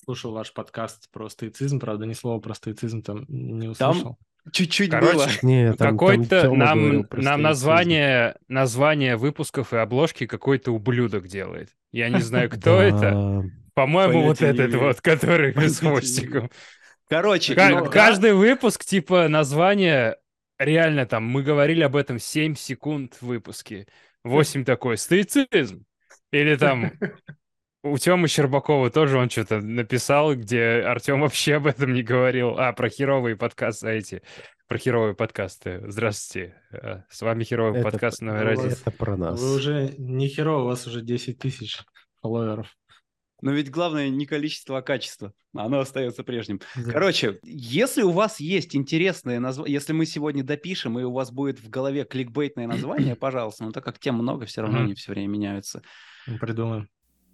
слушал ваш подкаст про стоицизм, правда, ни слова про стоицизм там не Там услышал. чуть-чуть было. Короче, Не, там какой-то Тёма говорил про нам стоицизм. название выпусков и обложки какой-то ублюдок делает. Я не знаю, кто это. Да. По-моему, вот Понятия не этот имею. вот, который с Понятия не имею. хвостиком. Короче, Ну, иногда... Каждый выпуск, типа, название, реально там, мы говорили об этом 7 секунд в выпуске. 8 такой, стоицизм. Или там у Тёмы Щербакова тоже он что-то написал, где Артем вообще об этом не говорил. Про херовые подкасты эти. Про херовые подкасты. Здравствуйте. С вами херовый Это, подкаст у номер один. вас, это про вы нас. уже не херово, у вас уже 10 тысяч фолловеров. Но ведь главное не количество, а качество. Оно остается прежним. Да. Короче, если у вас есть интересные названия, если мы сегодня допишем, и у вас будет в голове кликбейтное название, пожалуйста, но так как тем много, все равно они все время меняются. Придумаем.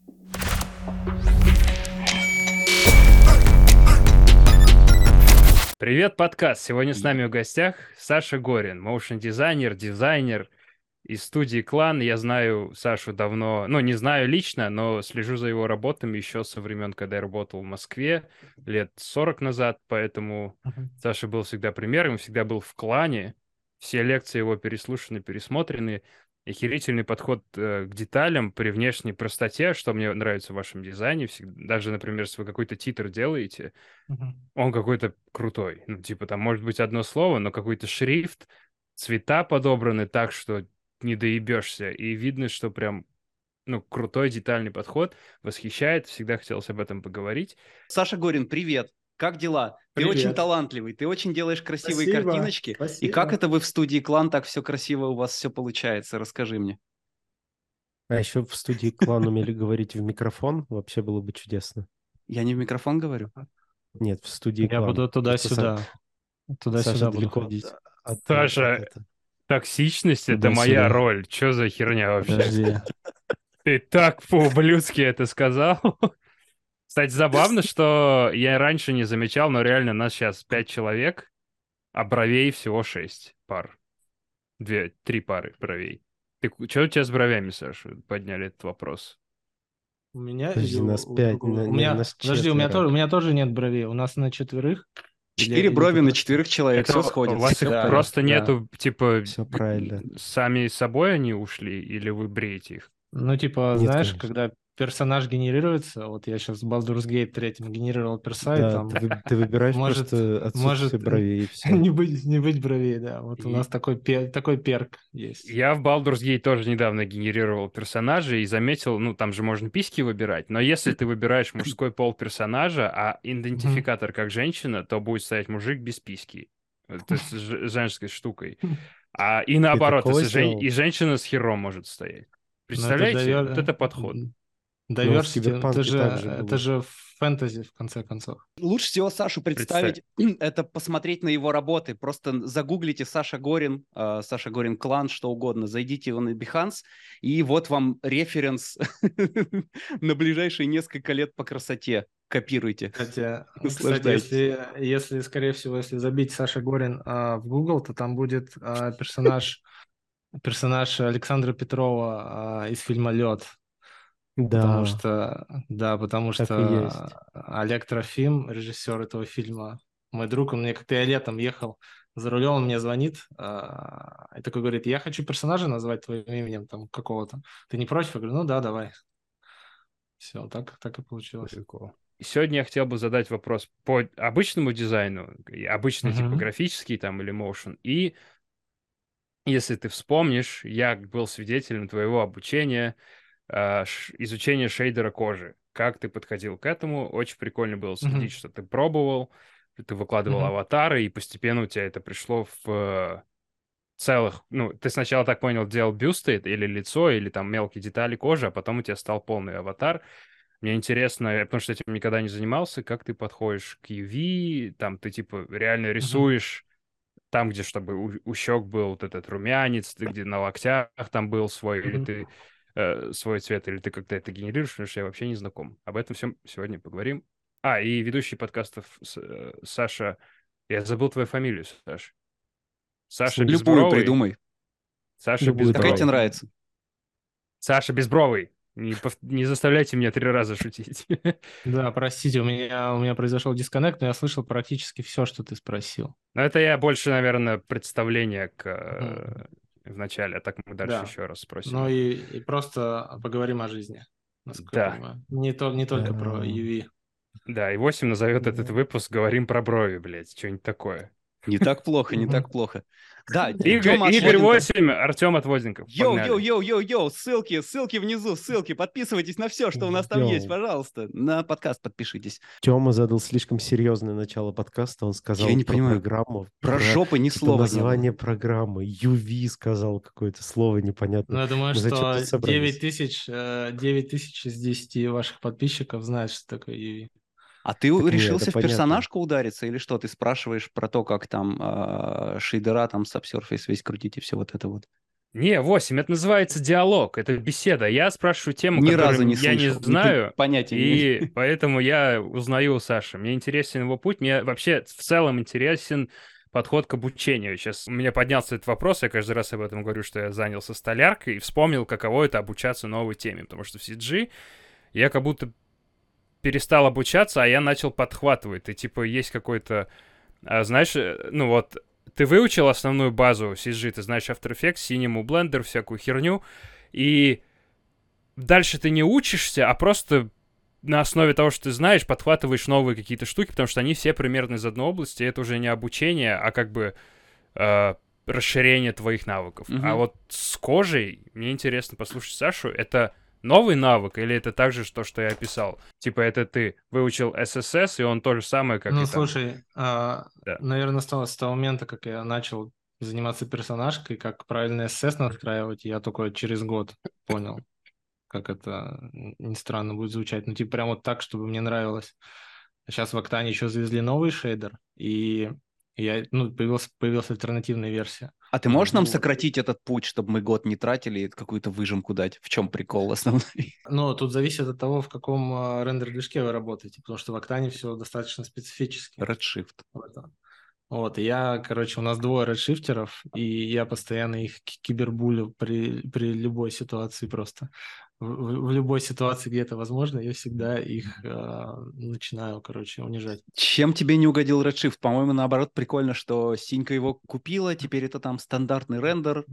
Привет, подкаст. Сегодня с нами в гостях Саша Горин, моушн-дизайнер, дизайнер из студии «Клан». Я знаю Сашу давно, не знаю лично, но слежу за его работами еще со времен, когда я работал в Москве, лет 40 назад, поэтому Саша был всегда примером, всегда был в «Клане». Все лекции его переслушаны, пересмотрены. Охерительный подход к деталям при внешней простоте, что мне нравится в вашем дизайне. Даже, например, если вы какой-то титр делаете, он какой-то крутой. Типа там может быть одно слово, но какой-то шрифт, цвета подобраны так, что не доебешься. И видно, что прям, крутой детальный подход. Восхищает. Всегда хотелось об этом поговорить. Саша Горин, привет. Как дела? Привет. Ты очень талантливый, ты очень делаешь красивые Спасибо, картиночки. спасибо. И как это вы в студии «Клан» так все красиво у вас все получается? Расскажи мне. А еще в студии «Клан» умели говорить в микрофон. Вообще было бы чудесно. Я не в микрофон говорю? Нет, в студии Я «Клан». буду Просто туда-сюда. Саша Туда-сюда буду далеко ходить. от Саша, этого. токсичность — это Туда-сюда. моя роль. Что за херня вообще? Подожди. Ты так по-ублюдски это сказал. Кстати, забавно, что я раньше не замечал, но реально нас сейчас 5 человек, а бровей всего 6 пар. 3 пары бровей. Что у тебя с бровями, Саша? Подняли этот вопрос. У меня Подожди, или нас у 5, другого? У меня, нас подожди, у меня тоже нет бровей. У нас на четверых. 4 брови на 4 человек, Это все у сходится. вас их Да, просто да. нету, типа, Все правильно. сами собой они ушли, или вы бреете их? Ну, типа, Нет, знаешь, конечно. когда персонаж генерируется, вот я сейчас в Baldur's Gate 3 генерировал перса, и Да, там ты выбираешь может просто отсутствие бровей и все. не быть бровей, да. Вот у И- нас такой перк есть. Я в Baldur's Gate тоже недавно генерировал персонажей и заметил, там же можно письки выбирать, но если ты выбираешь мужской пол персонажа, а идентификатор как женщина, то будет стоять мужик без письки. Это с женской штукой. И наоборот, такого если сделал? и женщина с хером может стоять. Но это Представляете? Вот это подход. Но в diversity, Киберпанке также это было. же фэнтези, в конце концов. Лучше всего Сашу представить, это посмотреть на его работы. Просто загуглите Саша Горин Клан, что угодно. Зайдите на Behance, и вот вам референс на ближайшие несколько лет по красоте. Копируйте. Кстати, Наслаждайтесь. если, скорее всего, если забить Саша Горин в Google, то там будет персонаж Александра Петрова из фильма «Лед». Потому Да, что так и есть. Олег Трофим, режиссер этого фильма, мой друг, он мне как-то я летом ехал за рулем, он мне звонит и такой говорит: я хочу персонажа назвать твоим именем там какого-то. Ты не против? Я говорю: ну да, давай. Все, так и получилось. Прикол. Сегодня я хотел бы задать вопрос по обычному дизайну, обычный типографический там или motion. И если ты вспомнишь, я был свидетелем твоего обучения, изучения шейдера кожи. Как ты подходил к этому? Очень прикольно было следить, что ты пробовал, ты выкладывал аватары, и постепенно у тебя это пришло в целых... ты сначала, так понял, делал бюсты или лицо, или там мелкие детали кожи, а потом у тебя стал полный аватар. Мне интересно, потому что этим никогда не занимался, как ты подходишь к UV, там ты типа реально рисуешь там, где чтобы у щек был вот этот румянец, ты где на локтях там был свой, или ты свой цвет, или ты как-то это генерируешь, потому что я вообще не знаком. Об этом всем сегодня поговорим. И ведущий подкастов Саша... Я забыл твою фамилию, Саш. Саша Любую Безбровый. придумай. Саша Любую Какая тебе Безбровый. нравится? Саша Безбровый. Не заставляйте меня 3 раза шутить. Да, простите, у меня произошел дисконнект, но я слышал практически все, что ты спросил. Но это я больше, наверное, представление Мгм. в начале, а так мы дальше Да. еще раз спросим Ну это. и просто поговорим о жизни, насколько я Да, понимаю. Не только про А, UV. да, и 8 назовет этот ну, выпуск «Говорим про брови», блядь, что-нибудь такое. Не так плохо, не так Мгм. плохо. Да, Игорь, Тёма Игорь Отводенков. 8, Артем Отводенков. Погнали. Йоу, ссылки внизу, ссылки. Подписывайтесь на все, что у нас там есть, Йоу. пожалуйста. На подкаст подпишитесь. Тёма задал слишком серьезное начало подкаста. Он Я сказал не про понимаю, программу, про про жопы ни типа слова не было. название программы. UV сказал какое-то слово Ну, непонятное. я думаю, Мы зачем что тут собрались? 9 тысяч из 10 ваших подписчиков знают, что такое UV. А ты Так не, это решился в понятно. персонажку удариться или что? Ты спрашиваешь про то, как там шейдера, там Subsurface весь крутить и все вот это вот? Не, 8, это называется диалог, это беседа. Я спрашиваю тему, Ни разу которую не я не слышал, знаю, понятия не имею. и поэтому я узнаю у Саши. Мне интересен его путь, мне вообще в целом интересен подход к обучению. Сейчас у меня поднялся этот вопрос, я каждый раз об этом говорю, что я занялся столяркой, и вспомнил, каково это обучаться новой теме, потому что в CG я как будто перестал обучаться, а я начал подхватывать. И типа есть какой-то, знаешь, ну вот, ты выучил основную базу CG, ты знаешь After Effects, Cinema, Blender, всякую херню, и дальше ты не учишься, а просто на основе того, что ты знаешь, подхватываешь новые какие-то штуки, потому что они все примерно из одной области, и это уже не обучение, а как бы расширение твоих навыков. А Мгм. вот с кожей, мне интересно послушать Сашу, это новый навык или это также то, что я описал? Типа это ты выучил SSS, и он то же самое, как Ну, и там. слушай, Да. наверное, с того момента, как я начал заниматься персонажкой, как правильно СС настраивать, я только через год понял, как это, не странно будет звучать. Ну, типа, прям вот так, чтобы мне нравилось. Сейчас в Октане еще завезли новый шейдер, и появилась альтернативная версия. А ты можешь нам Вот. сократить этот путь, чтобы мы год не тратили и какую-то выжимку дать? В чем прикол основной? Но тут зависит от того, в каком рендер-движке вы работаете, потому что в Октане все достаточно специфически. Redshift. Вот, и я, короче, у нас двое редшифтеров, и я постоянно их кибербулю при любой ситуации просто. В любой ситуации, где это возможно, я всегда их начинаю, короче, унижать. Чем тебе не угодил Redshift? По-моему, наоборот, прикольно, что Синька его купила, теперь это там стандартный рендер.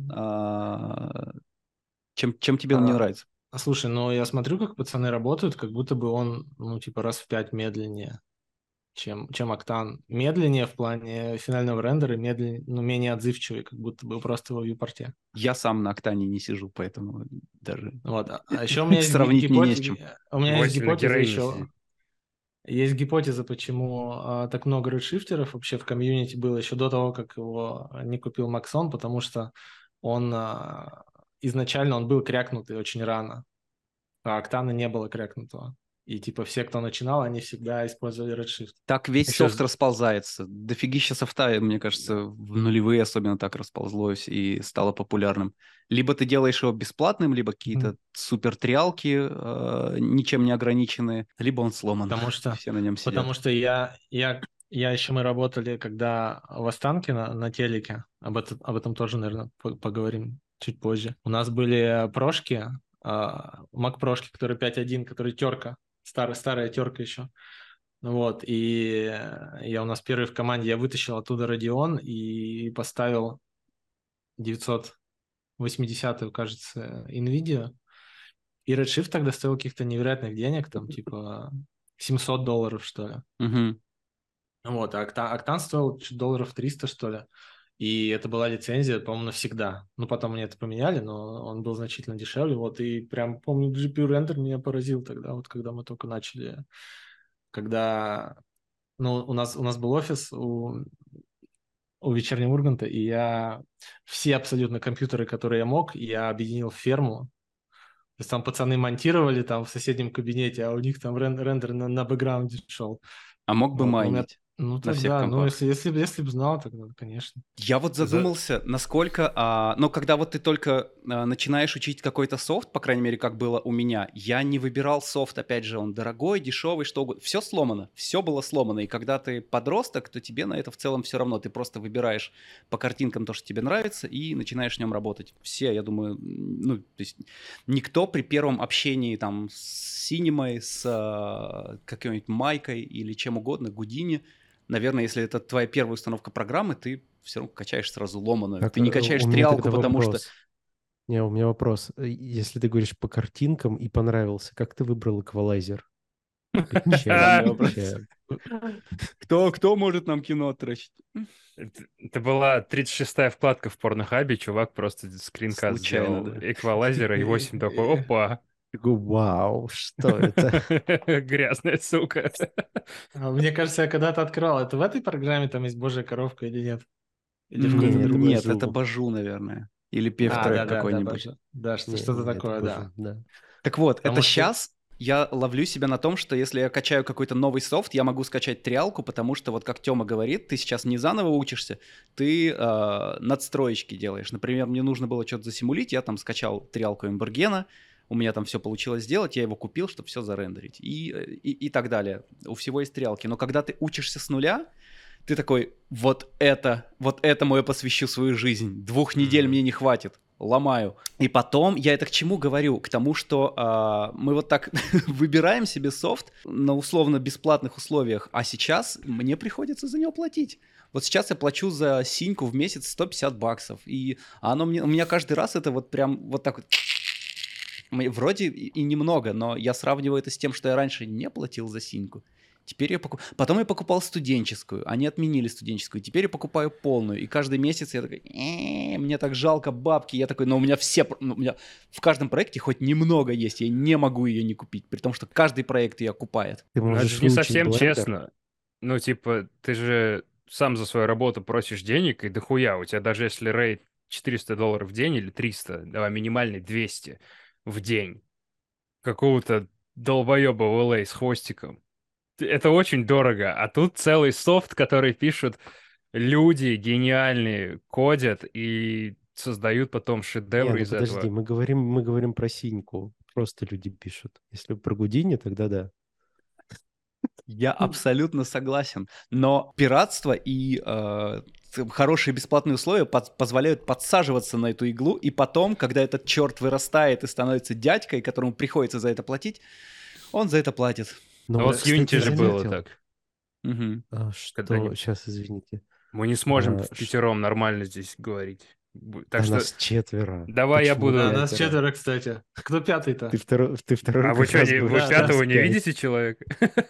Чем тебе он не А, нравится? Слушай, ну я смотрю, как пацаны работают, как будто бы он, ну, типа, раз в 5 медленнее, чем Октан. Медленнее в плане финального рендера, медленнее, ну, менее отзывчивый, как будто бы просто во вьюпорте. Я сам на Октане не сижу, поэтому даже Вот. А еще у меня есть сравнить мне не с чем. Восемь на гипотеза героине еще. сидит. Есть гипотеза, почему так много редшифтеров вообще в комьюнити было еще до того, как его не купил Максон, потому что он изначально он был крякнутый очень рано, а Октана не было крякнутого. И типа все, кто начинал, они всегда использовали Redshift. Так весь Еще софт расползается. Дофигища софта, мне кажется, в нулевые особенно так расползлось и стало популярным. Либо ты делаешь его бесплатным, либо какие-то супер триалки, ничем не ограниченные, либо он сломан. Потому И что, все на нем потому сидят. что я еще мы работали, когда в Останке на телеке, об этом тоже, наверное, поговорим чуть позже. У нас были прошки, Mac прошки, которые 5.1, которые терка, старая терка еще. Вот, и я у нас первый в команде, я вытащил оттуда Radeon и поставил 980, кажется, NVIDIA. И Redshift тогда стоил каких-то невероятных денег, там типа $700, что ли. Мгм. Вот, а Октан стоил чуть долларов 300, что ли. И это была лицензия, по-моему, навсегда. Ну, потом мне это поменяли, но он был значительно дешевле. Вот, и прям, помню, GPU рендер меня поразил тогда, вот когда мы только начали. Когда, ну, у нас был офис у Вечернего Урганта, и я все абсолютно компьютеры, которые я мог, я объединил в ферму. То есть там пацаны монтировали там в соседнем кабинете, а у них там рендер на бэкграунде шел. А мог бы Вот, но у меня майнить. Ну на всех тогда, ну компах. если бы знал, тогда, конечно. Я вот задумался, насколько, но когда вот ты только начинаешь учить какой-то софт, по крайней мере, как было у меня, я не выбирал софт, опять же, он дорогой, дешевый, что угодно. Все сломано, все было сломано. И когда ты подросток, то тебе на это в целом все равно. Ты просто выбираешь по картинкам то, что тебе нравится, и начинаешь в нем работать. Все, я думаю, ну, то есть никто при первом общении там с Синемой, с какой-нибудь Майкой или чем угодно, Гудини, наверное, если это твоя первая установка программы, ты все равно качаешь сразу ломаную. Так, Ты не качаешь у меня триалку, тогда потому что... вопрос. Не, у меня вопрос. Если ты говоришь по картинкам и понравился, как ты выбрал эквалайзер? Странный вопрос. Че? Кто может нам кино отращить? Это была 36-я вкладка в Порнохабе, чувак просто скринкаст Случайно, сделал да. эквалайзера, и 8 такой, опа, Вау, что это? грязная сука. Мне кажется, я когда-то открывал. Это в этой программе там есть Божья коровка или нет? Или в какой-то Нет, другой? Нет, это Бажу. Бажу, наверное. Или А, Певтрек да, какой-нибудь. Божа. Да, что-то Не, это такое, Бажу, да. да. Так вот, Потому это что... сейчас я ловлю себя на том, что если я качаю какой-то новый софт, я могу скачать триалку, потому что вот как Тёма говорит, ты сейчас не заново учишься, ты надстроечки делаешь. Например, мне нужно было что-то засимулить, я там скачал триалку Эмбергена, у меня там все получилось сделать, я его купил, чтобы все зарендерить и так далее. У всего есть триалки. Но когда ты учишься с нуля, ты такой, вот этому я посвящу свою жизнь. 2 недель мне не хватит. Ломаю. И потом, я это к чему говорю? К тому, что мы вот так выбираем себе софт на условно бесплатных условиях, а сейчас мне приходится за него платить. Вот сейчас я плачу за синьку в месяц $150, и оно у меня каждый раз это вот прям вот так вот... Вроде и немного, но я сравниваю это с тем, что я раньше не платил за синьку. Теперь я Потом я покупал студенческую, они отменили студенческую, теперь я покупаю полную, и каждый месяц я такой, мне так жалко бабки, я такой, но у меня у меня в каждом проекте хоть немного есть, я не могу ее не купить, при том, что каждый проект ее окупает. Ты Ну, это можешь же не выучить совсем Blender. честно. Ну, типа, ты же сам за свою работу просишь денег, и дохуя. У тебя даже если рейд $400 в день или 300, давай минимальный 200 в день, какого-то долбоеба в LA с хвостиком. Это очень дорого. А тут целый софт, который пишут люди гениальные, кодят и создают потом Не, шедевры ну из подожди, этого. мы говорим про синьку. Просто люди пишут. Если про Гудини, тогда да. Я абсолютно согласен. Но пиратство и хорошие бесплатные условия позволяют подсаживаться на эту иглу, и потом, когда этот черт вырастает и становится дядькой, которому приходится за это платить, он за это платит. Но А вот с кстати, Unity же было заметил, так. Мгм. Когда что... Сейчас, извините. мы не сможем А, впятером нормально здесь говорить. Так Да что нас 4. давай я Почему Да, буду... нас 5? 4, кстати. Кто пятый-то? Ты второй А вы как что, раз вы говоришь, Да, что да. пятого нас не 5. видите человека?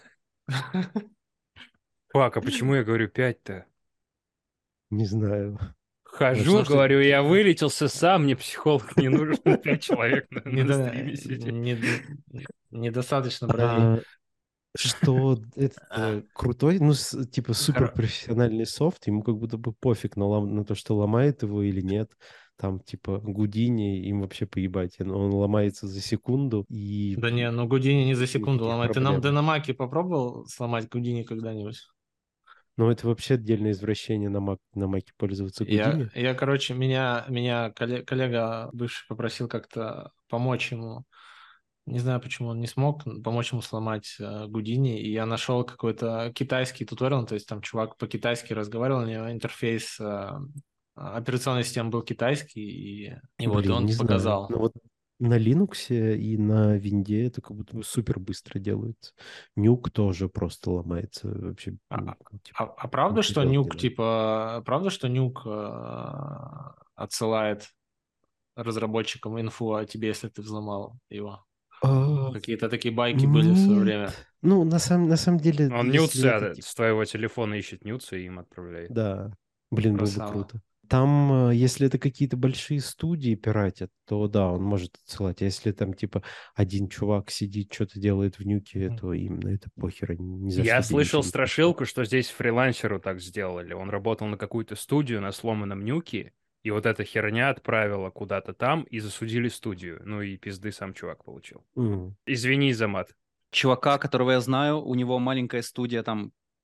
Фак, а почему я говорю 5-то? Не знаю. Хожу, Потому что говорю, я вылечился сам, мне психолог не нужен, 5 человек на стриме сидит. недостаточно бровей. А, что этот крутой, ну, типа Хоро- суперпрофессиональный софт, ему как будто бы пофиг на то, что ломает его или нет. Там, типа, Гудини, им вообще поебать. Он ломается за секунду, и Да не, ну Гудини не за секунду никаких ломает. проблем. Ты на Маке попробовал сломать Гудини когда-нибудь? Но это вообще отдельное извращение на Маке пользоваться Гудини. Короче, меня коллега бывший попросил как-то помочь ему. Не знаю, почему он не смог помочь ему сломать Гудини. И я нашел какой-то китайский туториал, то есть там чувак по-китайски разговаривал, у него интерфейс операционной системы был китайский, и вот Блин, он не знаю. показал. Но вот на Linux и на Винде это как будто бы супер быстро делается. Нюк тоже просто ломается вообще. Правда, Ничего что делать не Нюк, надо. типа, правда, что Нюк отсылает разработчикам инфу о тебе, если ты взломал его? А, Какие-то такие байки были в свое Нет. время. Ну, на самом деле, Он если нюцы это... с твоего телефона ищет нюцы и им отправляет. Да, блин, было бы Красава. круто. Там, если это какие-то большие студии пиратят, то да, он может отсылать. А если там, типа, один чувак сидит, что-то делает в нюке, то им на это похер, они ни за Я что бы слышал ничего не пришлют. страшилку, что здесь фрилансеру так сделали. Он работал на какую-то студию на сломанном нюке, и вот эта херня отправила куда-то там, и засудили студию. Ну и пизды сам чувак получил. М. Извини за мат. Чувака, которого я знаю, у него маленькая студия там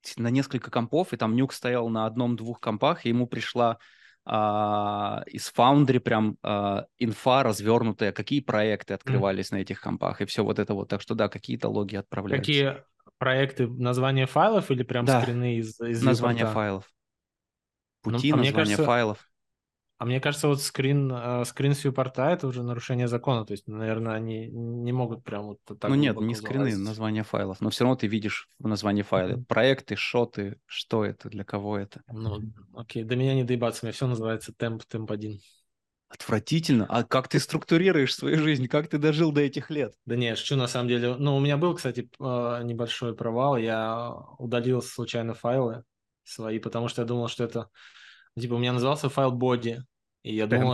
на несколько компов, и там Нюк стоял на 1-2 компах, и ему пришла из Foundry прям инфа развернутая, какие проекты открывались на этих компах, и все вот это вот. Так что да, какие-то логи отправляются. Какие проекты, название файлов или прям Да, скрины из название вьюпорта? файлов. Ну, Пути, название файлов. А мне кажется, вот скрин с вьюпорта это уже нарушение закона. То есть, наверное, они не могут прям вот так Ну нет, глубоко не скрины, залазить. название файлов. Но все равно ты видишь в названии файла. Мгм. Проекты, шоты, что это, для кого это. Ну, окей, до меня не доебаться, у меня все называется темп 1. Отвратительно. А как ты структурируешь свою жизнь? Как ты дожил до этих лет? Да не, шучу на самом деле. Ну, у меня был, кстати, небольшой провал. Я удалил случайно файлы свои, потому что я думал, что это... Типа, у меня назывался файл body, и я думал, Темп.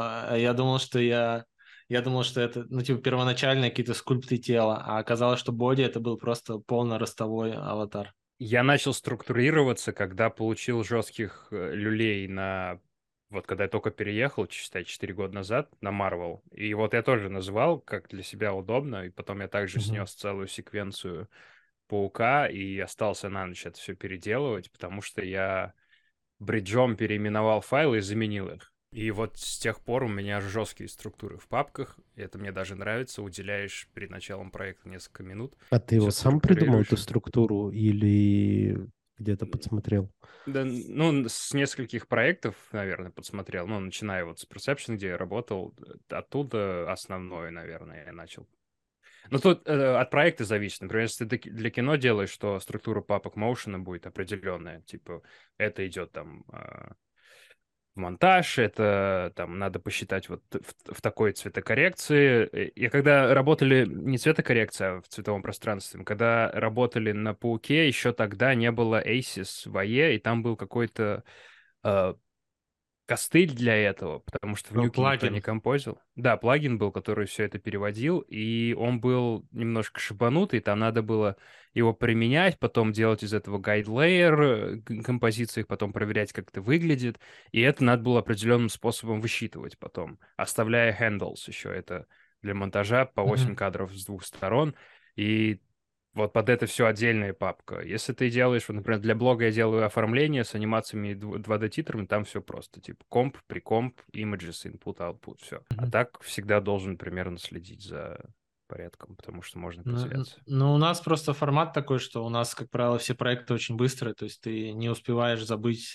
Я думал, что это, ну, типа, первоначальные какие-то скульпты тела, а оказалось, что body это был просто полно-ростовой аватар. Я начал структурироваться, когда получил жестких люлей на... Вот когда я только переехал, считай, 4 года назад на Marvel. И вот я тоже назвал, как для себя удобно. И потом я также Мгм. снес целую секвенцию Паука и остался на ночь это все переделывать, потому что я бриджом переименовал файлы и заменил их. И вот с тех пор у меня жесткие структуры в папках. И это мне даже нравится. Уделяешь перед началом проекта несколько минут. А ты его Все сам придумал, эту структурируешь. структуру, или где-то подсмотрел? Да, ну, с нескольких проектов, наверное, подсмотрел. Ну, начиная вот с Perception, где я работал, оттуда основное, наверное, я начал. Ну, тут от проекта зависит. Например, если ты для кино делаешь, что структура папок моушена будет определенная. Типа, это идет там в монтаж, это там надо посчитать вот в такой цветокоррекции. И когда работали не цветокоррекция, а в цветовом пространстве, когда работали на Пауке, еще тогда не было ACES в AE, и там был какой-то э, костыль для этого, потому что в Нюке никто не Плагин. композил. Да, плагин был, который все это переводил, и он был немножко шибанутый, там надо было его применять, потом делать из этого гайд-лейер композиции, потом проверять, как это выглядит, и это надо было определенным способом высчитывать потом, оставляя handles еще, это для монтажа по 8 Мгм. кадров с двух сторон, и вот под это все отдельная папка. Если ты делаешь, вот, например, для блога я делаю оформление с анимациями и 2D-титрами, там все просто. Типа комп, прикомп, images, input, output, все. А Мгм. так всегда должен примерно следить за порядком, потому что можно потеряться. Ну, у нас просто формат такой, что у нас, как правило, все проекты очень быстрые, то есть ты не успеваешь забыть,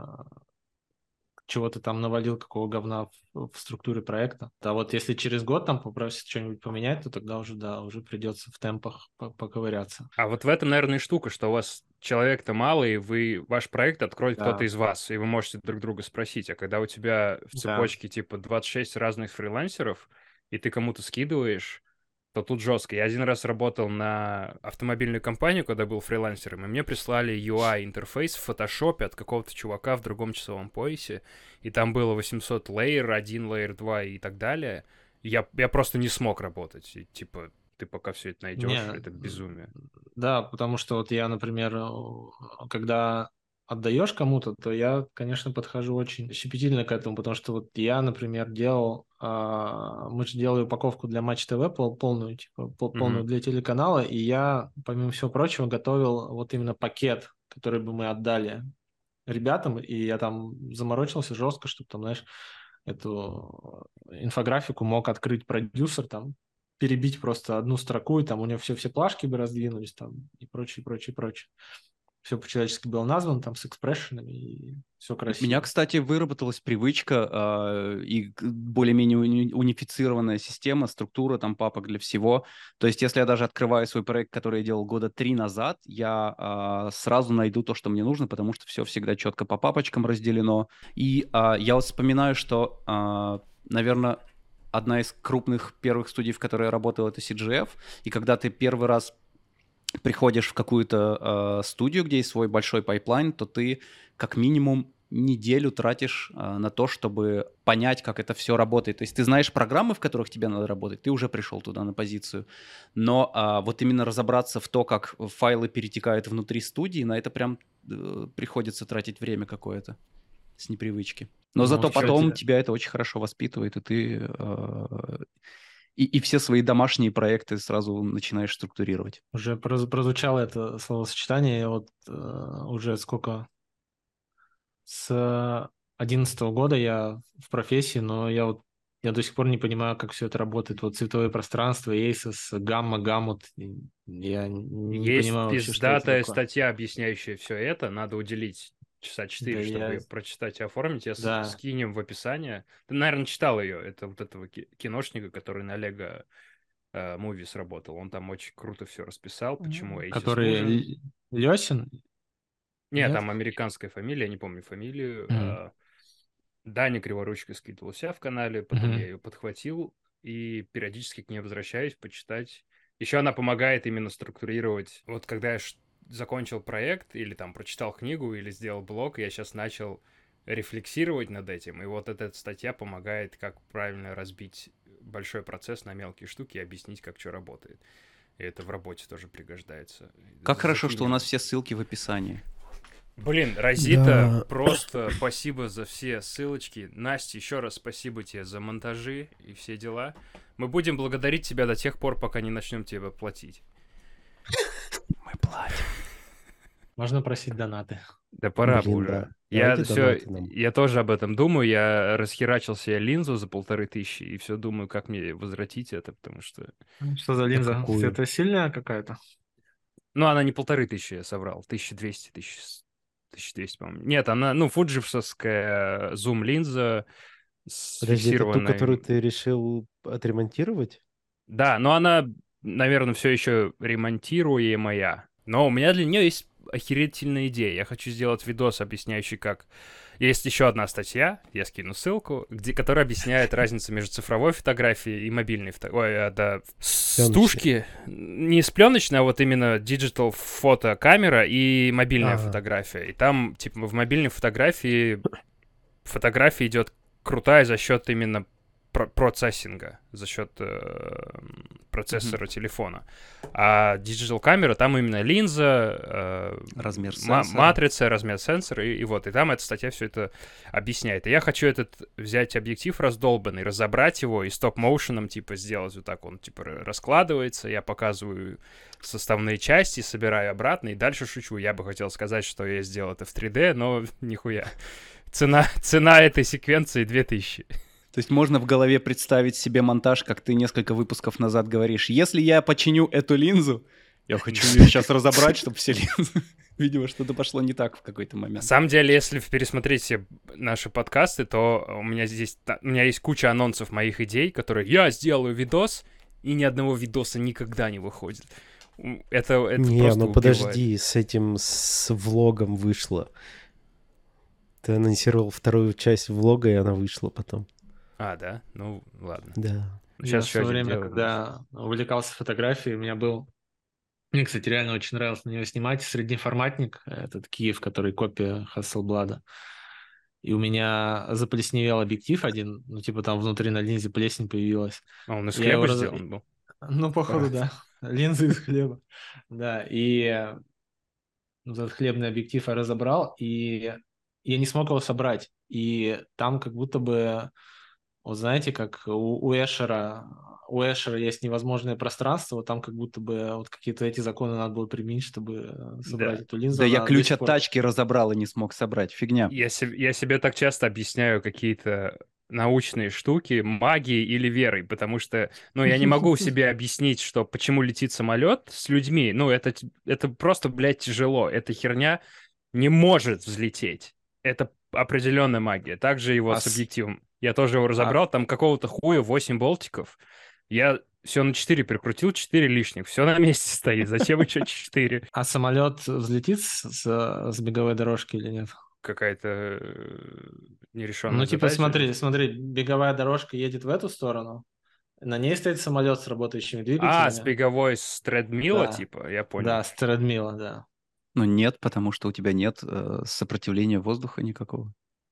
чего ты там навалил, какого говна в структуре проекта. А вот если через год там попросить что-нибудь поменять, то тогда уже, да, уже придется в темпах поковыряться. А вот в этом, наверное, и штука, что у вас человек-то мало, и ваш проект откроет кто-то Да, из вас, и вы можете друг друга спросить. А когда у тебя в да. цепочке типа 26 разных фрилансеров, и ты кому-то скидываешь, то тут жестко. Я один раз работал на автомобильную компанию, когда был фрилансером, и мне прислали UI-интерфейс в фотошопе от какого-то чувака в другом часовом поясе, и там было 800 лейер, 1 лейер 2 и так далее. Я просто не смог работать. И, типа, ты пока все это найдешь, Не, это безумие. да, потому что вот я, например, когда отдаешь кому-то, то я, конечно, подхожу очень щепетильно к этому, потому что вот я, например, делал, мы же делали упаковку для Матч ТВ полную, типа полную Мгм. для телеканала, и я, помимо всего прочего, готовил вот именно пакет, который бы мы отдали ребятам, и я там заморочился жестко, чтобы там, знаешь, эту инфографику мог открыть продюсер, там, перебить просто одну строку, и там у него все плашки бы раздвинулись, там, и прочее, прочее, прочее. Все по-человечески было названо, там, с экспрессионами, и все У меня, красиво. кстати, выработалась привычка и более-менее унифицированная система, структура там папок для всего. То есть, если я даже открываю свой проект, который я делал года 3 назад, я сразу найду то, что мне нужно, потому что все всегда четко по папочкам разделено. И я вот вспоминаю, что, наверное, одна из крупных первых студий, в которой я работал, это CGF. И когда ты первый раз приходишь в какую-то студию, где есть свой большой пайплайн, то ты как минимум неделю тратишь на то, чтобы понять, как это все работает. То есть ты знаешь программы, в которых тебе надо работать, ты уже пришел туда на позицию. Но вот именно разобраться в то, как файлы перетекают внутри студии, на это прям приходится тратить время какое-то с непривычки. Но Ну, зато что потом тебе? тебя это очень хорошо воспитывает, и ты И все свои домашние проекты сразу начинаешь структурировать. Уже прозвучало это словосочетание, вот уже сколько, с 11 года я в профессии, но я до сих пор не понимаю, как все это работает. Вот цветовое пространство, ASUS, гамма, гаммут, я не Есть понимаю вообще, что это пиздатая такое. статья, объясняющая все это. Надо уделить часа 4, Да, чтобы ее прочитать и оформить. да. Скинем в описание. Ты, наверное, читал ее. Это вот этого киношника, который на Lego Movies работал. Он там очень круто все расписал, почему Asus нужен. Который Лесин? Нет, Нет? там американская фамилия, я не помню фамилию. Даня Криворучка скидывал у себя в канале, потом я ее подхватил и периодически к ней возвращаюсь почитать. Еще она помогает именно структурировать. Вот когда я закончил проект или там прочитал книгу или сделал блог, я сейчас начал рефлексировать над этим. И вот эта статья помогает, как правильно разбить большой процесс на мелкие штуки и объяснить, как что работает. И это в работе тоже пригождается. Как хорошо, что у нас все ссылки в описании. Блин, Розита, просто спасибо за все ссылочки. Настя, еще раз спасибо тебе за монтажи и все дела. Мы будем благодарить тебя до тех пор, пока не начнем тебе платить. Мы платим. Можно просить донаты. Да пора бы уже. Да. Я тоже об этом думаю. Я расхерачил себе линзу за 1500 и все думаю, как мне возвратить это, потому что... Что за линза? Светосильная какая-то? Ну, она не 1500, я соврал. 1200, 1200, по-моему. Нет, она, фудживсовская зум-линза с Подожди, это ту, фиксированной... которую ты решил отремонтировать? Да, но она, наверное, все еще ремонтируемая. Но у меня для нее есть охерительная идея. Я хочу сделать видос, объясняющий, как... Есть еще одна статья, я скину ссылку, которая объясняет разницу между цифровой фотографией и мобильной фотографией. С тушки, не с пленочной, а вот именно digital фотокамера и мобильная фотография. И там, типа, в мобильной фотография идет крутая за счет именно процессинга, за счет процессора телефона. А digital камера, там именно линза, размер сенсора, матрица, размер сенсора, и вот. И там эта статья все это объясняет. И я хочу взять объектив раздолбанный, разобрать его и стоп-моушеном, типа, сделать вот так. Он, типа, раскладывается, я показываю составные части, собираю обратно, и дальше шучу. Я бы хотел сказать, что я сделал это в 3D, но нихуя. Цена этой секвенции 2000. То есть можно в голове представить себе монтаж, как ты несколько выпусков назад говоришь. Если я починю эту линзу, я хочу ее сейчас разобрать, чтобы все линзы... Видимо, что-то пошло не так в какой-то момент. На самом деле, если пересмотреть все наши подкасты, то у меня есть куча анонсов моих идей, которые я сделаю видос, и ни одного видоса никогда не выходит. Это не, просто ну подожди, с влогом вышло. Ты анонсировал вторую часть влога, и она вышла потом. А, да? Ну, ладно. Да. Сейчас в свое время, когда увлекался фотографией, у меня был... Мне, кстати, реально очень нравилось на него снимать. Среднеформатник, этот Киев, который копия Hasselblad. И у меня заплесневел объектив один, ну, типа там внутри на линзе плесень появилась. А он из хлеба сделан был? Ну, походу, да. Линзы из хлеба. Да, и этот хлебный объектив я разобрал, и я не смог его собрать. И там как будто бы, вот знаете, как у Эшера есть невозможное пространство, вот там как будто бы вот какие-то эти законы надо было применить, чтобы собрать эту линзу. Да, я ключ от тачки разобрал и не смог собрать. Фигня. Я себе так часто объясняю какие-то научные штуки магией или верой, потому что, я не могу себе объяснить, что почему летит самолет с людьми. Это просто, блядь, тяжело. Эта херня не может взлететь. Это определенная магия. Также и вот с объективом. Я тоже его разобрал, там какого-то хуя 8 болтиков. Я все на 4 прикрутил, 4 лишних. Все на месте стоит. Зачем еще 4? А самолет взлетит с беговой дорожки или нет? Какая-то нерешенная Ну, типа, задача. смотри, беговая дорожка едет в эту сторону, на ней стоит самолет с работающими двигателями. С беговой, с тредмила, типа, я понял. Да, с тредмила, да. Ну, нет, потому что у тебя нет сопротивления воздуха никакого.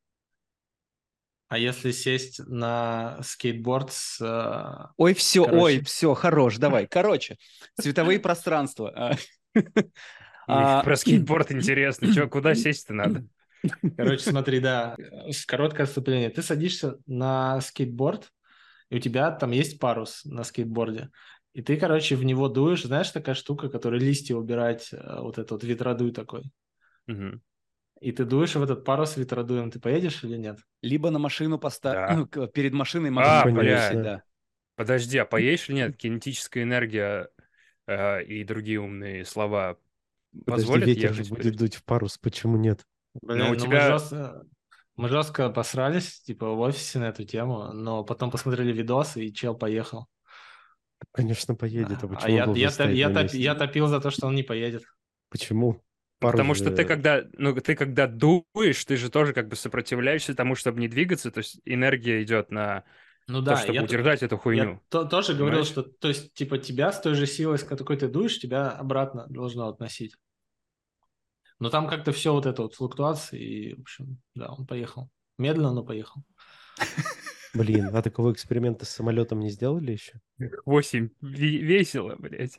А если сесть на скейтборд с... Ой, все, хорош, давай. Короче, цветовые пространства. Про скейтборд интересно. Че, куда сесть-то надо? Короче, смотри, да, короткое отступление. Ты садишься на скейтборд, и у тебя там есть парус на скейтборде, и ты, короче, в него дуешь, знаешь, такая штука, которая листья убирать, вот этот вот ветродуй такой. Мгм. И ты дуешь в этот парус ветродуем, ты поедешь или нет? Либо на машину Да. перед машиной машину повесить, Бля. да. Подожди, а поедешь или нет? Кинетическая энергия и другие умные слова Подожди, позволят ветер же ехать будет вперед? дуть в парус, почему нет? Но у Блин, ну тебя... мы жестко посрались, типа, в офисе на эту тему, но потом посмотрели видосы, и чел поехал. Конечно, поедет, а А почему он должен стоять на месте? я топил за то, что он не поедет. Почему? Ну, Парус потому что ты же... когда дуешь, ты же тоже как бы сопротивляешься тому, чтобы не двигаться, то есть энергия идет на Ну то, да, чтобы удержать эту хуйню. тоже говорил, Понимаешь? что, то есть, типа, тебя с той же силой, с какой ты дуешь, тебя обратно должно относить. Но там как-то все вот это вот флуктуации, и, в общем, да, он поехал. Медленно, но поехал. Блин, а такого эксперимента с самолетом не сделали еще? 8 весело, блядь.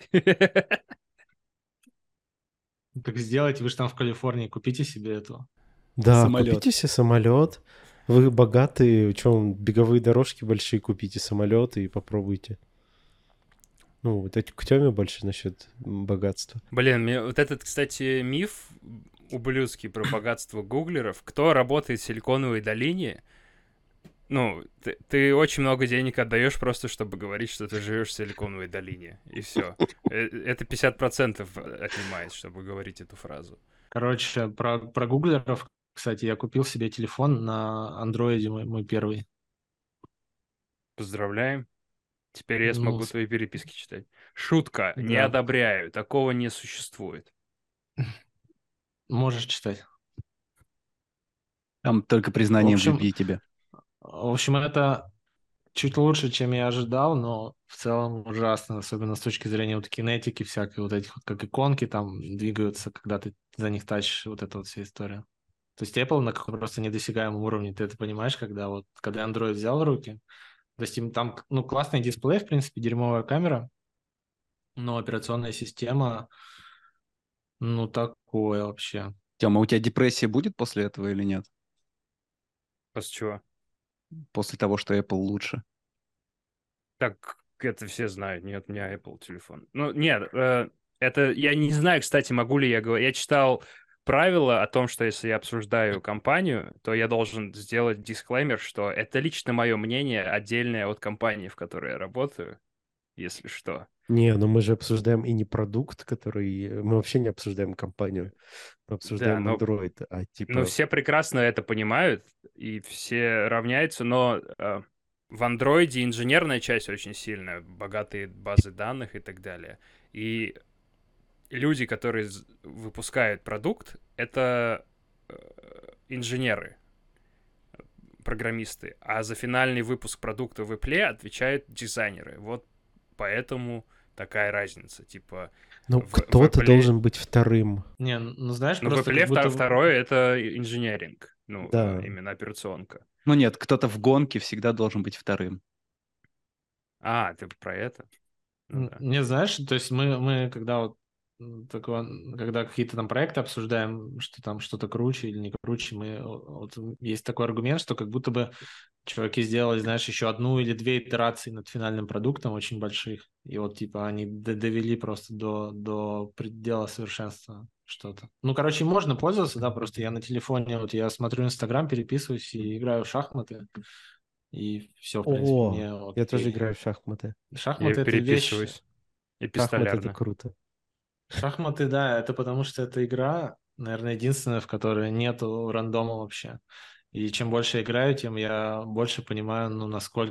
Так сделайте, вы же там в Калифорнии, купите себе эту. Да, Самолет. купите себе самолет. Вы богатые, что, беговые дорожки большие купите, самолеты и попробуйте. Ну, вот это к теме больше насчет богатства. Блин, вот этот, кстати, миф ублюдский про богатство гуглеров. Кто работает в Силиконовой долине, ну, ты очень много денег отдаешь просто, чтобы говорить, что ты живешь в Силиконовой долине. И все. Это 50% отнимает, чтобы говорить эту фразу. Короче, про гуглеров, кстати, я купил себе телефон на андроиде, мой первый. Поздравляем. Теперь я Ну, смогу твои переписки читать. Шутка. Не да, одобряю. Такого не существует. можешь читать. Там только В признание в общем, любви тебе. это чуть лучше, чем я ожидал, но в целом ужасно, особенно с точки зрения вот кинетики всякой, вот этих вот как иконки там двигаются, когда ты за них тащишь, вот эта вот вся история. То есть Apple на каком-то просто недосягаемом уровне, ты это понимаешь, когда Android взял в руки, то есть им там, ну, классный дисплей, в принципе, дерьмовая камера, но операционная система, ну, такое вообще. Тёма, у тебя депрессия будет после этого или нет? После чего? После того, что Apple лучше. Так это все знают. Нет, у меня Apple телефон. Ну, нет, это... Я не знаю, кстати, могу ли я говорить. Я читал правило о том, что если я обсуждаю компанию, то я должен сделать дисклеймер, что это лично мое мнение, отдельное от компании, в которой я работаю, если что. Не, но мы же обсуждаем и не продукт, который... Мы вообще не обсуждаем компанию. Мы Да, обсуждаем но Android, а ну, типа... все прекрасно это понимают, и все равняются, но в андроиде инженерная часть очень сильная, богатые базы данных и так далее. И люди, которые выпускают продукт, это инженеры, программисты, а за финальный выпуск продукта в Apple отвечают дизайнеры. Вот поэтому такая разница. Типа Ну, в кто-то Apple... должен быть вторым. Не, ну, знаешь, Ну, в просто Apple как будто... второе — это инженеринг, ну, Да. именно операционка. Ну нет, кто-то в гонке всегда должен быть вторым. А, ты про это? Ну да. Не знаешь, то есть мы когда вот такое, когда какие-то там проекты обсуждаем, что там что-то круче или не круче, вот есть такой аргумент, что как будто бы чуваки сделали, знаешь, еще одну или две итерации над финальным продуктом очень больших, и вот типа они довели просто до предела совершенства что-то. Ну, короче, можно пользоваться, да, просто я на телефоне, вот я смотрю Инстаграм, переписываюсь и играю в шахматы, и все, в принципе, О, мне я тоже окей. играю в шахматы. Я Шахматы — это вещь. переписываюсь. Шахматы — это Эпистолярно. круто. Шахматы, да, это потому что это игра, наверное, единственная, в которой нету рандома вообще. И чем больше я играю, тем я больше понимаю, ну,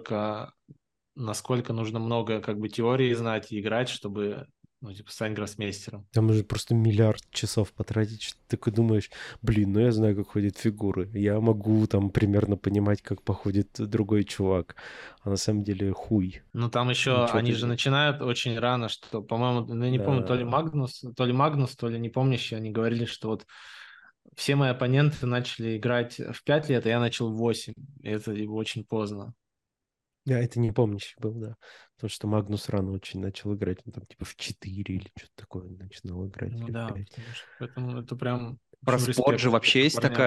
насколько нужно много как бы теории знать и играть, чтобы, ну, типа, стать гроссмейстером. Там уже просто миллиард часов потратить, что ты такой думаешь, блин, ну я знаю, как ходят фигуры. Я могу там примерно понимать, как походит другой чувак. А на самом деле хуй. Ну, там еще Ничего они же ты... начинают очень рано, что, по-моему, ну, я не помню, Да. то ли непомнящие, они говорили, что вот все мои оппоненты начали играть в 5 лет, а я начал в 8. И это очень поздно. Я это не помнящий был, да. Потому что Магнус рано очень начал играть. Он там типа в 4 или что-то такое начинал играть. Ну Или в да, 5. потому что поэтому это прям, в Про общем, спорт же респект вообще есть парням.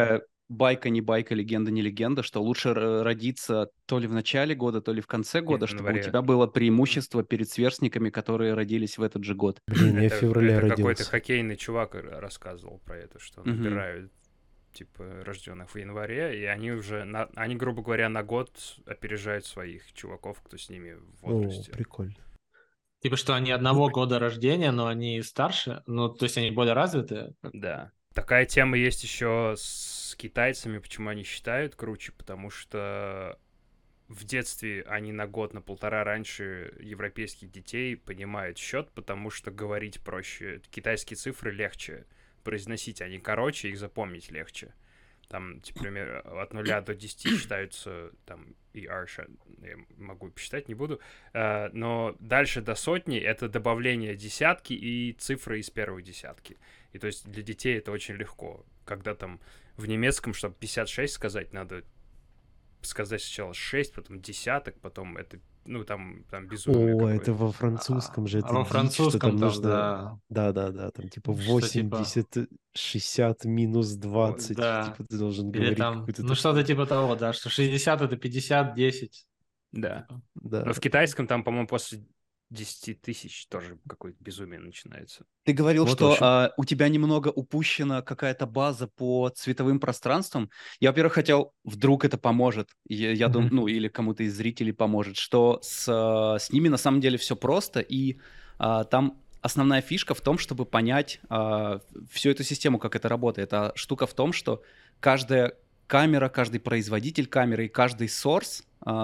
байка, не байка, легенда, не легенда, что лучше родиться то ли в начале года, то ли в конце года, в чтобы у январе. тебя было преимущество перед сверстниками, которые родились в этот же год. Блин, я в феврале Это какой-то родился. хоккейный чувак рассказывал про это, что набирают типа рожденных в январе, и они уже, они, грубо говоря, на год опережают своих чуваков, кто с ними в О, возрасте. прикольно. Типа, что они одного года рождения, но они старше, ну, то есть они более развитые. Да. Такая тема есть еще с китайцами, почему они считают круче, потому что в детстве они на год, на полтора раньше европейских детей понимают счет, потому что говорить проще. Китайские цифры легче произносить, они короче, их запомнить легче. Там, типа, например, от 0 до 10 считаются, там, ER, я могу посчитать, не буду, но дальше до сотни — это добавление десятки и цифры из первой десятки. И то есть для детей это очень легко. Когда там в немецком, чтобы 56 сказать, надо сказать сначала 6, потом десяток, потом это, ну, там безумие О, какое-то. это во французском же, это Во дичь, что французском там там, нужно... да. Да, там типа Что типа, 80, 60 минус 20, да. типа ты должен Или говорить там, какую-то ну, что-то такую... типа того, да, что 60 это 50, 10. Да. Типа. Да. Но в китайском там, по-моему, после 10 тысяч тоже какое-то безумие начинается. Ты говорил, Вот, что в общем. у тебя немного упущена какая-то база по цветовым пространствам. Я, во-первых, хотел, вдруг это поможет, я думаю, ну, или кому-то из зрителей поможет, что с ними на самом деле все просто, и там основная фишка в том, чтобы понять всю эту систему, как это работает. А штука в том, что каждая камера, каждый производитель камеры и каждый source,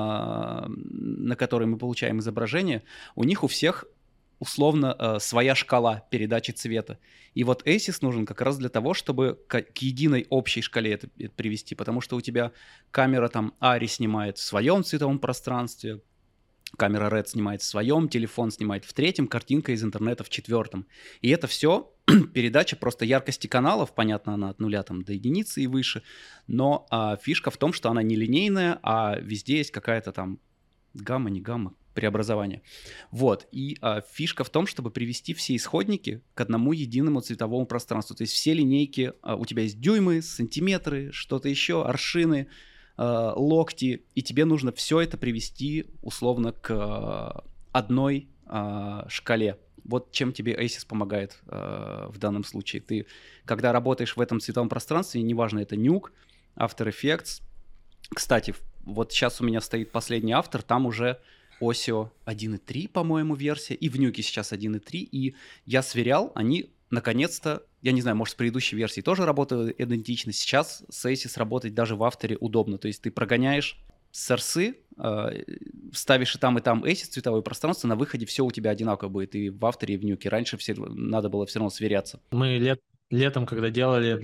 на который мы получаем изображение, у них у всех условно своя шкала передачи цвета. И вот ASIS нужен как раз для того, чтобы к единой общей шкале это привести, потому что у тебя камера там ARRI снимает в своем цветовом пространстве, камера RED снимает в своем, телефон снимает в третьем, картинка из интернета в четвертом. И это все передача просто яркости каналов, понятно, она от 0 там, до единицы и выше, но фишка в том, что она не линейная, а везде есть какая-то там гамма, не гамма, преобразование. Вот. И фишка в том, чтобы привести все исходники к одному единому цветовому пространству. То есть все линейки, у тебя есть дюймы, сантиметры, что-то еще, аршины, локти, и тебе нужно все это привести условно к одной шкале. Вот чем тебе ASIS помогает в данном случае. Ты, когда работаешь в этом цветовом пространстве, неважно, это Nuke, After Effects. Кстати, вот сейчас у меня стоит последний автор, там уже Osio 1.3, по-моему, версия, и в Nuke сейчас 1.3, и я сверял, они наконец-то, я не знаю, может, с предыдущей версии тоже работают идентично, сейчас с ASIS работать даже в авторе удобно, то есть ты прогоняешь сорсы, ставишь и там ASIS цветовое пространство, на выходе все у тебя одинаково будет, и в авторе, и в Nuke. Раньше надо было все равно сверяться. Мы летом, когда делали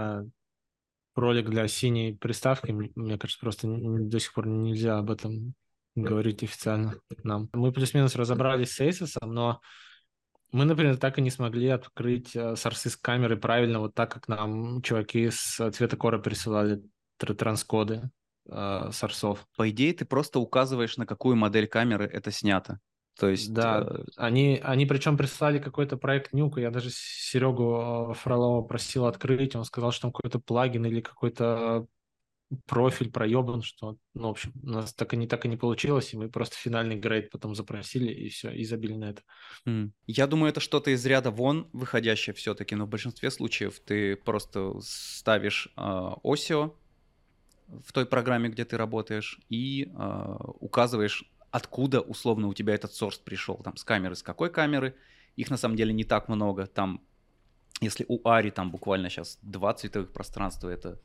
ролик для синей приставки, мне кажется, просто до сих пор нельзя об этом говорить официально нам. Мы плюс-минус разобрались с ASIS, но мы, например, так и не смогли открыть сорсы с камеры правильно, вот так, как нам чуваки с цветокора присылали транскоды сорсов. По идее, ты просто указываешь, на какую модель камеры это снято. То есть... Да, они причем прислали какой-то проект Nuke, я даже Серегу Фролова просил открыть, он сказал, что там какой-то плагин или какой-то профиль проебан, что, ну, в общем, у нас так и не получилось, и мы просто финальный грейд потом запросили, и все, и забили на это. Я думаю, это что-то из ряда вон выходящее все-таки, но в большинстве случаев ты просто ставишь Osio в той программе, где ты работаешь, и указываешь, откуда условно у тебя этот сорс пришел, там, с камеры, с какой камеры. Их на самом деле не так много, там, если у ARRI там буквально сейчас 2 цветовых пространства, это...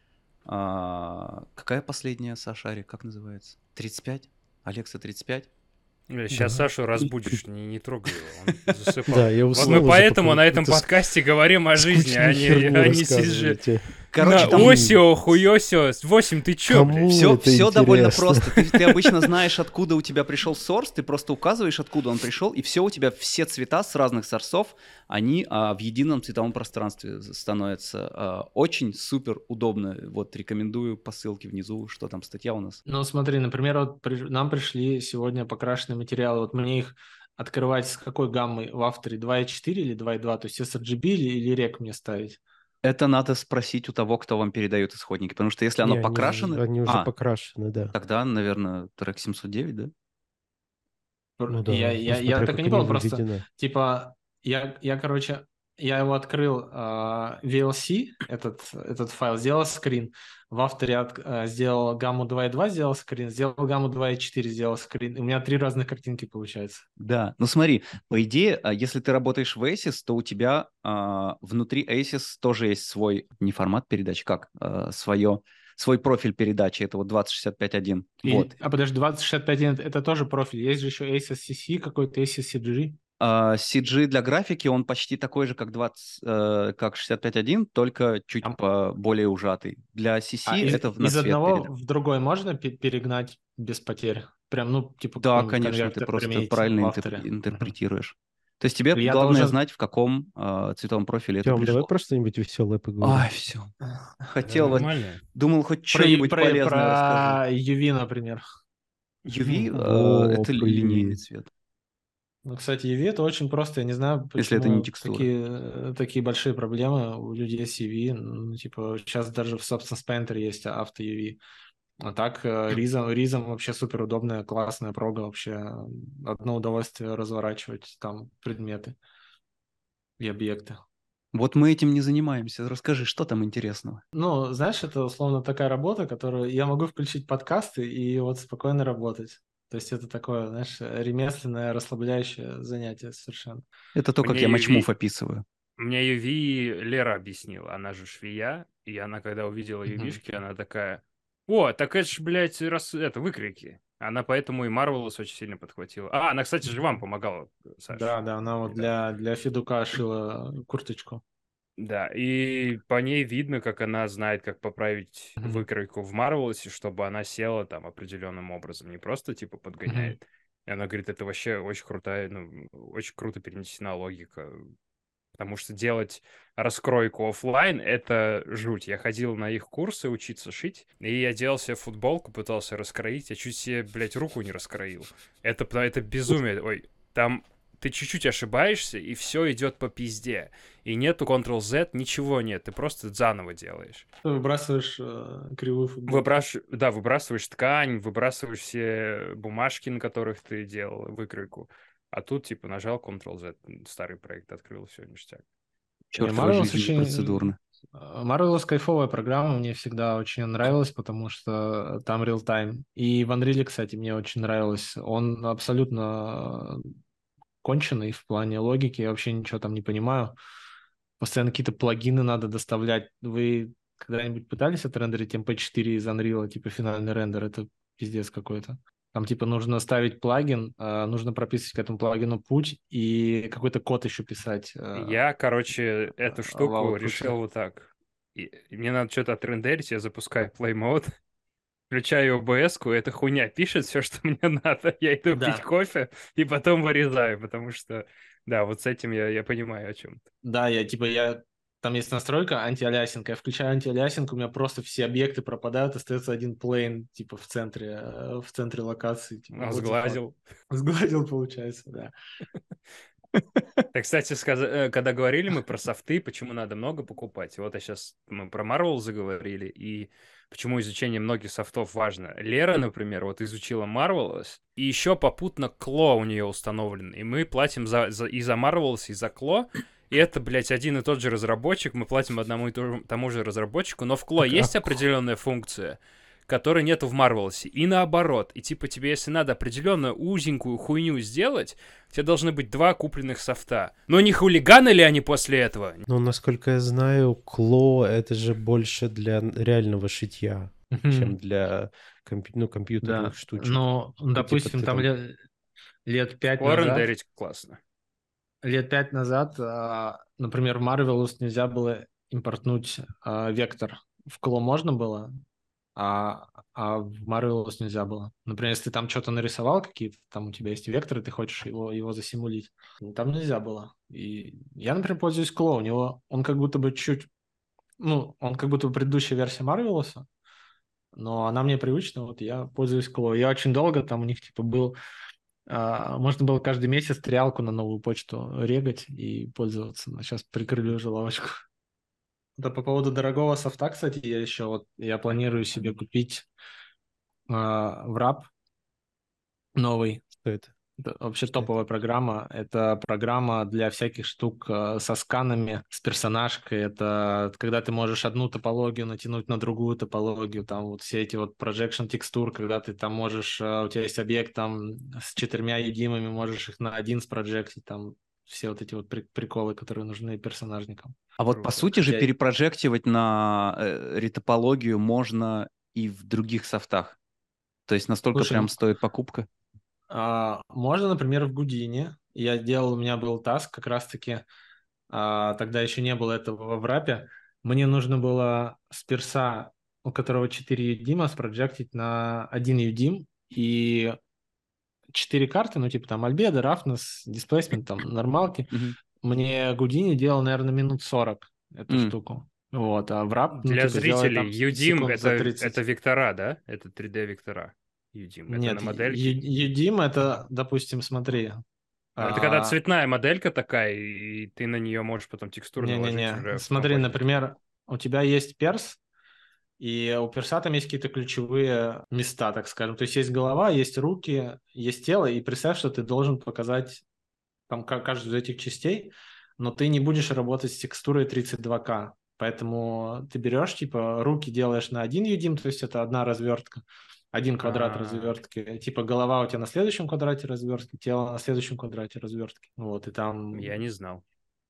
какая последняя, Саша, ARRI, как называется? 35? Alexa 35? Сейчас Сашу разбудишь, не трогай его, он засыпал. Да, я вот уснул мы уже, поэтому пока на этом какую-то подкасте говорим о жизни, а не сидишь. Короче, там... Осио, хуёсио, 8, ты чё, Кому блядь? Все, это все довольно интересно? просто. Ты обычно знаешь, откуда у тебя пришел сорс, ты просто указываешь, откуда он пришел, и все у тебя, все цвета с разных сорсов, они в едином цветовом пространстве становятся. Очень супер удобно. Вот рекомендую по ссылке внизу, что там статья у нас. Ну, смотри, например, вот нам пришли сегодня покрашенные материалы, вот мне их открывать с какой гаммой в авторе, 2.4 или 2.2, то есть sRGB или рек мне ставить? Это надо спросить у того, кто вам передает исходники, потому что если оно Не, покрашено... они уже покрашены, да. Тогда, наверное, трек 709, да? Ну Я, да, я, ну я смотря так и как не они понял, просто, выведены. типа, короче, я его открыл, VLC, этот файл, сделал скрин, в авторе сделал гамму 2.2, сделал скрин, сделал гамму 2.4, сделал скрин, и у меня 3 разных картинки получается. Да, ну смотри, по идее, если ты работаешь в ACES, то у тебя внутри ACES тоже есть свой, не формат передачи, как, свой профиль передачи, это вот 2065.1. Вот. Подожди, 2065 это тоже профиль, есть же еще ACES-CC какой-то, ACES-CG. CG для графики, он почти такой же, как 65.1, только чуть более ужатый. Для CC это на из цвет одного передачи. в другой можно перегнать без потерь? Прям, ну, типа Да, какой-нибудь конечно, ты конвертер просто применить в правильно авторе. интерпретируешь. То есть тебе Я главное должен... знать, в каком цветовом профиле это Тем, давай пришло. просто что-нибудь веселое поговорим. Ай, все. Да Хотел, нормально. думал, хоть Про, что-нибудь про, полезное расскажу. про UV, например. UV Во, это про линейный UV. цвет, Ну, кстати, UV это очень просто. Я не знаю, если это не почему текстура. такие большие проблемы у людей с UV. Ну, типа, сейчас даже в Substance Painter есть авто UV. А так, Ризом вообще супер удобная, классная прога вообще. Одно удовольствие разворачивать там предметы и объекты. Вот мы этим не занимаемся. Расскажи, что там интересного? Ну, знаешь, это условно такая работа, которую я могу включить подкасты и вот спокойно работать. То есть это такое, знаешь, ремесленное, расслабляющее занятие совершенно. Это то, как Мне я матчмув UV, описываю. мне UV Лера объяснила, она же швея, и она, когда увидела Мгм. UV-шки, она такая, о, так это ж, блядь, это выкройки. Она поэтому и Marvelous очень сильно подхватила. А, она, кстати же, вам помогала, Саш, Да, она вот недавно. для Федука шила курточку. Да, и по ней видно, как она знает, как поправить Мгм. выкройку в Marvelous, чтобы она села там определенным образом, не просто типа Мгм. подгоняет. И она говорит, это вообще очень крутая, ну, очень круто перенесена логика, потому что делать раскройку оффлайн — это жуть. Я ходил на их курсы учиться шить, и я делал себе футболку, пытался раскроить, я чуть себе, блядь, руку не раскроил. Это безумие. Ой, там ты чуть-чуть ошибаешься, и все идет по пизде. И нету Ctrl-Z, ничего нет, ты просто заново делаешь. Выбрасываешь кривую футболку. Выбрасываешь ткань, выбрасываешь все бумажки, на которых ты делал выкройку. А тут, типа, нажал Ctrl-Z, старый проект открыл, все, ништяк. Чертова Marvelous жизнь очень... непроцедурна. Marvelous кайфовая программа, мне всегда очень нравилась, потому что там real-time. И в Unreal, кстати, мне очень нравилось. Он абсолютно конченый в плане логики, я вообще ничего там не понимаю. Постоянно какие-то плагины надо доставлять. Вы когда-нибудь пытались отрендерить MP4 из Unreal, типа финальный рендер? Это пиздец какой-то. Там типа нужно ставить плагин, нужно прописывать к этому плагину путь и какой-то код еще писать Я, короче, эту в штуку аутпуте. решил вот так. Мне надо что-то отрендерить, я запускаю Play Mode, включаю OBS-ку, эта хуйня пишет все, что мне надо. Я иду пить Да, кофе и потом вырезаю, потому что, да, вот с этим я понимаю о чем. да, я там есть настройка антиалиасинг. Я включаю антиалиасинг, у меня просто все объекты пропадают, остается один плейн, типа в центре локации. Типа, what the fuck. Сглазил. Сгладил, получается, да. Так, кстати, когда говорили мы про софты, почему надо много покупать, вот я сейчас мы про Marvel заговорили, и почему изучение многих софтов важно. Лера, например, вот изучила Marvelous, и еще попутно Кло у нее установлен, и мы платим и за Marvelous, и за Кло, и это, блядь, один и тот же разработчик, мы платим одному и тому же разработчику, но в Кло Так, есть определенная функция, которой нету в Marvelous, и наоборот. И типа тебе, если надо определенную узенькую хуйню сделать, у тебя должны быть 2 купленных софта. Но не хулиганы ли они после этого? ну, насколько я знаю, Кло — это же больше для реального шитья, чем для компьютерных Да, штучек. но, Ну, типа допустим, ты там там... лет В пять Кло назад, рендерить классно. например, в Marvelous нельзя было импортнуть вектор. В Кло можно было, а в Marvelous нельзя было. Например, если ты там что-то нарисовал, какие-то там у тебя есть векторы, ты хочешь его засимулить, там нельзя было. И я, например, пользуюсь Кло, у него он как будто бы чуть, ну, он как будто бы предыдущая версия Marvelous, но она мне привычна, вот я пользуюсь Кло. Я очень долго там у них типа был, можно было каждый месяц триалку на новую почту регать и пользоваться. Но сейчас прикрыли уже лавочку. Да, по поводу дорогого софта, кстати, я планирую себе купить Wrap новый. Что это? Это вообще Что это? топовая программа. Это программа для всяких штук со сканами, с персонажкой. Это когда ты можешь одну топологию натянуть на другую топологию. Там вот все эти вот projection текстур, когда ты там можешь, у тебя есть объект там с 4 юдимами, можешь их на один спроджектить. Там все вот эти вот приколы, которые нужны персонажникам. А вот по Круто. сути же Хотя перепрожективать на ретопологию можно и в других софтах. То есть настолько Слушай, прям стоит покупка. можно, например, в Гудине. У меня был таск как раз-таки, тогда еще не было этого во врапе. Мне нужно было с перса, у которого 4 юдима, спроджектить на 1 юдим и 4 карты, ну типа там альбедо, рафнес, дисплейсмент, там нормалки. Мгм. Мне Гудини делал, наверное, минут 40 эту М. штуку. Вот, а врап, ну Для типа сделай зрителей там UDIM секунд за это 30. вектора, да? Это 3D-вектора. UDIM. Это на Нет, модельке. юдим это, допустим, смотри, Это когда а, цветная моделька такая, и ты на нее можешь потом текстуру наложить не-не-не. уже в Смотри, композите. например, у тебя есть перс, и у перса там есть какие-то ключевые места, так скажем. То есть есть голова, есть руки, есть тело, и представь, что ты должен показать там каждую из этих частей, но ты не будешь работать с текстурой 32К. Поэтому ты берешь, типа, руки делаешь на один юдим, то есть это одна развертка, один квадрат А, развертки. Типа голова у тебя на следующем квадрате развертки, тело на следующем квадрате развертки. Вот, и я там не знал.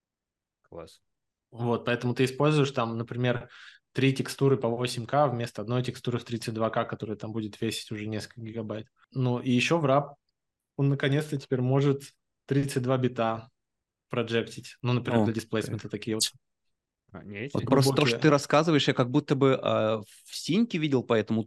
Класс. Вот, поэтому ты используешь там, например, 3 текстуры по 8К вместо одной текстуры в 32К, которая там будет весить уже несколько гигабайт. Ну и еще в RAW он наконец-то теперь может 32 бита проджектить. Ну, например, О, для дисплейсмента такие вот Не эти? вот просто то, что ты глубокие. рассказываешь, я как будто бы в синьке видел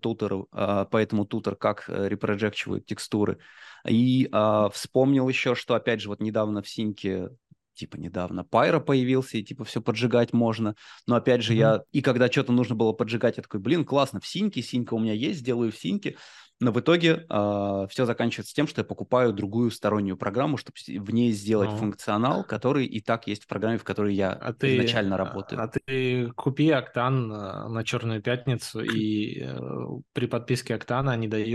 по этому тутор, как репроджекчивают текстуры. И вспомнил еще, что, опять же, вот недавно в синьке, типа недавно, Pyro появился, и типа все поджигать можно. Но опять же, Мгм. и когда что-то нужно было поджигать, я такой, блин, классно, в синьке, синька у меня есть, сделаю в синьке. Но в итоге все заканчивается тем, что я покупаю другую стороннюю программу, чтобы в ней сделать Ну, функционал, который и так есть в программе, в которой я изначально работаю. а ты купи Октан на Черную пятницу, и при подписке Октана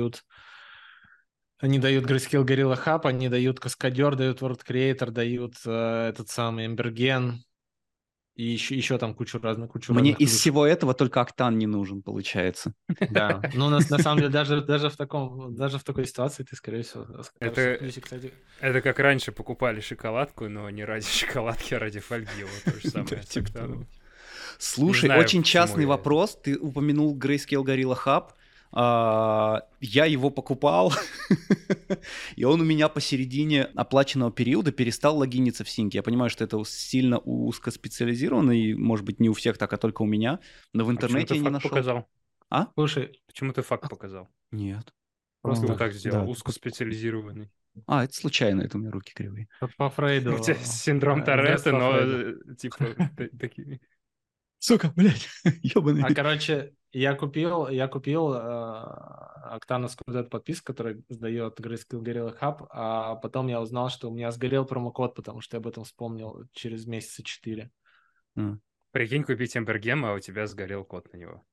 они дают Grayscale Gorilla Hub, они дают Каскадер, дают World Creator, дают этот самый Эмберген, и еще там кучу Мне разных из плюшек. всего этого только октан не нужен, получается. Да, ну на самом деле даже в такой ситуации ты, скорее всего, скажешь, что Это, плюсик, кстати. это как раньше покупали шоколадку, но не ради шоколадки, а ради фольги. Вот то же Да, самое с типа того. Октаном. Не Слушай, знаю, очень почему частный я... вопрос. Ты упомянул Grayscale Gorilla Hub. Я его покупал, и он у меня посередине оплаченного периода перестал логиниться в синке. Я понимаю, что это сильно узкоспециализировано, и, может быть, не у всех так, а только у меня. Но в А почему интернете ты я не факт нашел. показал? А? Слушай, Почему ты факт показал? Нет. Ну, просто вот так сделал, Да. узкоспециализированный. Это случайно, это у меня руки кривые. по У тебя Фрейду, синдром invest Торетто, по но Фрейду. типа такие... Сука, блядь, ебаный. Короче, я купил октановскую Z-подписку, которая сдает Grayscale Gorilla Hub, а потом я узнал, что у меня сгорел промокод, потому что я об этом вспомнил через месяца 4. Прикинь, купить Эмбергем, а у тебя сгорел код на него.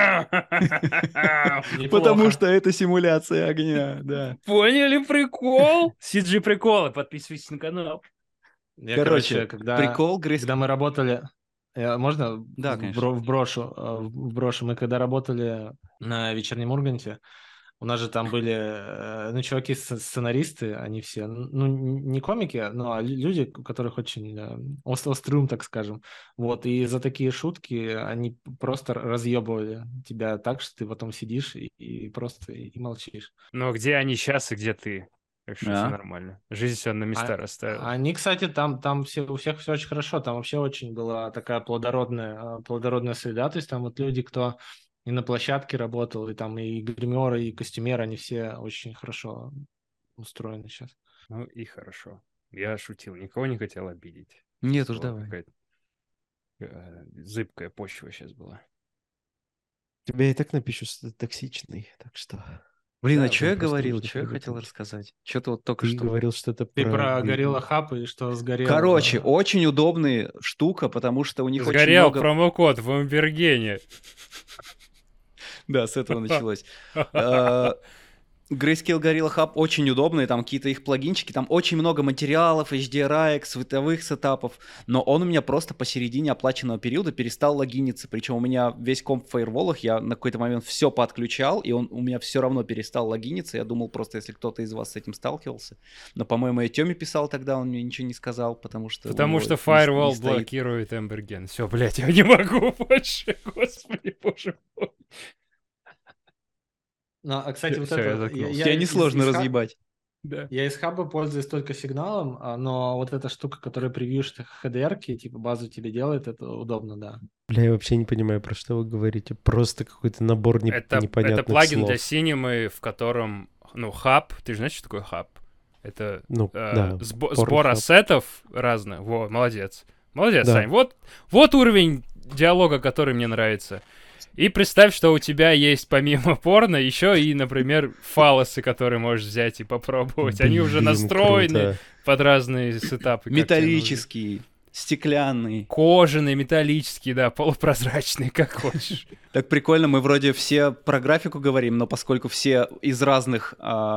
Потому Неплохо. что это симуляция огня, да. Поняли прикол? CG приколы, подписывайтесь на канал. Я, короче, Короче, прикол когда мы работали, можно Да, конечно. вброшу, мы когда работали на вечернем Урганте, у нас же там были, ну, чуваки, сценаристы, они все, ну, не комики, но люди, у которых очень острый ум, так скажем. Вот, и за такие шутки они просто разъебывали тебя так, что ты потом сидишь и просто и молчишь. Но где они сейчас и где ты? Так что все А? нормально. Жизнь себя на места расставила. Они, кстати, там у всех все очень хорошо, там вообще очень была такая плодородная среда, то есть там вот люди, кто и на площадке работал, и там и гримеры, и костюмеры, они все очень хорошо устроены сейчас. Ну и хорошо. Я шутил, никого не хотел обидеть. Нет уж, Была давай. какая-то зыбкая почва сейчас была. Тебя и так напишут, что ты токсичный, так что... Блин, Да, а что там я просто говорил? нужно Что я хотел приготовить. рассказать? Что-то вот только Ты что... говорил что-то Ты про про... Gorilla Hub и что сгорел. Короче, очень удобная штука, потому что у них очень Сгорел много... промокод в Амбергене. Да, с этого началось. Grayscale Gorilla Hub очень удобный, там какие-то их плагинчики, там очень много материалов, HDRI, световых сетапов, но он у меня просто посередине оплаченного периода перестал логиниться, причем у меня весь комп в фаерволах, я на какой-то момент все подключал, и он у меня все равно перестал логиниться, я думал просто, если кто-то из вас с этим сталкивался, но, по-моему, я Тёме писал тогда, он мне ничего не сказал, потому что Потому что не Firewall стоит. блокирует Амберген. Все, блядь, я не могу больше. Господи, боже мой. Ну, а, кстати, вот Всё, я это... заткнулся. Тебя несложно разъебать. Да. Я из хаба пользуюсь только сигналом, но вот эта штука, которая превьюшит HDR-ки, типа базу тебе делает, это удобно, да. Бля, я вообще не понимаю, про что вы говорите. Просто какой-то набор Это непонятных плагин слов. для Cinema, в котором, ну, хаб, ты же знаешь, что такое хаб? Это Ну, да, сбор Pornhub. ассетов разных. Во, молодец. Молодец, Да. Сань. Вот уровень диалога, который мне нравится. И представь, что у тебя есть помимо порно еще и, например, фалосы, которые можешь взять и попробовать. Они уже Блин, настроены круто. под разные сетапы. как тебе нужно. Металлический, стеклянный. Кожаные, металлические, да, полупрозрачные, как хочешь. Так прикольно, мы вроде все про графику говорим, но поскольку все из разных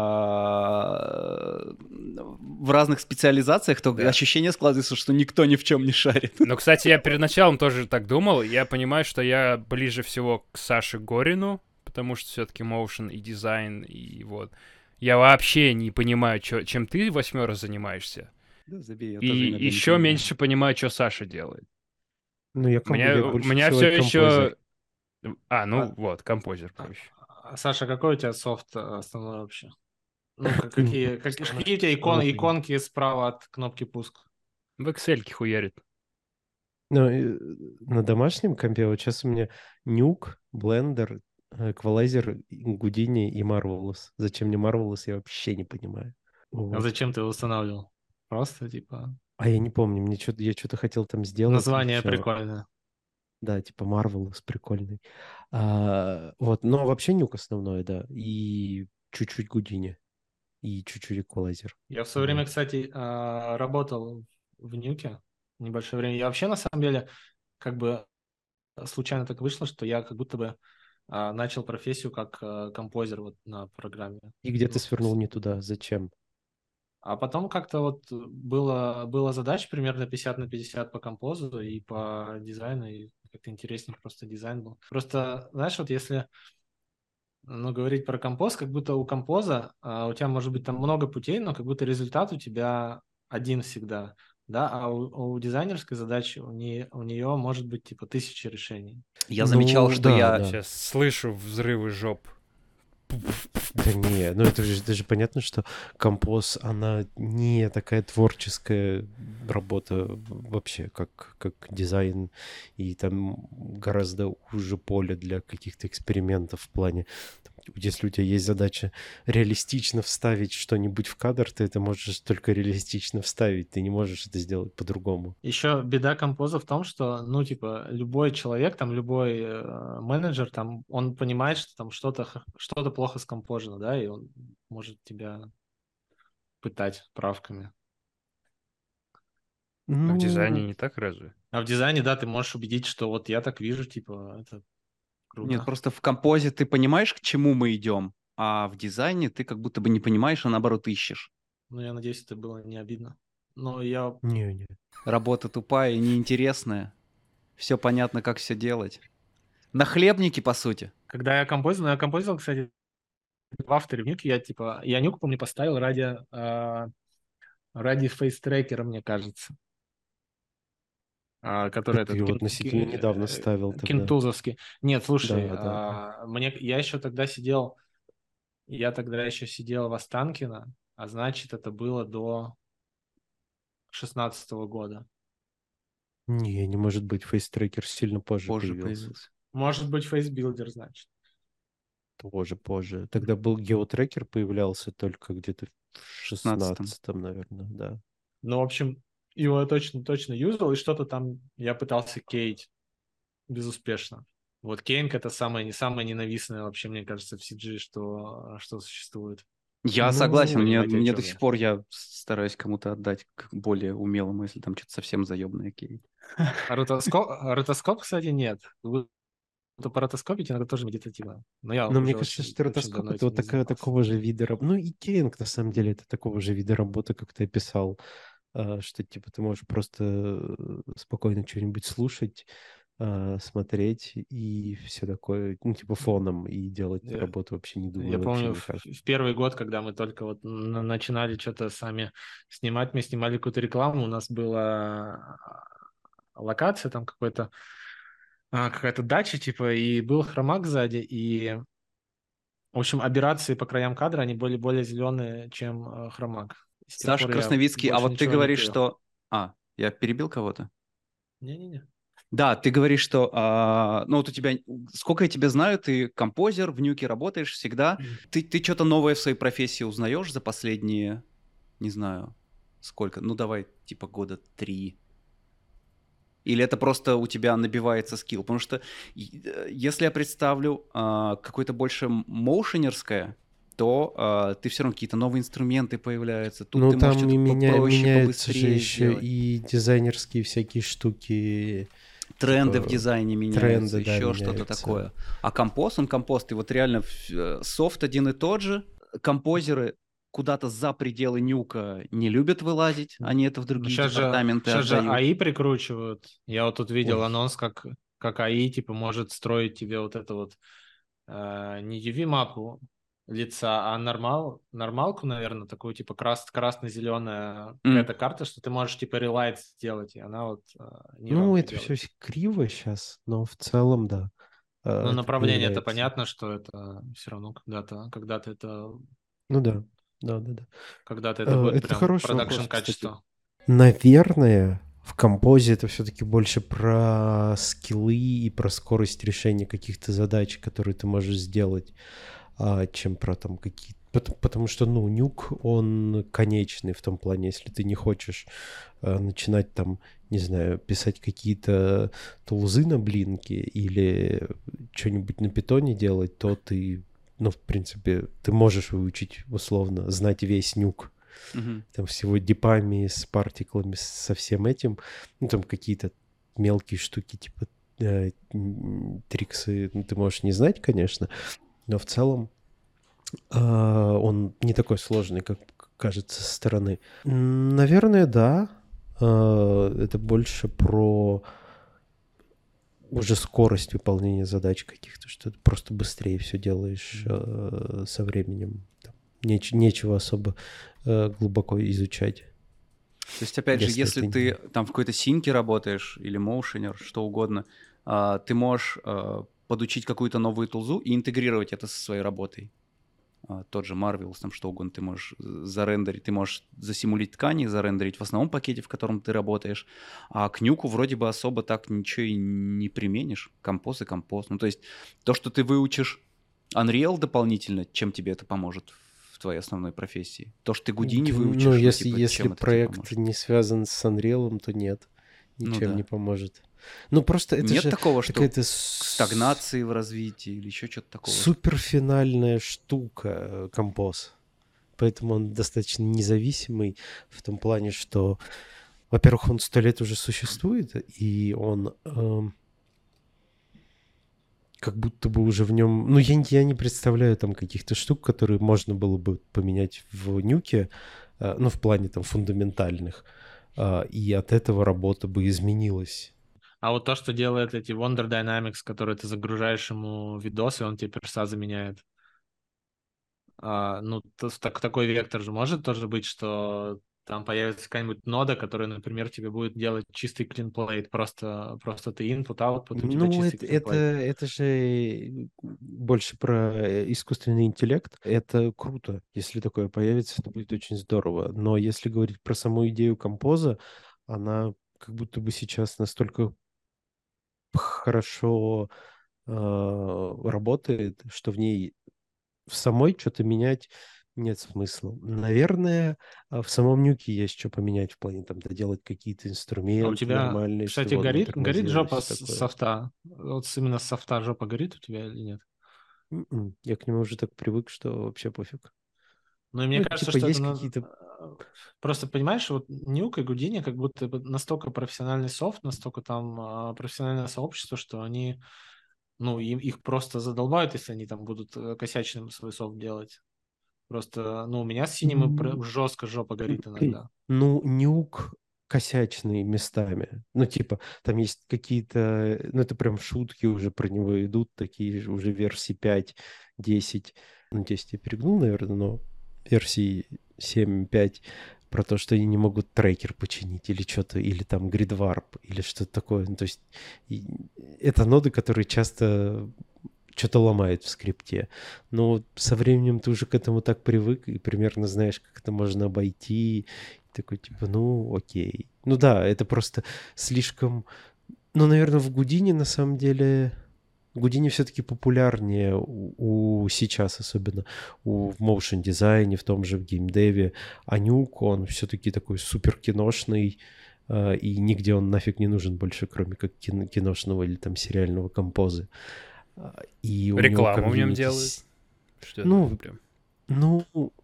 в разных специализациях, то Да. ощущение складывается, что никто ни в чем не шарит. Но, кстати, я перед началом тоже так думал. Я понимаю, что я ближе всего к Саше Горину, потому что все-таки motion и дизайн, и вот. Я вообще не понимаю, чем ты 8 занимаешься. Да, забей, я И тоже иногда не еще понимаю. меньше понимаю, что Саша делает. Ну, я У меня больше всего все композер. еще... ну вот, композер проще. Саша, какой у тебя софт основной вообще? Ну, какие у тебя иконки справа от кнопки пуск? В Excel хуярит. Ну, на домашнем компе вот сейчас у меня Nuke, Blender, Equalizer, Houdini и Marvelous. Зачем мне Marvelous, я вообще не понимаю. А Вот. зачем ты его устанавливал? Просто, типа, А я не помню, я что-то хотел там сделать. и название всё. прикольное. Да, типа Marvelous прикольный. Вот, но вообще Nuke основной, да. И чуть-чуть Houdini. И чуть-чуть Equalizer. Я в свое время, Вот. кстати, работал в Нюке небольшое время. Я вообще, на самом деле, как бы случайно так вышло, что я как будто бы начал профессию как композер вот на программе. И где ты Ну, свернул не туда? Зачем? А потом как-то вот было задач примерно 50/50 по композу и по дизайну, и как-то интереснее просто дизайн был. Просто, знаешь, вот если говорить про композ, как будто у композа у тебя может быть там много путей, но как будто результат у тебя один всегда, да, а у дизайнерской задачи у нее может быть типа 1000 решений. Я замечал, Ну, что да, я... да. Сейчас слышу взрывы жоп. Да не, ну это же даже понятно, что композ, она не такая творческая работа вообще, как дизайн, и там гораздо уже поле для каких-то экспериментов в плане, если у тебя есть задача реалистично вставить что-нибудь в кадр, ты это можешь только реалистично вставить, ты не можешь это сделать по-другому. Еще беда композа в том, что, ну, типа, любой человек, там, любой менеджер, там, он понимает, что там что-то плохо скомпожено, да, и он может тебя пытать правками. А в Ну, дизайне не так разве? А в дизайне, да, ты можешь убедить, что вот я так вижу, типа, это круто. Нет, просто в композе ты понимаешь, к чему мы идем, а в дизайне ты как будто бы не понимаешь, а наоборот ищешь. Ну, я надеюсь, это было не обидно. Но я... не. Работа тупая и неинтересная. Все понятно, как все делать. Нахлебники, по сути. Когда я композил, кстати, в авторе в Нюке, я Нюк, помню, поставил ради фейстрекера, мне кажется. Который Ты этот его относительно недавно ставил тогда. кентузовский. Нет, слушай, Да. я еще тогда сидел в Останкино, а значит, это было до 16 года. Не может быть, фейстрекер сильно позже Позже появился. появился. Может быть, фейсбилдер, значит. Позже. Тогда был геотрекер, появлялся только где-то в 16-м. 16-м, наверное, да. Ну, в общем, его я точно юзал, и что-то там я пытался кейть безуспешно. Вот Кейнг — это самое ненавистное вообще, мне кажется, в CG, что существует. Я согласен, Вы понимаете, о мне чем до сих я. пор я стараюсь кому-то отдать к более умелому, если там что-то совсем заебное, окей. Ротоскоп, кстати, нет. Вы по ротоскопите, надо тоже медитативно. Но я Но мне уже кажется, очень, что очень ротоскоп давно это этим вот не занимался. такого же вида работы. Ну и Кейнг, на самом деле, это такого же вида работы, как ты описал, что типа ты можешь просто спокойно что-нибудь слушать, смотреть и все такое, ну типа фоном, и делать Я, работу вообще не думая я вообще помню, никак. в первый год, когда мы только вот начинали что-то сами снимать, мы снимали какую-то рекламу, у нас была локация там какая-то дача, типа, и был хромак сзади, и, в общем, аберрации по краям кадра, они были более зеленые, чем хромак. С тех Саша пор я Красновицкий, а больше вот ты ничего не говоришь, тырил. что... я перебил кого-то? Не-не-не. Да, ты говоришь, что... ну, вот у тебя... Сколько я тебя знаю, ты композер, в Нюке работаешь всегда. Ты что-то новое в своей профессии узнаешь за последние, не знаю, сколько? Ну, давай, типа, года 3. Или это просто у тебя набивается скилл? Потому что если я представлю какое-то больше моушенерское, то ты все равно какие-то новые инструменты появляются. Тут Ну ты можешь там и что-то попроще, меняются же побыстрее еще сделать. и дизайнерские всякие штуки, Тренды в типа дизайне меняются, тренды, да, еще что-то меняются. такое. А композ, и вот реально софт один и тот же. Композеры куда-то за пределы Нюка не любят вылазить, они это в другие Сейчас департаменты же отдают. АИ прикручивают. Я вот тут видел Ой. анонс, как АИ типа может строить тебе вот это вот не UV-мапу лица, а нормалку, наверное, такую типа красно-зеленая какая-то карта, что ты можешь типа релайт сделать, и она вот Ну, нейронку это все делает. криво сейчас, но в целом, да, Но это направление-то появляется. понятно, что это все равно когда-то Ну да, да. это будет Это прям хороший продакшн вопрос, кстати. качество. Наверное, в композе это все-таки больше про скиллы и про скорость решения каких-то задач, которые ты можешь сделать, чем про там какие-то... Потому что, ну, нюк, он конечный в том плане, если ты не хочешь начинать там, не знаю, писать какие-то тулзы на блинке или что-нибудь на питоне делать, то ты, ну, в принципе, ты можешь выучить, условно, знать весь нюк. Там всего дипами, с партиклами, со всем этим. Ну, там какие-то мелкие штуки, типа триксы, ну, ты можешь не знать, конечно, но в целом он не такой сложный, как кажется со стороны. Наверное, да. Это больше про уже скорость выполнения задач каких-то, что ты просто быстрее все делаешь со временем. Там нечего особо глубоко изучать. То есть, опять же, если ты там в какой-то синке работаешь или моушенер, что угодно, ты можешь подучить какую-то новую тулзу и интегрировать это со своей работой. Тот же Marvelous, там что угодно ты можешь зарендерить, ты можешь засимулить ткани, зарендерить в основном пакете, в котором ты работаешь, а к нюку вроде бы особо так ничего и не применишь. Композ и композ. Ну, то есть то, что ты выучишь Unreal дополнительно, чем тебе это поможет в твоей основной профессии? То, что ты Houdini выучишь, ну, если если проект не связан с Unreal, то нет, ничем не поможет. Ну, просто это нет же такого, что какая-то стагнации в развитии или еще что-то такого. Суперфинальная штука композ. Поэтому он достаточно независимый в том плане, что, во-первых, он 100 лет уже существует, и он как будто бы уже в нем... Ну, я не представляю там каких-то штук, которые можно было бы поменять в нюке, ну, в плане там фундаментальных, и от этого работа бы изменилась. А вот то, что делает эти Wonder Dynamics, которые ты загружаешь ему видос, и он тебе перса заменяет. Ну, такой вектор же может тоже быть, что там появится какая-нибудь нода, которая, например, тебе будет делать чистый клинплейт. Просто ты input, output, у тебя Ну, чистый клинплейт. это же больше про искусственный интеллект. Это круто. Если такое появится, это будет очень здорово. Но если говорить про саму идею композа, она как будто бы сейчас настолько хорошо работает, что в ней в самой что-то менять нет смысла. Наверное, в самом нюке есть что поменять в плане там доделать какие-то А у инструменты тебя, нормальные, кстати, чтобы он не горит тормозил и жопа все такое. софта? Вот именно с софта жопа горит у тебя или нет? Я к нему уже так привык, что вообще пофиг. Ну, и мне Ну, кажется, типа, что это есть какие-то... просто, понимаешь, вот Нюк и Гудини как будто бы настолько профессиональный софт, настолько там профессиональное сообщество, что они, ну, их просто задолбают, если они там будут косячным свой софт делать. Просто, ну, у меня с синим жестко жопа горит иногда. Ну, нюк косячный местами. Ну, типа, там есть какие-то... Ну, это прям шутки уже про него идут, такие же уже версии 5, 10. Ну, 10 я перегнул, наверное, но версии 7, 5 про то, что они не могут трекер починить или что-то, или там гридварп, или что-то такое. Ну, то есть это ноды, которые часто что-то ломает в скрипте. Но со временем ты уже к этому так привык и примерно знаешь, как это можно обойти. И такой, типа, ну, окей. Ну да, это просто слишком... Ну, наверное, в Гудине на самом деле... Гудини все-таки популярнее сейчас, особенно в моушен дизайне, в том же в геймдеве. А Нюк, он все-таки такой супер киношный, и нигде он нафиг не нужен больше, кроме как киношного или там сериального композа. И у него Рекламу в нем комьюнити... делают. Что Ну, прям. ну,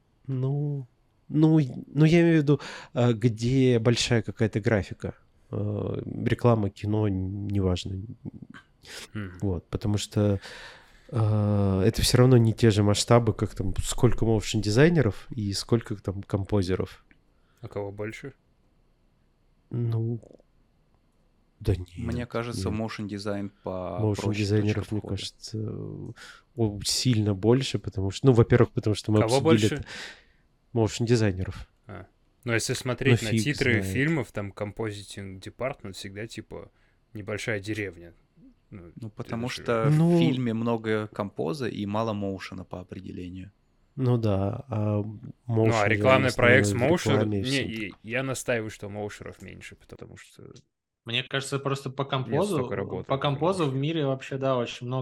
я имею в виду, где большая какая-то графика. Реклама, кино, неважно. Вот, потому что это все равно не те же масштабы, как там сколько моушн-дизайнеров и сколько там композеров. А кого больше? Ну, да нет. Мне кажется, нет. motion дизайн по Моушн-дизайнеров, мне кажется, сильно больше, потому что, ну, во-первых, потому что мы Кого обсудили больше? это. Моушн-дизайнеров. Ну, если смотреть на фиг титры знает. фильмов, там Compositing Department всегда, типа, небольшая деревня. Ну, потому это же- что Ну, в фильме много композа и мало моушена по определению. Ну да, а Ну, а motion рекламный дизайн проект с основной в моушер... рекламе и Не, всем. я настаиваю, что моушеров меньше, потому что Мне кажется, просто по нет столько композу, работы на в моушере. мире вообще, да,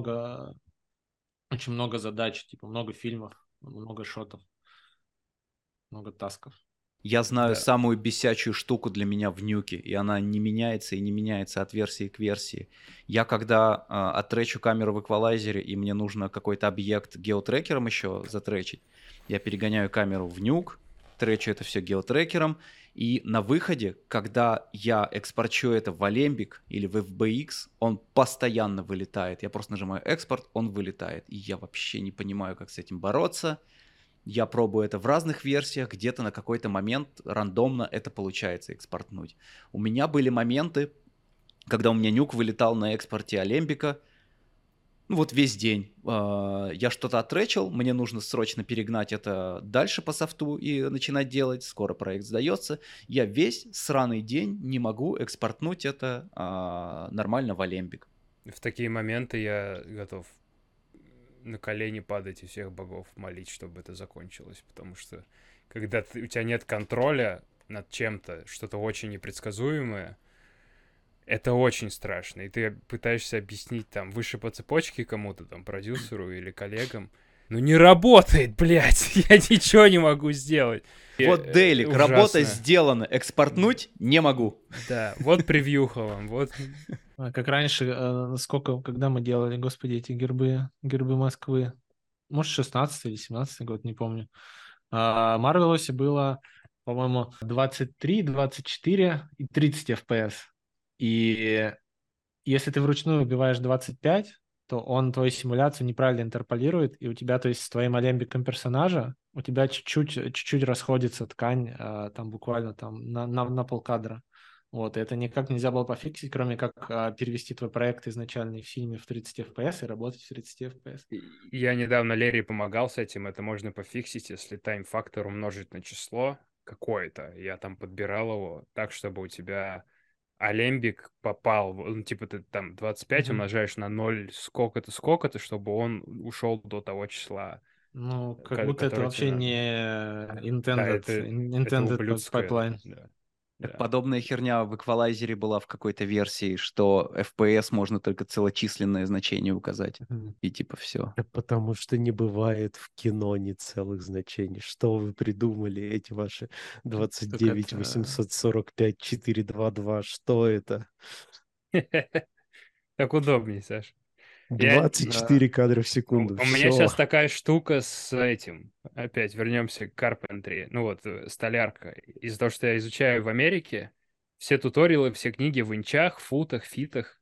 очень много задач, типа много фильмов, много шотов, много тасков. Я знаю Да. самую бесячую штуку для меня в нюке, и она не меняется и не меняется от версии к версии. Я когда оттречу камеру в эквалайзере, и мне нужно какой-то объект геотрекером еще затречить, я перегоняю камеру в нюк, тречу это все геотрекером, и на выходе, когда я экспорчу это в Alembic или в FBX, он постоянно вылетает. Я просто нажимаю экспорт, он вылетает. И я вообще не понимаю, как с этим бороться. Я пробую это в разных версиях, где-то на какой-то момент рандомно это получается экспортнуть. У меня были моменты, когда у меня нюк вылетал на экспорте Алембика, ну вот весь день. Я что-то оттречил, мне нужно срочно перегнать это дальше по софту и начинать делать, скоро проект сдается. Я весь сраный день не могу экспортнуть это нормально в Алембик. В такие моменты я готов на колени падать и всех богов молить, чтобы это закончилось, потому что когда у тебя нет контроля над чем-то, что-то очень непредсказуемое, это очень страшно. И ты пытаешься объяснить там выше по цепочке кому-то, там, продюсеру или коллегам. Ну не работает, блядь, я ничего не могу сделать. Вот Дейлик, работа сделана, экспортнуть не могу. Да, вот превьюха вам, вот. Как раньше, когда мы делали, господи, эти гербы Москвы, может, 16 или 17 год, не помню. Марвелосе было, по-моему, 23, 24 и 30 FPS. И если ты вручную убиваешь 25, то он твою симуляцию неправильно интерполирует, и у тебя, то есть с твоим алембиком персонажа, у тебя чуть-чуть расходится ткань, там буквально там на полкадра. Вот, и это никак нельзя было пофиксить, кроме как перевести твой проект изначальный в фильме в 30 FPS и работать в 30 FPS. Я недавно Лере помогал с этим, это можно пофиксить, если тайм-фактор умножить на число какое-то. Я там подбирал его так, чтобы у тебя алембик попал, ну, типа ты там 25 умножаешь на 0 сколько-то, чтобы он ушел до того числа. Ну, как будто это вообще не Да, intended это ублюдское. pipeline. Да. Да. Подобная херня в эквалайзере была в какой-то версии, что FPS можно только целочисленное значение указать. И типа все. Да потому что не бывает в кино ни целых значений. Что вы придумали, эти ваши 29 это- 845 422? Что это? Так удобнее, Саш. 24 кадра в секунду. У меня Все. сейчас такая штука с этим. Опять вернемся к Carpentry. Ну вот, столярка. Из-за того, что я изучаю в Америке, все туториалы, все книги в инчах, футах, фитах,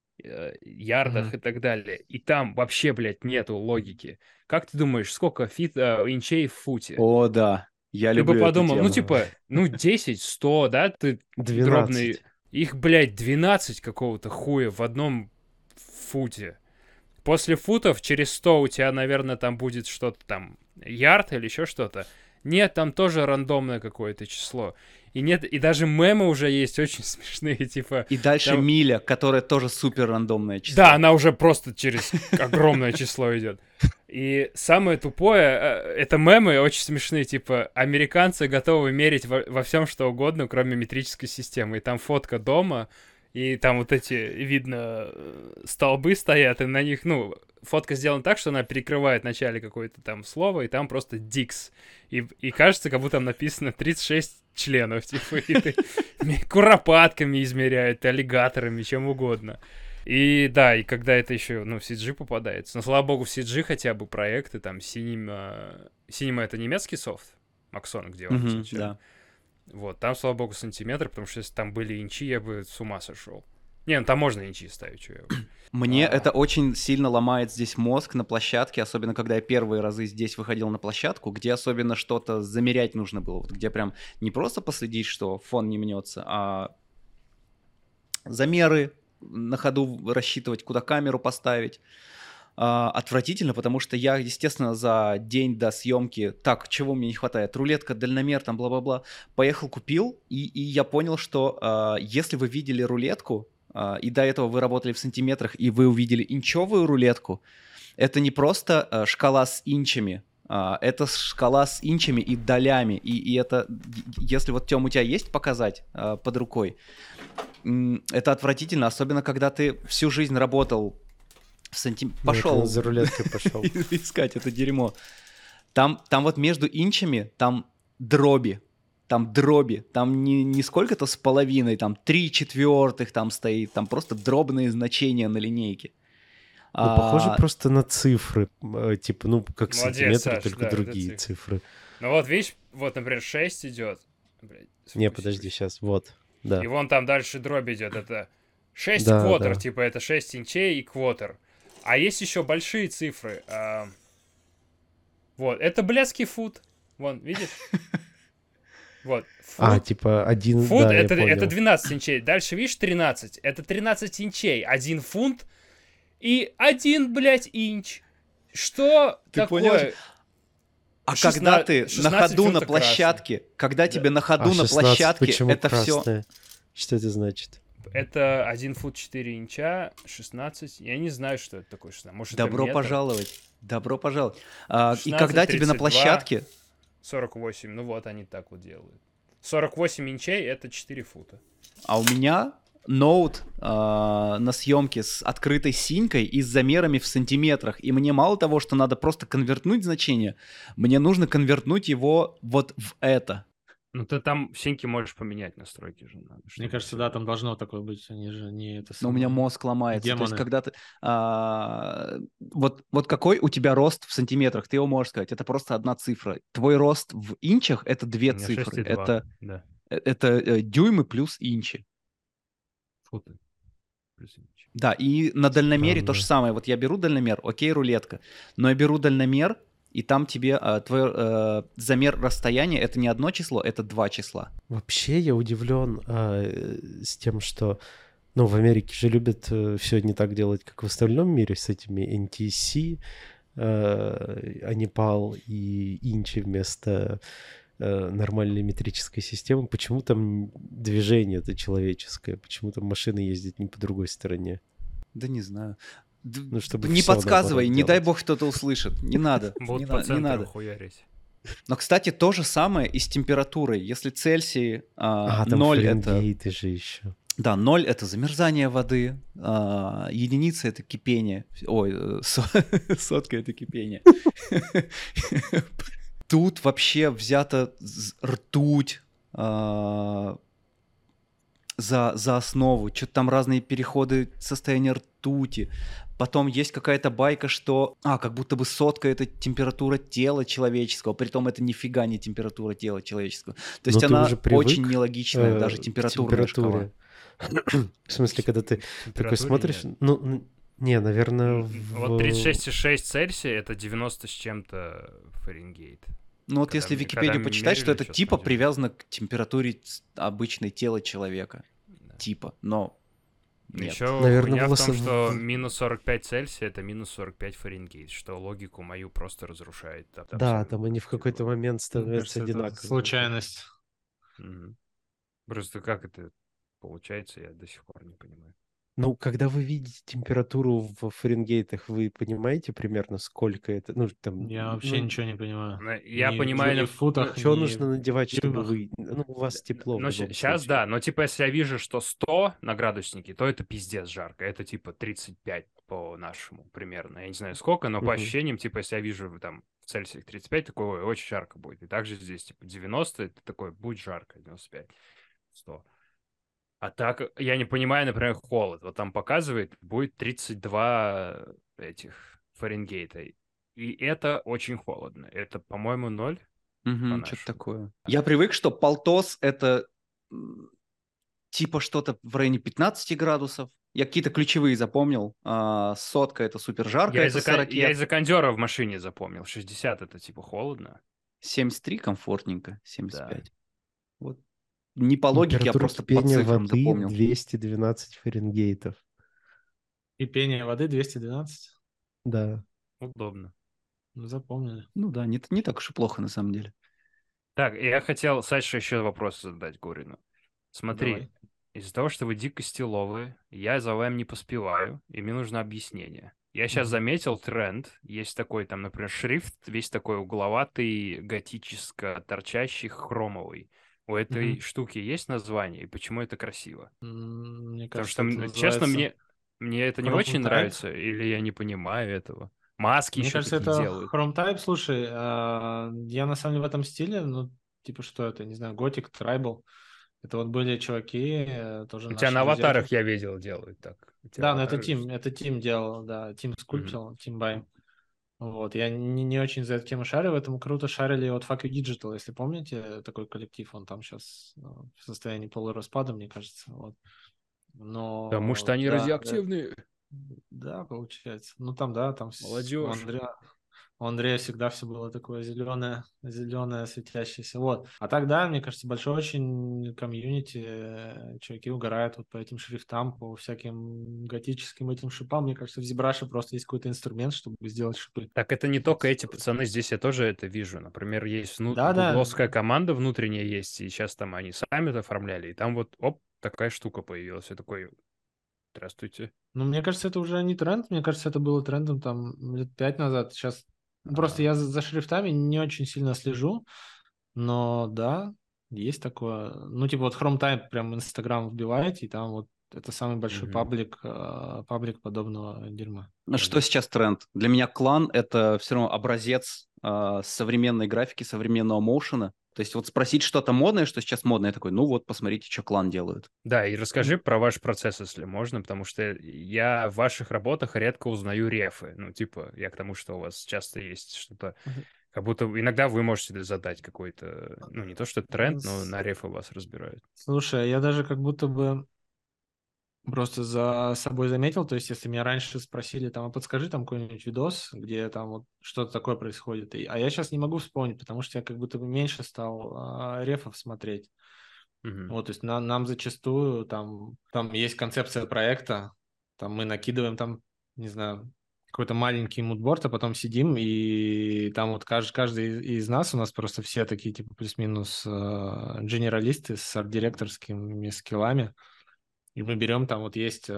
ярдах и так далее. И там вообще, блядь, нету логики. Как ты думаешь, сколько инчей в футе? О, да. Я Ты бы люблю эту подумал, ну, тему. типа, 10, 100, да, ты 12. дробный. Их, блядь, 12 какого-то хуя в одном футе. После футов через 100 у тебя, наверное, там будет что-то там, ярд или еще что-то. Нет, там тоже рандомное какое-то число. И нет, и даже мемы уже есть очень смешные, типа... И дальше там- миля, которая тоже супер рандомное число. Да, она уже просто через огромное число идет. И самое тупое, это мемы очень смешные, типа, американцы готовы мерить во всем что угодно, кроме метрической системы. И там фотка дома, и там вот эти, видно, столбы стоят, и на них, фотка сделана так, что она перекрывает в начале какое-то там слово, и там просто дикс. И кажется, как будто там написано 36 членов, типа, и ты куропатками измеряют, аллигаторами, чем угодно. И да, и когда это еще, в CG попадается. Но, слава богу, в CG хотя бы проекты, там, Cinema это немецкий софт, Maxon, где он Мгм, сейчас. да. Вот, там, слава богу, сантиметр, потому что если там были инчи, я бы с ума сошел. Не, там можно инчи ставить, что я... Мне это очень сильно ломает здесь мозг на площадке, особенно когда я первые разы здесь выходил на площадку, где особенно что-то замерять нужно было, вот где прям не просто последить, что фон не мнется, а замеры на ходу рассчитывать, куда камеру поставить. Отвратительно, потому что я, естественно, за день до съемки, так, чего мне не хватает, рулетка, дальномер, там, бла-бла-бла, поехал, купил, и я понял, что если вы видели рулетку, и до этого вы работали в сантиметрах, и вы увидели инчевую рулетку, это не просто шкала с инчами, это шкала с инчами и долями, и это, если вот, Тём, у тебя есть показать под рукой, это отвратительно, особенно когда ты всю жизнь работал пошел за рулеткой пошел. искать это дерьмо. Там вот между инчами, там дроби, там не сколько-то с половиной, там 3/4 там стоит, там просто дробные значения на линейке. Похоже просто на цифры, типа, как Молодец, сантиметры, Саш, только да, это другие цифры. Ну вот, видишь, вот, например, 6 идет. Не, подожди, сейчас, вот, да. И вон там дальше дробь идет, это 6 Да, квотер, да. типа это 6 инчей и квотер. А есть еще большие цифры. Вот, это блядский фут. Вон, видишь? Вот. Фут, Типа один, фут да, я это понял. 12 инчей. Дальше, видишь, 13. Это 13 инчей. 1 фунт и 1, блядь, инч. Что Ты такое? понял? А когда ты на ходу на площадке, когда тебе на ходу на 16 площадке, почему это все... красное? Что это значит? Это 1 фут 4 инча, 16. Я не знаю, что это такое. Может, это Добро метр? пожаловать. Добро пожаловать. И 16, когда тебе на 32. площадке... 48. Ну вот они так вот делают. 48 инчей это 4 фута. А у меня ноут на съемке с открытой синькой и с замерами в сантиметрах. И мне мало того, что надо просто конвертнуть значение, мне нужно конвертнуть его вот в это. Ну ты там в синьке можешь поменять настройки же. Надо, Мне кажется, да, там должно такое быть. Они же не это Но у меня мозг ломается. демоны. То есть, когда ты... вот какой у тебя рост в сантиметрах, ты его можешь сказать. Это просто одна цифра. Твой рост в инчах — это две цифры. 6,2. Да. Это дюймы плюс инчи. Футы. Плюс инчи. Да, и на дальномере то же самое. Вот я беру дальномер, окей, рулетка. Но я беру дальномер, и там тебе твой замер расстояния — это не одно число, это 2 числа. Вообще я удивлен с тем, что, в Америке же любят все не так делать, как в остальном мире с этими NTSC, ANIPAL и инчи вместо нормальной метрической системы. Почему там движение-то человеческое? Почему там машины ездят не по другой стороне? Да не знаю. Чтобы не всё подсказывай, наоборот не дай делать. бог кто-то услышит. Не надо. Будут Не по не центру надо. хуярить. Но, кстати, то же самое и с температурой. Если Цельсий там 0 это... Фаренгейты же еще. Да, 0 это замерзание воды, единица это кипение. Ой, сотка это кипение. Тут вообще взята ртуть за основу. Что-то там разные переходы состояния ртути. Потом есть какая-то байка, что как будто бы сотка это температура тела человеческого, притом это нифига не температура тела человеческого. То есть она очень нелогичная, даже температурная шкала. В смысле, когда ты такой смотришь... Не, наверное... Вот 36,6 Цельсия — это 90 с чем-то Фаренгейт. Ну вот если Википедию почитать, что это типа привязано к температуре обычной тела человека. Да. Типа, но нет. Еще наверное, в том, что минус 45 Цельсия — это минус 45 Фаренгейт, что логику мою просто разрушает. Да, там они в какой-то момент становятся одинаковыми. Случайность. Просто как это получается, я до сих пор не понимаю. Ну, когда вы видите температуру в Фаренгейтах, вы понимаете примерно, сколько это? Ну, там, я вообще ничего не понимаю. Я понимаю... Ни в футах, что нужно надевать, чтобы вы... Ну, у вас тепло. Ну, сейчас случае. да, но типа если я вижу, что 100 на градуснике, то это пиздец жарко. Это типа 35 по нашему примерно. Я не знаю сколько, но по ощущениям, типа если я вижу там в Цельсиях 35, такое очень жарко будет. И также здесь типа 90, это такое, будет жарко, 95, 100. А так, я не понимаю, например, холод. Вот там показывает, будет 32 этих Фаренгейта. И это очень холодно. Это, по-моему, 0. Что-то такое. Я привык, что полтос — это типа что-то в районе 15 градусов. Я какие-то ключевые запомнил. Сотка — это супер жарко, это 40. Я из-за кондера в машине запомнил. 60 — это типа холодно. 73 комфортненько, 75. Да. Вот. Не по логике, а просто по цифрам воды запомнил. 212 Фаренгейтов. Кипение воды 212? Да. Удобно. Запомнили. Ну да, не так уж и плохо на самом деле. Так, я хотел, Саша, еще вопрос задать Горину. Смотри, Давай. из-за того, что вы дико стиловые, я за вами не поспеваю, и мне нужно объяснение. Я сейчас заметил тренд. Есть такой, там, например, шрифт, весь такой угловатый, готическо торчащий, хромовый. У этой штуки есть название, и почему это красиво? Мне Потому кажется, что, честно, мне это не очень нравится, или я не понимаю этого. Маски Мне еще кажется, такие это делают. Chrome Type. Слушай, я на самом деле в этом стиле, ну, типа, что это, не знаю, Gothic, Tribal. Это вот были чуваки, тоже У наши тебя на друзья. аватарах я видел делают так. Да, но это Тим делал, да, Тим скульптил, Тим Бай. Вот, я не очень за эту тему шарю, в этом круто шарили вот Fuck You Digital, если помните, такой коллектив, он там сейчас в состоянии полураспада, мне кажется, вот. Но, потому что они радиоактивные. Да, получается. Ну там, да, там молодежь. У Андрея всегда все было такое зеленое, светящееся. Вот. А тогда, мне кажется, большой очень комьюнити, чуваки угорают вот по этим шрифтам, по всяким готическим этим шипам. Мне кажется, в ZBrush просто есть какой-то инструмент, чтобы сделать шипы. Так это не только эти пацаны, здесь я тоже это вижу. Например, есть гугловская команда внутренняя есть, и сейчас там они сами это оформляли, и там вот, такая штука появилась. Я такой, здравствуйте. Ну, мне кажется, это уже не тренд, мне кажется, это было трендом там лет 5 назад. Сейчас просто я за шрифтами не очень сильно слежу, но да, есть такое. Ну, типа вот Chrome Type прям Инстаграм вбиваете, и там вот это самый большой паблик подобного дерьма. Что сейчас тренд? Для меня клан — это все равно образец современной графики, современного моушена. То есть вот спросить что-то модное, что сейчас модное, я такой, ну вот, посмотрите, что клан делают. Да, и расскажи про ваш процесс, если можно, потому что я в ваших работах редко узнаю рефы. Ну, типа, я к тому, что у вас часто есть что-то, как будто иногда вы можете задать какой-то, ну, не то что тренд, но на рефы вас разбирают. Слушай, я даже как будто бы просто за собой заметил, то есть если меня раньше спросили, там, а подскажи там какой-нибудь видос, где там вот что-то такое происходит, а я сейчас не могу вспомнить, потому что я как будто бы меньше стал рефов смотреть. Вот, то есть нам зачастую там есть концепция проекта, там мы накидываем там, не знаю, какой-то маленький мудборд, а потом сидим, и там вот каждый из нас, у нас просто все такие типа плюс-минус генералисты с арт-директорскими скиллами, и мы берем, там вот есть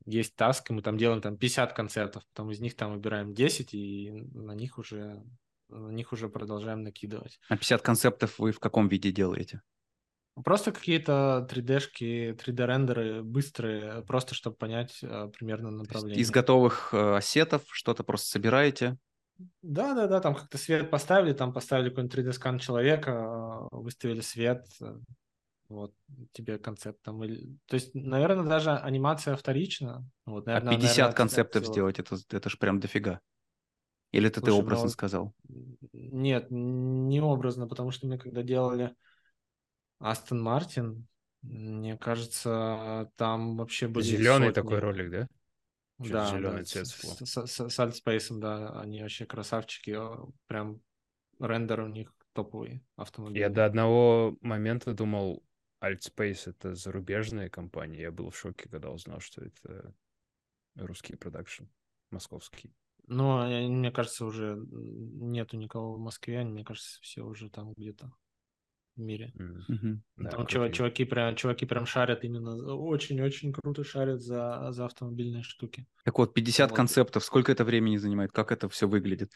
таск, и мы там делаем там 50 концертов, потом из них там выбираем 10, и на них уже на них уже продолжаем накидывать. А 50 концептов вы в каком виде делаете? Просто какие-то 3D-шки, 3D-рендеры быстрые, просто чтобы понять примерно Из направление. готовых ассетов что-то просто собираете? Да, там как-то свет поставили, там поставили какой-нибудь 3D-скан человека, выставили свет, вот тебе концепт там. То есть, наверное, даже анимация вторична. Вот, А наверное, 50 от концептов всего. сделать, это ж прям дофига. Или это ты Слушай, образно сказал? нет, не образно, потому что мы когда делали Астон Мартин, мне кажется, там вообще были Зеленый такой сотни. ролик, да? Что-то Да, зеленый цвет всего. с Альтспейсом, да, они вообще красавчики, прям рендер у них топовый Я автомобильный. до одного момента думал, Altspace — это зарубежная компания. Я был в шоке, когда узнал, что это русский продакшн, московский. Но мне кажется, уже нету никого в Москве, мне кажется, все уже там где-то в мире. Мгм. Да, Там крутые. чуваки прям шарят именно, очень-очень круто шарят за автомобильные штуки. Так вот, 50 Вот. концептов, сколько это времени занимает? Как это все выглядит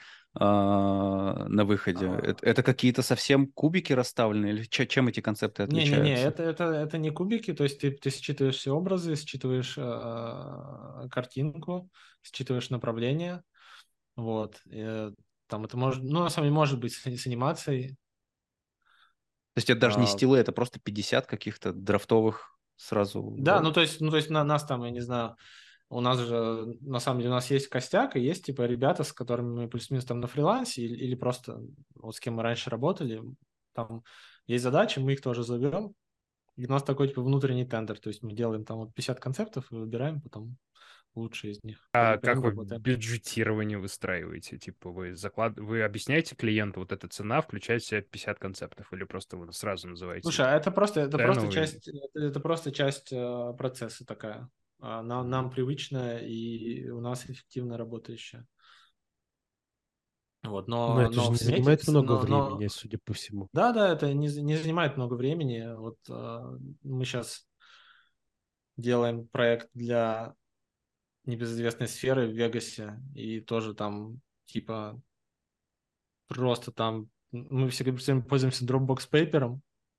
на выходе? Это какие-то совсем кубики расставлены? Или чем эти концепты Не-не-не, отличаются? это не кубики, то есть ты считываешь все образы, считываешь картинку, считываешь направление, вот. Там это может, ну, на самом деле, может быть с анимацией. То есть это даже не стилы, это просто 50 каких-то драфтовых сразу Да, роликов? ну, то есть на нас там, я не знаю, у нас же, на самом деле, у нас есть костяк, и есть, типа, ребята, с которыми мы плюс-минус там на фрилансе или просто вот с кем мы раньше работали, там есть задачи, мы их тоже зовем, и у нас такой, типа, внутренний тендер, то есть мы делаем там вот 50 концептов и выбираем потом лучшие из них. А По ним как вы работаем. бюджетирование выстраиваете? Типа вы объясняете клиенту, вот эта цена включает в себя 50 концептов, или просто вы сразу называете Слушай, а это просто цену? это просто часть процесса такая. Нам привычная и у нас эффективно работающая. Вот, Но это же но в не смете, занимает много времени, судя по всему. да, это не занимает много времени. Вот мы сейчас делаем проект для небезызвестной сферы в Вегасе, и тоже там типа просто там мы всем пользуемся Dropbox Paper,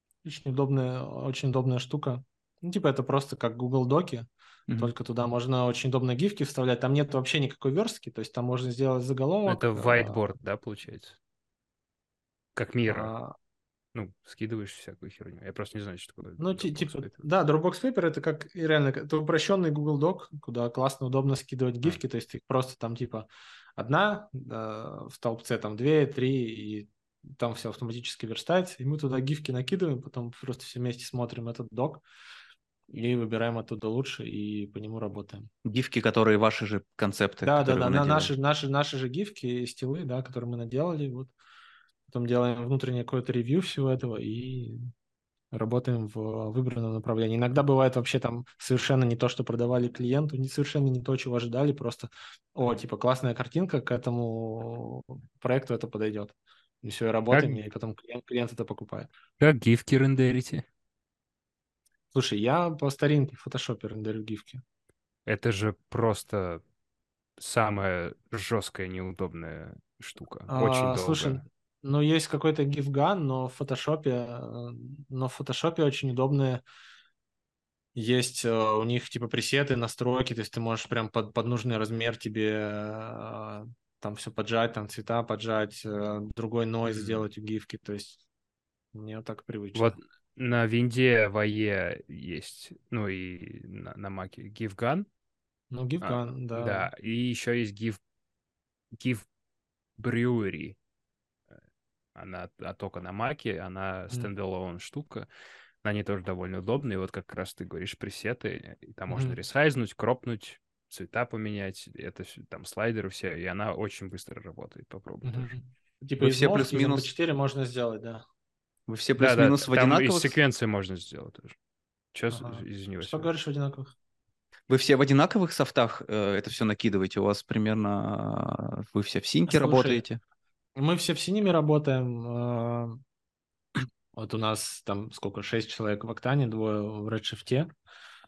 очень удобная штука. Ну, типа это просто как Google Доки, Мгм. только туда можно очень удобно гифки вставлять. Там нет вообще никакой верстки, то есть там можно сделать Это заголовок. whiteboard, да, получается? Как Мира. А, Ну, скидываешь всякую херню. Я просто не знаю, что такое Ну, Dropbox типа, Paper. да, Dropbox Paper это как и реально это упрощенный Google Doc, куда классно, удобно скидывать А, гифки, то есть их просто там типа одна, в столбце там две, три, и там все автоматически верстается, и мы туда гифки накидываем, потом просто все вместе смотрим этот док и выбираем оттуда лучше и по нему работаем. Гифки, которые ваши же концепты, которые вы наделали. Наши же гифки, стилы, да, которые мы наделали, вот. Потом делаем внутреннее какое-то ревью всего этого и работаем в выбранном направлении. Иногда бывает вообще там совершенно не то, что продавали клиенту, совершенно не то, чего ожидали, просто, типа, классная картинка, к этому проекту это подойдет. И все, и Как, работаем, и потом клиент это покупает. как гифки рендерите? Слушай, я по старинке в фотошопе рендерю гифки. Это же просто самая жесткая, неудобная штука. Очень Слушай, долго. ну есть какой-то гифган, но в фотошопе очень удобные. Есть у них типа пресеты, настройки, то есть ты можешь прям под нужный размер тебе там все поджать, там цвета поджать, другой нойз М. сделать у гифки, то есть мне так Вот привычно. на винде в AE есть, ну и на маке GIFGAN. Ну, А, гифган, да. да, и еще есть GIF Brewery. Она только на маке, она Мгм. стендалон штука. Они тоже довольно удобные. Вот как раз ты говоришь пресеты, и там можно Мгм. ресайзнуть, кропнуть, цвета поменять, это там слайдеры все, и она очень быстро работает. Попробуй тоже. Мгм. Типа Вы из все MOV, из плюс-минус, MP4 можно сделать, да. вы все Да-да, плюс-минус в там из одинаковых, секвенции можно сделать тоже. Че, Ага. извини, Что Василий. говоришь в одинаковых? вы все в одинаковых софтах это все накидываете? У вас примерно, вы все в синке Слушай, работаете? мы все в синеме работаем. Вот у нас там сколько, 6 человек в Октане, двое в Redshift.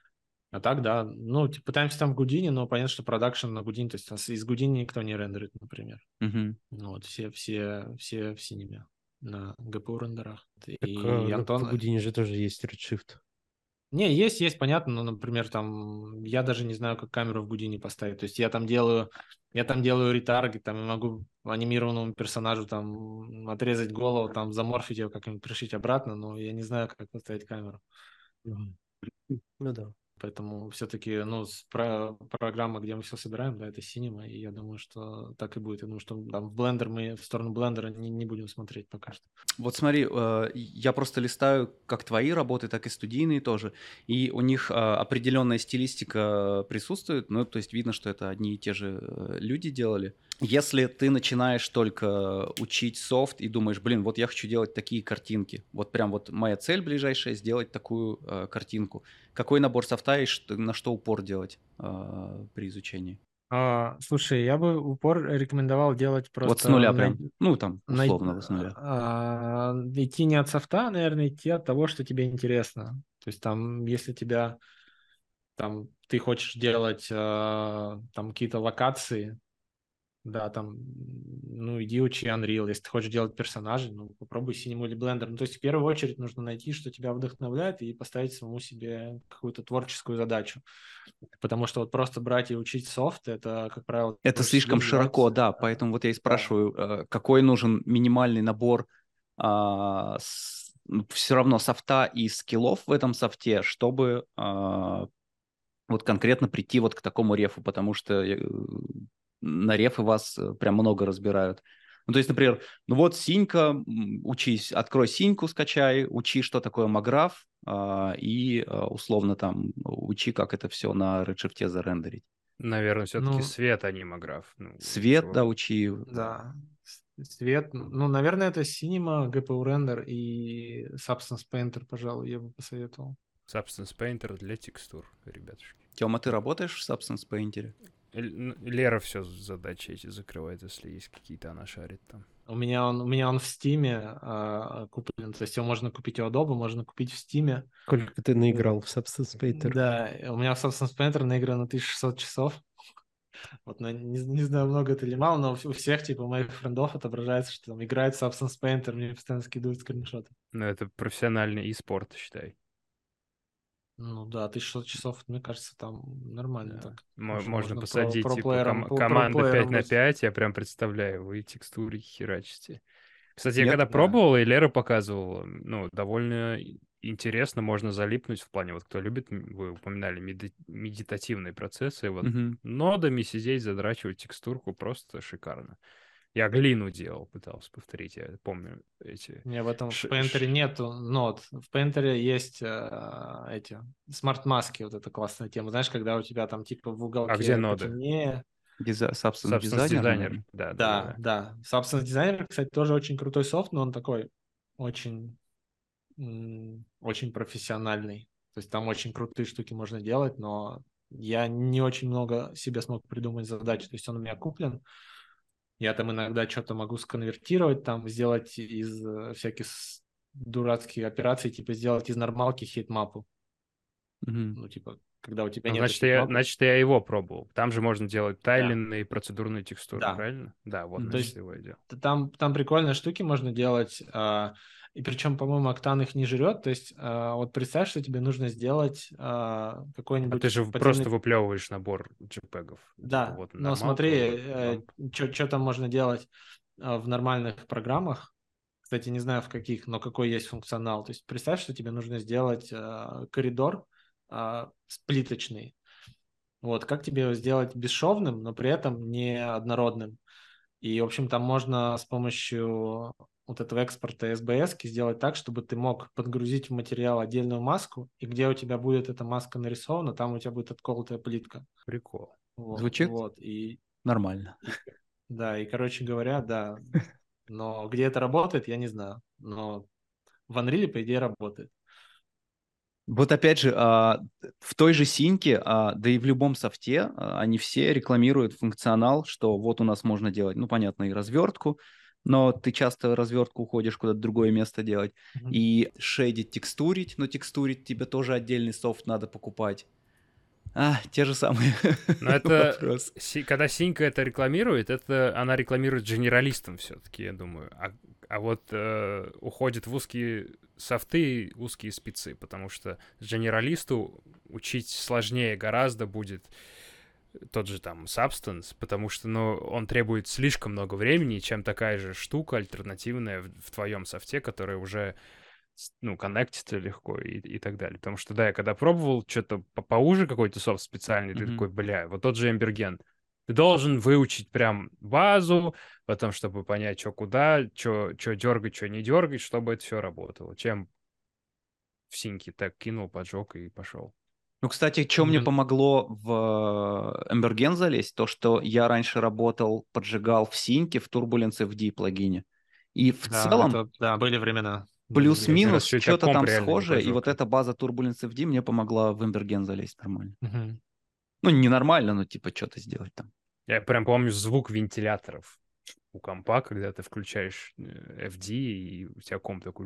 А так, да. Ну, типа, пытаемся там в Houdini, но понятно, что продакшн на Houdini, то есть из Houdini никто не рендерит, например. Мгм. Ну, вот все в Cinema на GPU рендерах. Так И в Антон... Houdini же тоже есть Redshift. Не, есть, понятно, но, например, там, я даже не знаю, как камеру в Houdini поставить. То есть я там делаю ретаргет, там, и могу анимированному персонажу там отрезать голову, там, заморфить ее, как-нибудь пришить обратно, но я не знаю, как поставить камеру. Ну да. Поэтому все-таки, ну, программа, где мы все собираем, да, это Cinema, и я думаю, что так и будет. Я думаю, что там в сторону блендера не будем смотреть пока что. Вот смотри, я просто листаю как твои работы, так и студийные тоже, и у них определенная стилистика присутствует, ну, то есть видно, что это одни и те же люди делали. Если ты начинаешь только учить софт и думаешь, блин, вот я хочу делать такие картинки, вот прям вот моя цель ближайшая сделать такую картинку, какой набор софта и на что упор делать при изучении? Слушай, я бы упор рекомендовал делать Вот с просто нуля прям, ну, там, условно, вот с нуля. идти не от софта, наверное, идти от того, что тебе интересно. То есть там, если тебя там ты хочешь делать там какие-то локации, да, там, ну, иди учи Unreal. Если ты хочешь делать персонажей, ну, попробуй Cinema или Blender. Ну, то есть в первую очередь нужно найти, что тебя вдохновляет, и поставить самому себе какую-то творческую задачу. Потому что вот просто брать и учить софт, это, как правило, ты Это хочешь слишком сидеть, делать. широко, да, поэтому вот я и Да. спрашиваю, какой нужен минимальный набор все равно софта и скиллов в этом софте, чтобы вот конкретно прийти вот к такому рефу, потому что на рефы вас прям много разбирают. Ну, то есть, например, ну вот синька, учись, открой синьку, скачай, учи, что такое маграф, и условно там учи, как это все на Redshift зарендерить. Наверное, все-таки Ну, свет, а не маграф. Ну, Свет, да, чего? учи. да. Свет, ну, наверное, это Cinema, GPU Render и Substance Painter, пожалуй, я бы посоветовал. Substance Painter для текстур, ребятушки. Тёма, ты работаешь в Substance Painter? Лера все задачи эти закрывает, если есть какие-то, она шарит там. У меня он в Steam куплен, то есть его можно купить у Adobe, можно купить в Steam. Сколько ты наиграл в Substance Painter? Да, у меня в Substance Painter наиграно 1600 часов. Вот, но не знаю, много это или мало, но у всех, типа, моих френдов отображается, что там играет в Substance Painter, мне постоянно скидывают скриншоты. Ну, это профессиональный e-спорт, считай. Ну да, 1600 часов, мне кажется, там нормально Да. так. Можно Можно посадить, типа, команду проплеером 5 на быть. 5, я прям представляю, вы текстуры херачите. Кстати, я Нет? когда Да. пробовал, и Лера показывала, ну, довольно интересно, можно залипнуть в плане, вот кто любит, вы упоминали медитативные процессы, вот Мгм. нодами сидеть, задрачивать текстурку, просто шикарно. Я глину делал, пытался повторить, я помню эти... Не, в этом в Painter нету нод. В Painter есть эти смарт-маски, вот эта классная тема. Знаешь, когда у тебя там типа в А уголке где ноды? потемнее. Substance Substance Designer, Designer, наверное. Да. Substance Designer, кстати, тоже очень крутой софт, но он такой очень, очень профессиональный. То есть там очень крутые штуки можно делать, но я не очень много себе смог придумать задач. То есть он у меня куплен. Я там иногда что-то могу сконвертировать, там сделать из всяких дурацких операций, типа сделать из нормалки хитмапу. Мгм. Ну, типа, когда у тебя Ну, нету хитмапа. значит, я его пробовал. Там же можно делать Да, тайленные процедурные текстуры, да. правильно? Да, вот, Мгм. То значит, есть его я делал. там прикольные штуки можно делать, и причем, по-моему, Octane их не жрет. То есть вот представь, что тебе нужно сделать А какой-нибудь ты же потерянный... просто выплевываешь набор JPEG-ов. Типа, Да, вот но нормалка, смотри, что там можно делать в нормальных программах. Кстати, не знаю в каких, но какой есть функционал. То есть представь, что тебе нужно сделать коридор сплиточный. Вот, как тебе его сделать бесшовным, но при этом не однородным. И, в общем, там можно с помощью вот этого экспорта SBS сделать так, чтобы ты мог подгрузить в материал отдельную маску, и где у тебя будет эта маска нарисована, там у тебя будет отколотая плитка. прикол. Звучит И нормально. да, и, короче говоря, да. Но где это работает, я не знаю. Но в Unreal, по идее, работает. Вот опять же, в той же синьке, да и в любом софте, они все рекламируют функционал, что вот у нас можно делать, ну, понятно, и развертку, но ты часто развертку уходишь куда-то в другое место делать, и шейдить, текстурить, но текстурить тебе тоже отдельный софт надо покупать. Те же самые Но это, вопросы. когда Синька это рекламирует, она рекламирует генералистам все-таки, я думаю. А вот уходит в узкие софты, узкие спецы, потому что генералисту учить сложнее гораздо будет тот же там Substance, потому что, ну, он требует слишком много времени, чем такая же штука альтернативная в твоем софте, которая уже, ну, коннектится легко и так далее. Потому что, да, я когда пробовал что-то поуже какой-то софт специальный, ты такой, бля, вот тот же Эмберген. Ты должен выучить прям базу, потом, чтобы понять, что куда, что дергать, что не дергать, чтобы это все работало. Чем в синьке так кинул, поджег и пошел. Ну, кстати, что мне помогло в Эмберген залезть, то, что я раньше работал, поджигал в синьке, в Turbulence FD плагине. И в целом, были времена. плюс-минус, Раз, что-то комп там реально не схожее, и поджег. вот эта база Turbulence FD мне помогла в Эмберген залезть нормально. Мгм. Ну, не нормально, но типа что-то сделать там. Я прям помню звук вентиляторов у компа, когда ты включаешь FD, и у тебя комп такой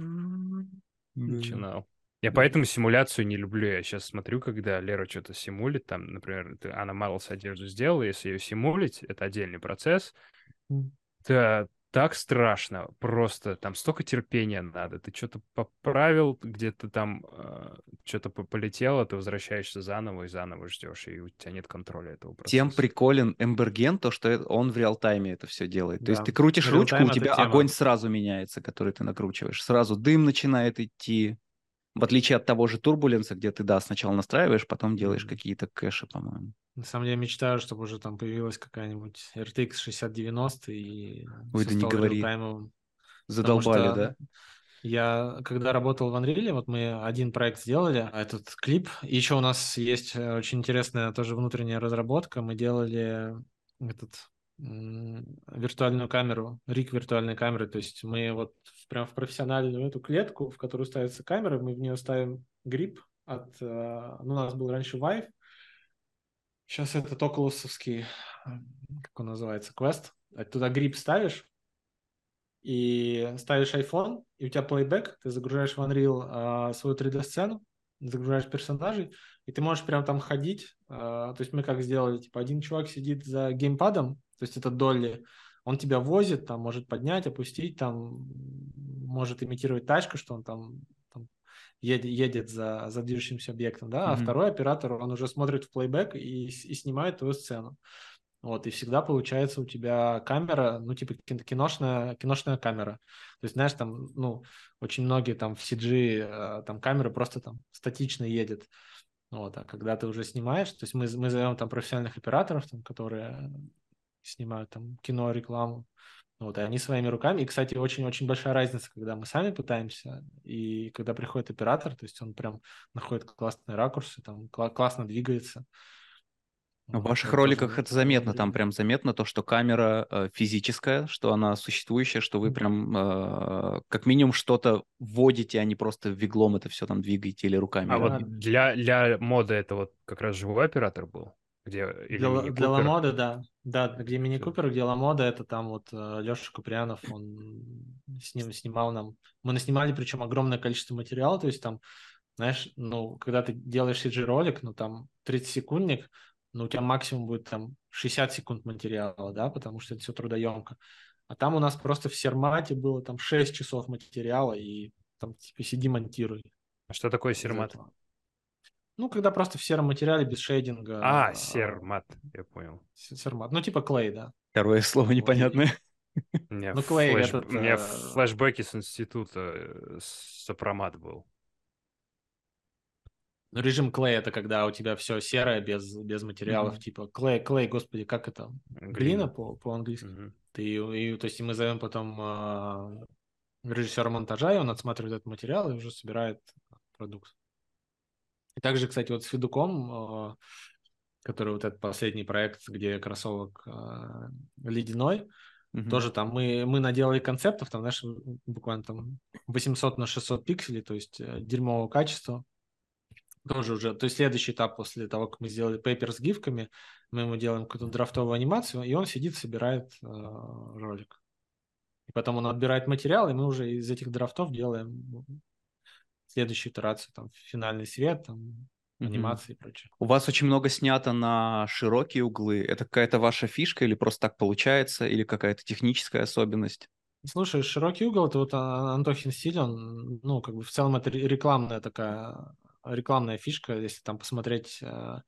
начинал. Я поэтому симуляцию не люблю. Я сейчас смотрю, когда Лера что-то симулит, там, например, она Models одежду сделала, если ее симулить, это отдельный процесс. Да, так страшно. Просто там столько терпения надо. Ты что-то поправил, где-то там что-то полетело, ты возвращаешься заново и заново ждешь, и у тебя нет контроля этого процесса. Тем приколен Эмберген, то, что он в реал-тайме это все делает. То есть Да. ты крутишь ручку, Реал-тайм у — это тебя тема. огонь сразу меняется, который ты накручиваешь. Сразу дым начинает идти. В отличие от того же Турбуленса, где ты, да, сначала настраиваешь, потом делаешь какие-то кэши, по-моему. На самом деле мечтаю, чтобы уже там появилась какая-нибудь RTX 6090 и Ой, все да не стало говори. реалтаймовым. Потому Задолбали, что да? я, когда работал в Unreal, вот мы один проект сделали, этот клип. И еще у нас есть очень интересная тоже внутренняя разработка. Мы делали виртуальную камеру, риг виртуальной камеры. То есть мы вот прям в профессиональную эту клетку, в которую ставится камера, мы в нее ставим гриб от... у нас был раньше Vive, сейчас это Oculus'овский, как он называется, Quest. Туда гриб ставишь, и ставишь iPhone, и у тебя плейбэк, ты загружаешь в Unreal свою 3D-сцену, загружаешь персонажей, и ты можешь прям там ходить. То есть мы как сделали, типа один чувак сидит за геймпадом, то есть это Долли, он тебя возит, там может поднять, опустить, там может имитировать тачку, что он там едет за движущимся объектом, да, а второй оператор, он уже смотрит в плейбэк и снимает твою сцену. Вот, и всегда получается у тебя камера, ну, типа киношная камера. То есть, знаешь, там, ну, очень многие там в CG, там камера просто там статично едет. Вот, а когда ты уже снимаешь, то есть мы зовем там профессиональных операторов, там, которые снимают там кино, рекламу, вот, и они своими руками. И, кстати, очень-очень большая разница, когда мы сами пытаемся, и когда приходит оператор, то есть он прям находит классные ракурсы, там, классно двигается. В Вот, ваших это роликах тоже это заметно, там время. прям заметно то, что камера физическая, что она существующая, что вы прям как минимум что-то вводите, а не просто виглом это все там двигаете или руками. А вот Да. для мода это вот как раз живой оператор был? Где, или Для мини-купер? Ламода, да. Да, где Мини Всё. Купер, где Ламода, это там вот Леша Куприянов, он с ним снимал нам. Мы наснимали, причем огромное количество материала, то есть там, знаешь, ну, когда ты делаешь CG-ролик, ну, там 30-секундник, ну, у тебя максимум будет там 60 секунд материала, да, потому что это все трудоемко. А там у нас просто в сермате было там 6 часов материала, и там типа сиди, монтируй А что такое из сермат? этого. Ну, когда просто в сером материале без шейдинга Сермат, я понял. сермат. Ну, типа клей, да. Второе слово Вот. непонятное. У меня, Ну, клей у меня флешбеки с института сопромат был. Ну, режим клей — это когда у тебя все серое, без материалов. Типа клей, господи, как это? Глина по-английски. Мгм. То есть мы зовем потом режиссера монтажа, и он отсматривает этот материал и уже собирает продукт. И также, кстати, вот с Федуком, который вот этот последний проект, где кроссовок ледяной, тоже там мы наделали концептов, там, знаешь, буквально там 800 на 600 пикселей, то есть дерьмового качества. Тоже уже, то есть следующий этап после того, как мы сделали пейпер с гифками, мы ему делаем какую-то драфтовую анимацию, и он сидит, собирает ролик. И потом он отбирает материал, и мы уже из этих драфтов делаем следующую итерацию, там, финальный свет, там, анимации и прочее. У вас очень много снято на широкие углы. Это какая-то ваша фишка или просто так получается, или какая-то техническая особенность? Слушай, широкий угол, это вот Антохин стиль, он, ну, как бы в целом это рекламная такая, рекламная фишка, если там посмотреть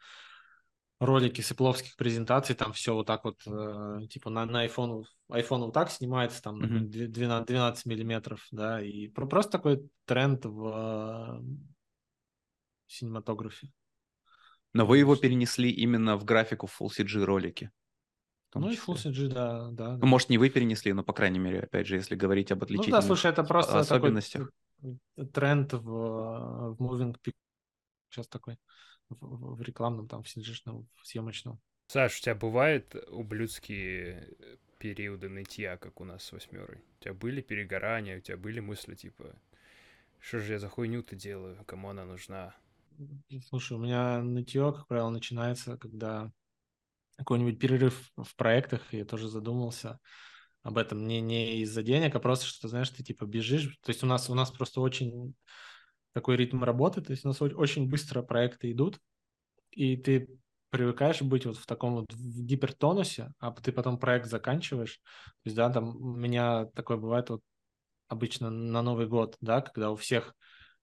ролики с эпловских презентаций, там все вот так вот, типа на iPhone вот так снимается, там на 12 миллиметров, да, и просто такой тренд в синематографе. Но вы его перенесли именно в графику в Full CG ролики. Ну и Full CG, да. Ну, может, не вы перенесли, но, по крайней мере, опять же, если говорить об Ну да, отличительных слушай, это просто особенностях. такой тренд в Moving Picture сейчас такой, в рекламном, там, в CG-шном, в съемочном. Саш, у тебя бывают ублюдские периоды нытья, как у нас с «Восьмерой»? У тебя были перегорания, у тебя были мысли, типа, что же я за хуйню-то делаю, кому она нужна? Слушай, у меня нытье, как правило, начинается, когда какой-нибудь перерыв в проектах, и я тоже задумался об этом не из-за денег, а просто, что, знаешь, ты типа бежишь. То есть у нас просто очень такой ритм работы, то есть у нас очень быстро проекты идут, и ты привыкаешь быть вот в таком вот в гипертонусе, а ты потом проект заканчиваешь. То есть, да, там у меня такое бывает вот обычно на Новый год, да, когда у всех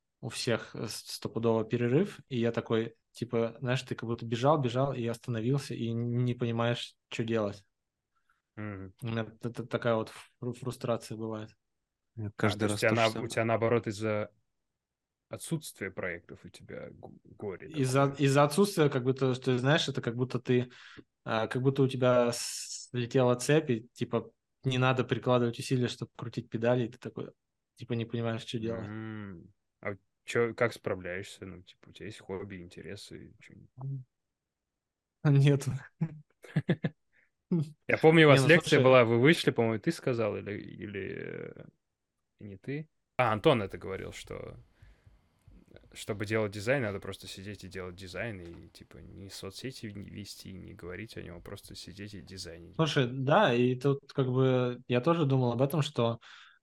стопудово перерыв, и я такой, типа, знаешь, ты как будто бежал, и остановился, и не понимаешь, что делать. У меня такая вот фрустрация бывает. Каждый раз то же самое. У тебя наоборот из-за отсутствия проектов у тебя горе. Из-за отсутствия, как будто, что, знаешь, это как будто у тебя слетела цепь, и, типа, не надо прикладывать усилия, чтобы крутить педали, и ты такой, типа, не понимаешь, что делать. А как справляешься? Ну, типа, у тебя есть хобби, интересы? Нет. Я помню, у вас лекция слушай... была, вы вышли, по-моему, ты сказал, или не ты? Антон это говорил, что чтобы делать дизайн, надо просто сидеть и делать дизайн, и, типа, не соцсети вести, не говорить о нем, просто сидеть и дизайнить. Слушай, да, и тут как бы я тоже думал об этом, что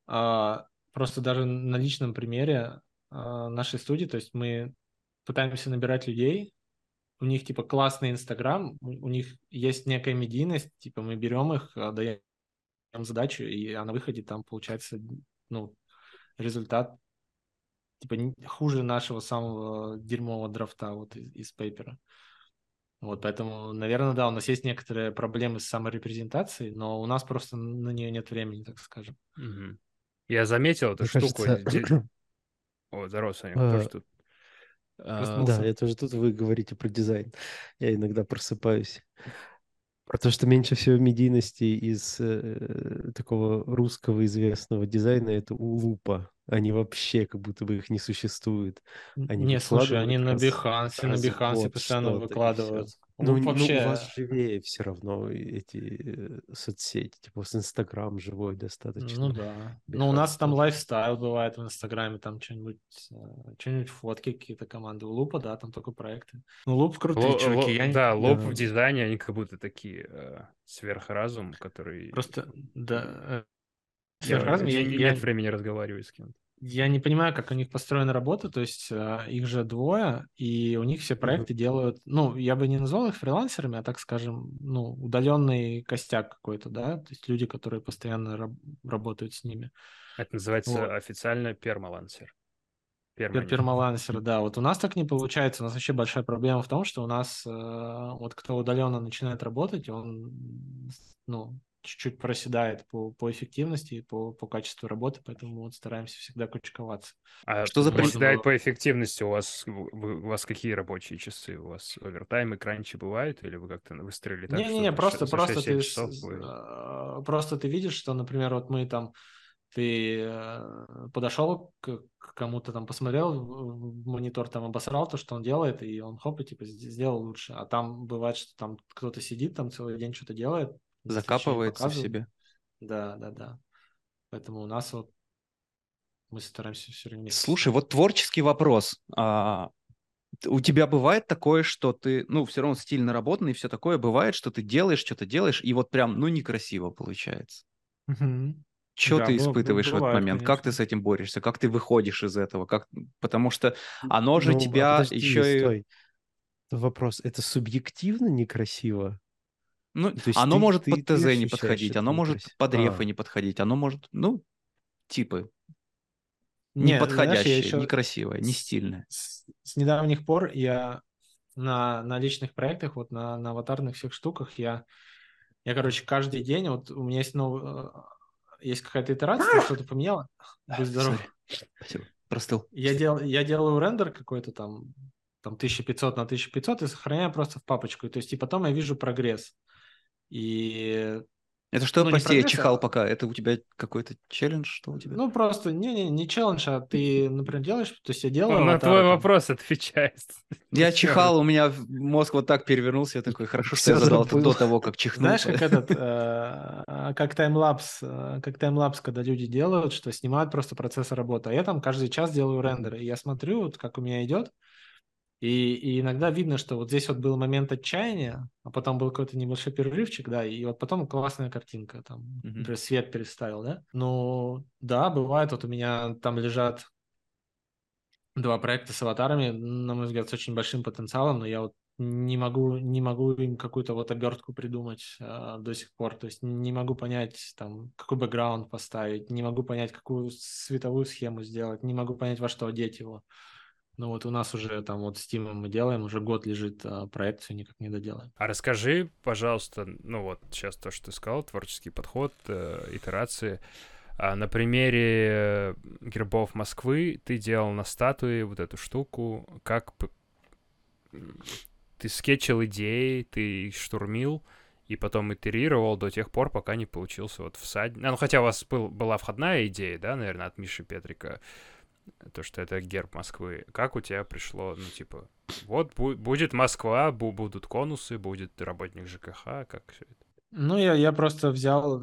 просто даже на личном примере нашей студии, то есть мы пытаемся набирать людей, у них типа классный Инстаграм, у них есть некая медийность, типа мы берем их, даем задачу, и на выходе там получается, ну, результат типа хуже нашего самого дерьмового драфта вот из пейпера. Вот, поэтому, наверное, да, у нас есть некоторые проблемы с саморепрезентацией, но у нас просто на нее нет времени, так скажем. Я заметил эту Мне штуку. кажется... О, здорово, Саня, тоже тут. Да, я тоже тут, вы говорите про дизайн. Я иногда просыпаюсь. Про то, что меньше всего медийности из такого русского известного дизайна, это у Лупа. Они вообще, как будто бы их не существует. Они Не, слушай, они выкладывают на раз в Бихансе год постоянно что-то, и выкладывают. все. Ну, у Вообще, вас живее все равно эти соцсети. Типа с Инстаграм живой достаточно. ну да. Но у Behance нас там тоже. лайфстайл бывает в Инстаграме, там что-нибудь фотки какие-то команды. У Лупа, да, там только проекты. Ну, Луп крутые чуваки. Да, Лоп в Да. дизайне, они как будто такие сверхразум, который... Просто, да, У меня нет времени разговаривать с кем-то. Я не понимаю, как у них построена работа, то есть их же двое, и у них все проекты делают, ну, я бы не назвал их фрилансерами, а так скажем, ну, удаленный костяк какой-то, да, то есть люди, которые постоянно работают с ними. Это называется Вот. официально пермалансер. Пермалансер, да. Вот у нас так не получается. У нас вообще большая проблема в том, что у нас вот кто удаленно начинает работать, он, ну, чуть-чуть проседает по эффективности и по качеству работы, поэтому вот стараемся всегда кучковаться. А Что за проседает по эффективности у вас какие рабочие часы? У вас овертаймы, кранчи бывают? Или вы как-то выстроили так, Не-не-не, что просто за 6-7 ты часов вы... просто ты видишь, что, например, вот мы там ты подошел к кому-то там, посмотрел в монитор, там обосрал то, что он делает, и он хоп, и типа сделал лучше. А там бывает, что там кто-то сидит, там целый день что-то делает, закапывается в себе. Да. Поэтому у нас вот мы стараемся все время вместе. Слушай, вот творческий вопрос. У тебя бывает такое, что ты, ну, все равно стиль наработанный и все такое, бывает, что ты делаешь, что-то делаешь, и вот прям, ну, некрасиво получается. Что Да, ты испытываешь в этот бывает, момент? Как ты конечно. с этим борешься? Как ты выходишь из этого? Потому что оно же Ну, тебя подожди, еще и... стой. Вопрос, это субъективно некрасиво? Ну, То есть оно может под ты ТЗ не ощущаешь, подходить, что это оно может некрасиво? под рефы не подходить, оно может, ну, типа, Не, знаешь, я неподходящее, еще некрасивое, не стильное. с недавних пор я на личных проектах, вот на аватарных всех штуках, короче, каждый день, вот у меня есть есть какая-то итерация, там что-то поменяло, будь здоров. Сори, спасибо, простыл. Я делаю рендер какой-то там 1500 на 1500 и сохраняю просто в папочку. То есть и потом я вижу прогресс. И, Это что, ну, не прости, я прогресс, чихал пока. Это у тебя какой-то челлендж, что у тебя? ну, просто не челлендж, а ты, например, делаешь, то есть я делаю Он на твой аватары там. вопрос отвечает. Я Всё. чихал, у меня мозг вот так перевернулся, я такой, хорошо, что я Всё задал это забыл. до того, как чихнул. Знаешь, как таймлапс, когда люди делают, что снимают просто процесс работы. А я там каждый час делаю рендеры. И я смотрю, вот как у меня идет, и иногда видно, что вот здесь вот был момент отчаяния, а потом был какой-то небольшой перерывчик, да, и вот потом классная картинка, там, например, свет переставил, да. Ну, да, бывает, вот у меня там лежат 2 проекта с аватарами, на мой взгляд, с очень большим потенциалом, но я вот не могу им какую-то вот обертку придумать до сих пор. То есть не могу понять, там, какой бэкграунд поставить, не могу понять, какую световую схему сделать, не могу понять, во что одеть его. Ну вот у нас уже там вот с Тимом мы делаем, уже год лежит проект, все никак не доделаем. А расскажи, пожалуйста, ну вот сейчас то, что ты сказал, творческий подход, итерации. На примере гербов Москвы ты делал на статуе вот эту штуку, как ты скетчил идеи, ты их штурмил, и потом итерировал до тех пор, пока не получился вот всадник. Ну, хотя у вас была входная идея, да, наверное, от Миши Петрика, то, что это герб Москвы. Как у тебя пришло, ну, типа, вот будет Москва, будут конусы, будет работник ЖКХ, как все это? Ну, я просто взял,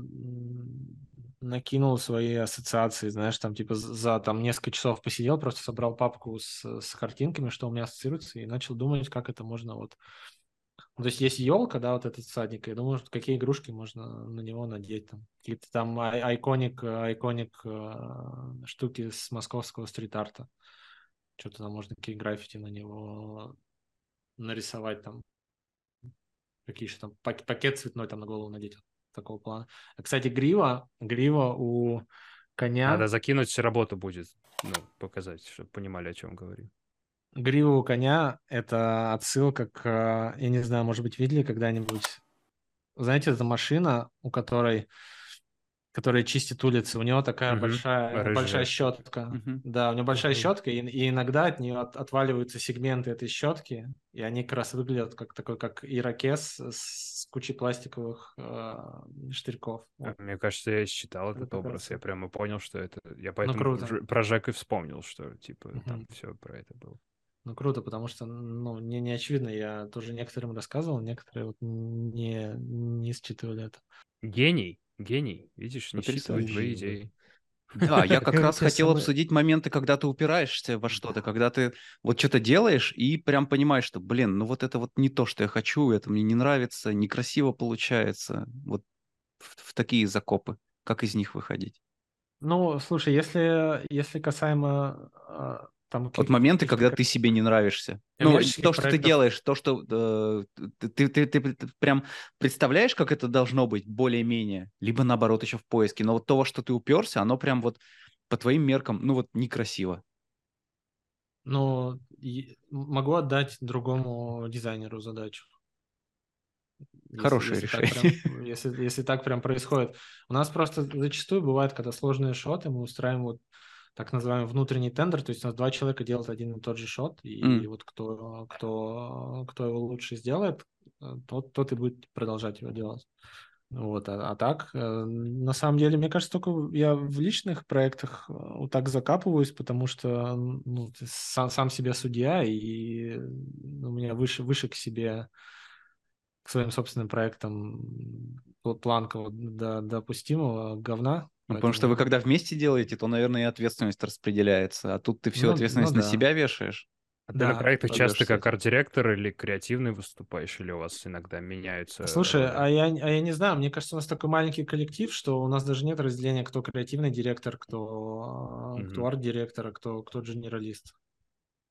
накинул свои ассоциации, знаешь, там типа за там несколько часов посидел, просто собрал папку с картинками, что у меня ассоциируется, и начал думать, как это можно вот. Ну, то есть есть елка, да, вот этот садик, я думаю, какие игрушки можно на него надеть, там какие-то там айконик штуки с московского стрит-арта, что-то там можно, какие граффити на него нарисовать, там какие еще там пакет цветной там на голову надеть, вот такого плана. Кстати, грива у Надо коня, закинуть, работу будет, ну, показать, чтобы понимали, о чем говорю. грива у коня – это отсылка к, я не знаю, может быть, видели когда-нибудь, знаете, это машина, которая чистит улицы, у него такая Угу. большая Рыжая. щетка. Мгм. Да, у него большая Мгм. щетка, и иногда от нее отваливаются сегменты этой щетки, и они как раз выглядят как такой, как ирокез с кучей пластиковых штырьков. Вот. Мне кажется, я считал Это этот как образ, раз. я прямо понял, что это... Я Ну, поэтому круто. про Жак и вспомнил, что, типа, там Мгм. все про это было. Ну, круто, потому что, ну, не очевидно. Я тоже некоторым рассказывал, некоторые вот не считывали это. Гений, видишь, не считывать Потрясающе. твои Гений, идеи. Да, я А как какая у раз тебя хотел самая... обсудить моменты, когда ты упираешься во что-то, когда ты вот что-то делаешь и прям понимаешь, что, блин, ну вот это вот не то, что я хочу, это мне не нравится, некрасиво получается. Вот в такие закопы. Как из них выходить? Ну, слушай, если касаемо там Вот моменты, каких-то когда ты себе не нравишься. Ну, то, коммерческих что ты проектов, делаешь, то, что ты прям представляешь, как это должно быть более-менее, либо наоборот еще в поиске. Но вот то, во что ты уперся, оно прям вот по твоим меркам, ну вот некрасиво. ну, могу отдать другому дизайнеру задачу. Если, Хорошее если так прям, решение. если так прям происходит. У нас просто зачастую бывает, когда сложные шоты, мы устраиваем вот так называемый внутренний тендер, то есть у нас 2 человека делают один и тот же шот, и М. вот кто его лучше сделает, тот и будет продолжать его делать. Вот, а так, на самом деле, мне кажется, только я в личных проектах вот так закапываюсь, потому что ну, ты сам себе судья, и у меня выше к себе, к своим собственным проектам планка вот до допустимого говна, Ну, потому что вы поэтому, когда вместе делаете, то, наверное, и ответственность распределяется. А тут ты всю ну ответственность на да, себя вешаешь. А ты на да. проектах часто Проблёшься с как этим. арт-директор или креативный выступаешь, или у вас иногда меняются Слушай, роли? я не знаю, мне кажется, у нас такой маленький коллектив, что у нас даже нет разделения, кто креативный директор, кто Мгм. арт-директор, кто генералист.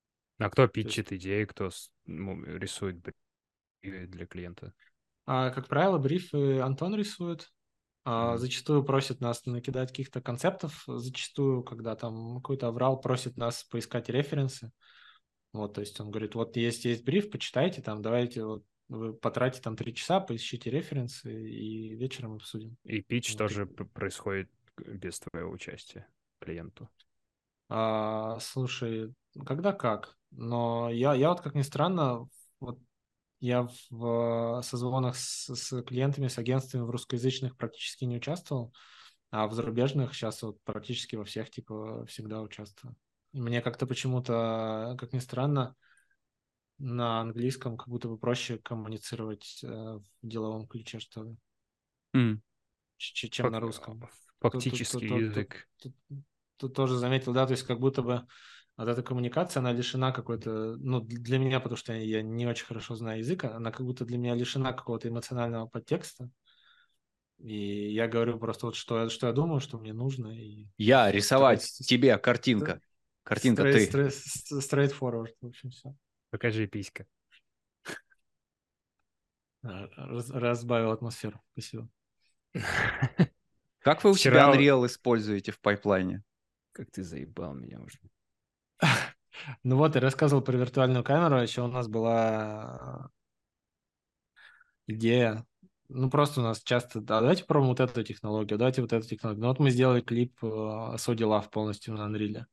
А кто То есть, питчит идеи, кто рисует брифы для клиента? как правило, брифы Антон рисует. Мгм. Зачастую просит нас накидать каких-то концептов, зачастую, когда там какой-то аврал, просит нас поискать референсы. Вот, то есть он говорит, вот есть бриф, почитайте там, давайте вот вы потратите там 3 часа, поищите референсы и вечером обсудим. И питч Вот, тоже происходит без твоего участия клиенту. слушай, когда как, но я вот как ни странно, вот я в созвонах с клиентами, с агентствами в русскоязычных практически не участвовал, а в зарубежных сейчас вот практически во всех типа всегда участвую. И мне как-то почему-то, как ни странно, на английском как будто бы проще коммуницировать в деловом ключе, что ли, М. чем на русском. Фактический язык. Тут тоже заметил, да, то есть как будто бы вот эта коммуникация, она лишена какой-то, ну, для меня, потому что я не очень хорошо знаю язык, она как будто для меня лишена какого-то эмоционального подтекста. И я говорю просто вот, что я думаю, что мне нужно. И Я все. рисовать тебе картинка. Картинка ты. Straightforward, в общем, все. Покажи писька. Разбавил атмосферу. Спасибо. Как вы у себя Вчера... Unreal используете в пайплайне? Как ты заебал меня уже. Ну вот, я рассказывал про виртуальную камеру, еще у нас была идея. Ну, просто у нас часто, да, давайте попробуем вот эту технологию, давайте вот эту технологию. Ну, вот мы сделали клип So Love полностью на Unreal.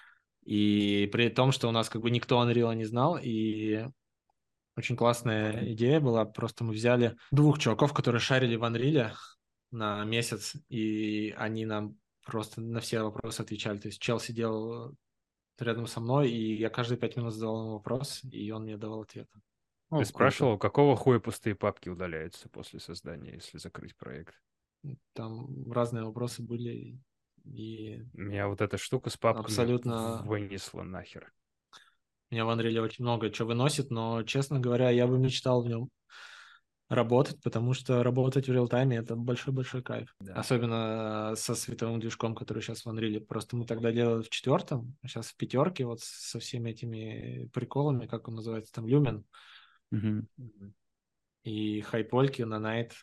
И при том, что у нас как бы никто Unreal не знал, и очень классная идея была. Просто мы взяли 2 чуваков, которые шарили в Unreal на месяц, и они нам просто на все вопросы отвечали. То есть чел сидел рядом со мной, и я каждые 5 минут задавал ему вопрос, и он мне давал ответ. Ты О, спрашивал, круто. какого хуя пустые папки удаляются после создания, если закрыть проект? Там разные вопросы были, и Меня вот эта штука с папками абсолютно... вынесла нахер. Меня в Unreal очень много чего выносит, но, честно говоря, я бы мечтал в нем работать, потому что работать в реал-тайме — это большой-большой кайф. Да. Особенно со световым движком, который сейчас в Unreal. Просто мы тогда делали в 4-м, а сейчас в 5-ке, вот со всеми этими приколами, как он называется, там, Lumen Мгм. и Хайпольки на Night,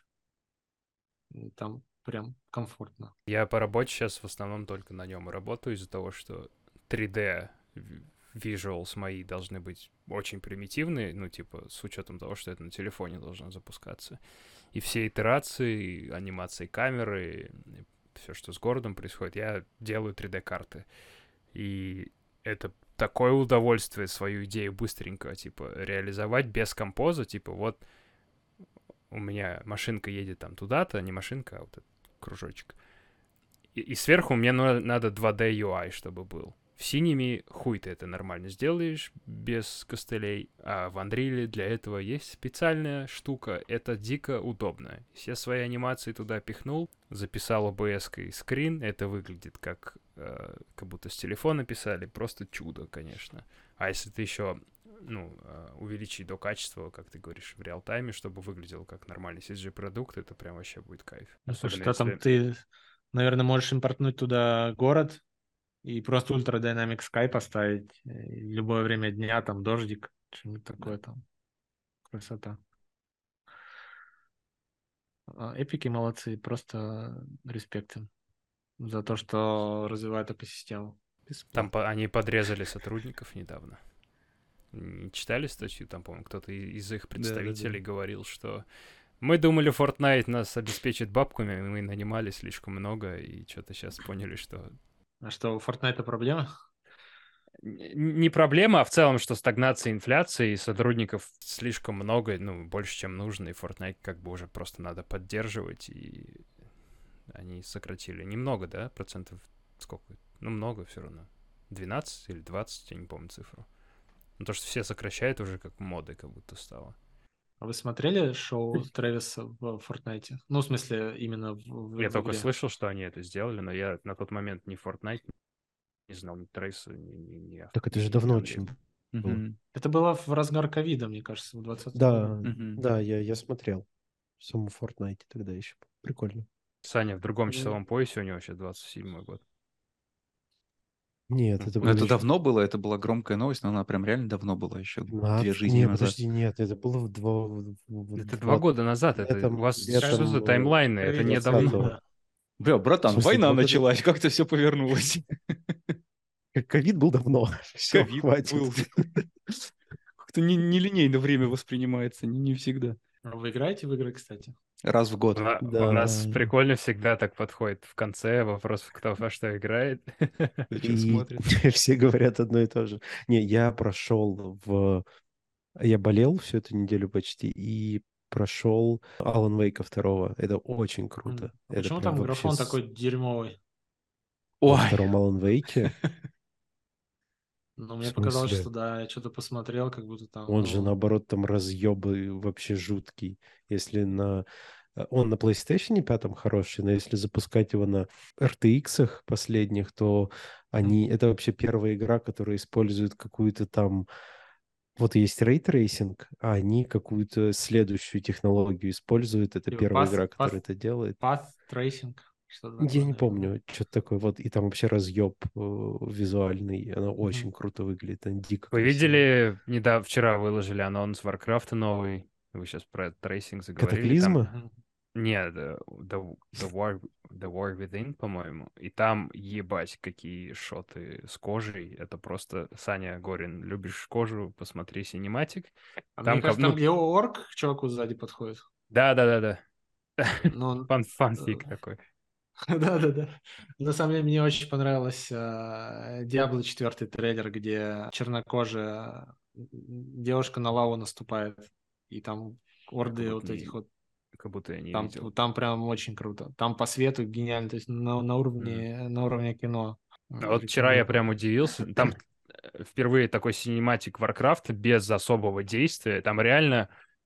там прям комфортно. Я по работе сейчас в основном только на нем и работаю из-за того, что 3D visuals мои должны быть очень примитивные, ну, типа, с учетом того, что это на телефоне должно запускаться. И все итерации, анимации камеры, все, что с городом происходит, я делаю 3D-карты. И это такое удовольствие свою идею быстренько, типа, реализовать без композа, типа, вот у меня машинка едет там туда-то, не машинка, а вот этот кружочек. И сверху мне надо 2D UI, чтобы был. В синими хуй ты это нормально сделаешь без костылей, а в Unreal для этого есть специальная штука. Это дико удобно. Все свои анимации туда пихнул, записал OBS-кой скрин. Это выглядит как будто с телефона писали. Просто чудо, конечно. А если ты еще увеличить до качества, как ты говоришь, в реал-тайме, чтобы выглядело как нормальный CG-продукт, это прям вообще будет кайф. Ну, слушай, Особенно что там ты, наверное, можешь импортнуть туда город и просто Ultra Dynamic Sky поставить. И любое время дня, там дождик, что-нибудь такое там. Красота. Эпики молодцы, просто респект им за то, что развивают экосистему. Там Бесплатно. они подрезали сотрудников недавно. Не читали статью? Там, по-моему, кто-то из их представителей говорил, что мы думали, Fortnite нас обеспечит бабками, мы нанимали слишком много, и что-то сейчас поняли, что... А что, у Fortnite проблема? Не проблема, а в целом, что стагнация инфляции, и сотрудников слишком много, ну, больше, чем нужно, и Fortnite как бы уже просто надо поддерживать, и они сократили немного, да, процентов сколько? Ну, много все равно. 12 или 20, я не помню цифру. Ну, то, что все сокращают уже как моды как будто стало. А вы смотрели шоу Трэвиса в Fortnite? Ну, в смысле, именно в Я в только игре. слышал, что они это сделали, но я на тот момент ни Fortnite не знал, ни Трейса, Так это же ни давно Unreal. очень было. Мгм. Это было в разгар ковида, мне кажется, в 2020 году. Да, Мгм. да, я смотрел. В самом Fortnite тогда еще. Прикольно. Саня в другом Ну, часовом поясе, у него сейчас 27-й год. Нет, это Ну, было это еще... давно было, это была громкая новость, но она прям реально давно была, еще 2 жизни Не, назад. подожди, нет, это было Это 2 года назад. Это у вас что за таймлайны? Это не давно. Бля, В братан, смысле, война 2 года? началась, как-то все повернулось. Ковид был давно. Все, Ковид хватит. был. Как-то нелинейно время воспринимается, не всегда. Вы играете в игры, кстати? Раз в год. У нас Да. прикольно всегда так подходит в конце вопрос, кто во что играет. Что И смотрит. все говорят одно и то же. Не, я прошел в... Я болел всю эту неделю почти и прошел Alan Wake 2. Это очень круто. А Это почему прям там вообще графон такой дерьмовый? во Ой, втором Alan Wake. Ну, В мне показалось, смысле? что да, я что-то посмотрел, как будто там, Он же, ну... наоборот, там разъебы вообще жуткий. Если на... Он на PlayStation 5 хороший, но если запускать его на RTX последних, то они... Это вообще первая игра, которая использует какую-то там... Вот есть рейтрейсинг, а они какую-то следующую технологию используют. Это Типа первая игра, которая Path это делает. Tracing, что-то Я такое, не наверное. помню, что такое. Вот, и там вообще разъеб визуальный. Она Мгм. очень круто выглядит, она дико Вы красивая. видели, вчера выложили анонс Warcraft новый. Вы сейчас про трейсинг заговорили. Там Катаклизма? Мгм. нет, The War Within, по-моему. И там, ебать, какие шоты с кожей. Это просто, Саня Горин, любишь кожу, посмотри синематик. А мне Там, кажется, там ну, где орк к чуваку сзади подходит. да-да-да-да. Ну, Фанфик такой. да-да-да. На самом деле, мне очень понравилось Diablo 4 трейлер, где чернокожая девушка на лаву наступает. И там орды вот этих вот. Как будто я не Там, видел. там прям очень круто. Там по свету гениально. То есть на Мгм. уровне кино. А вот вчера я Рекомендую. прям удивился. Там впервые такой синематик Warcraft без особого действия. Там реально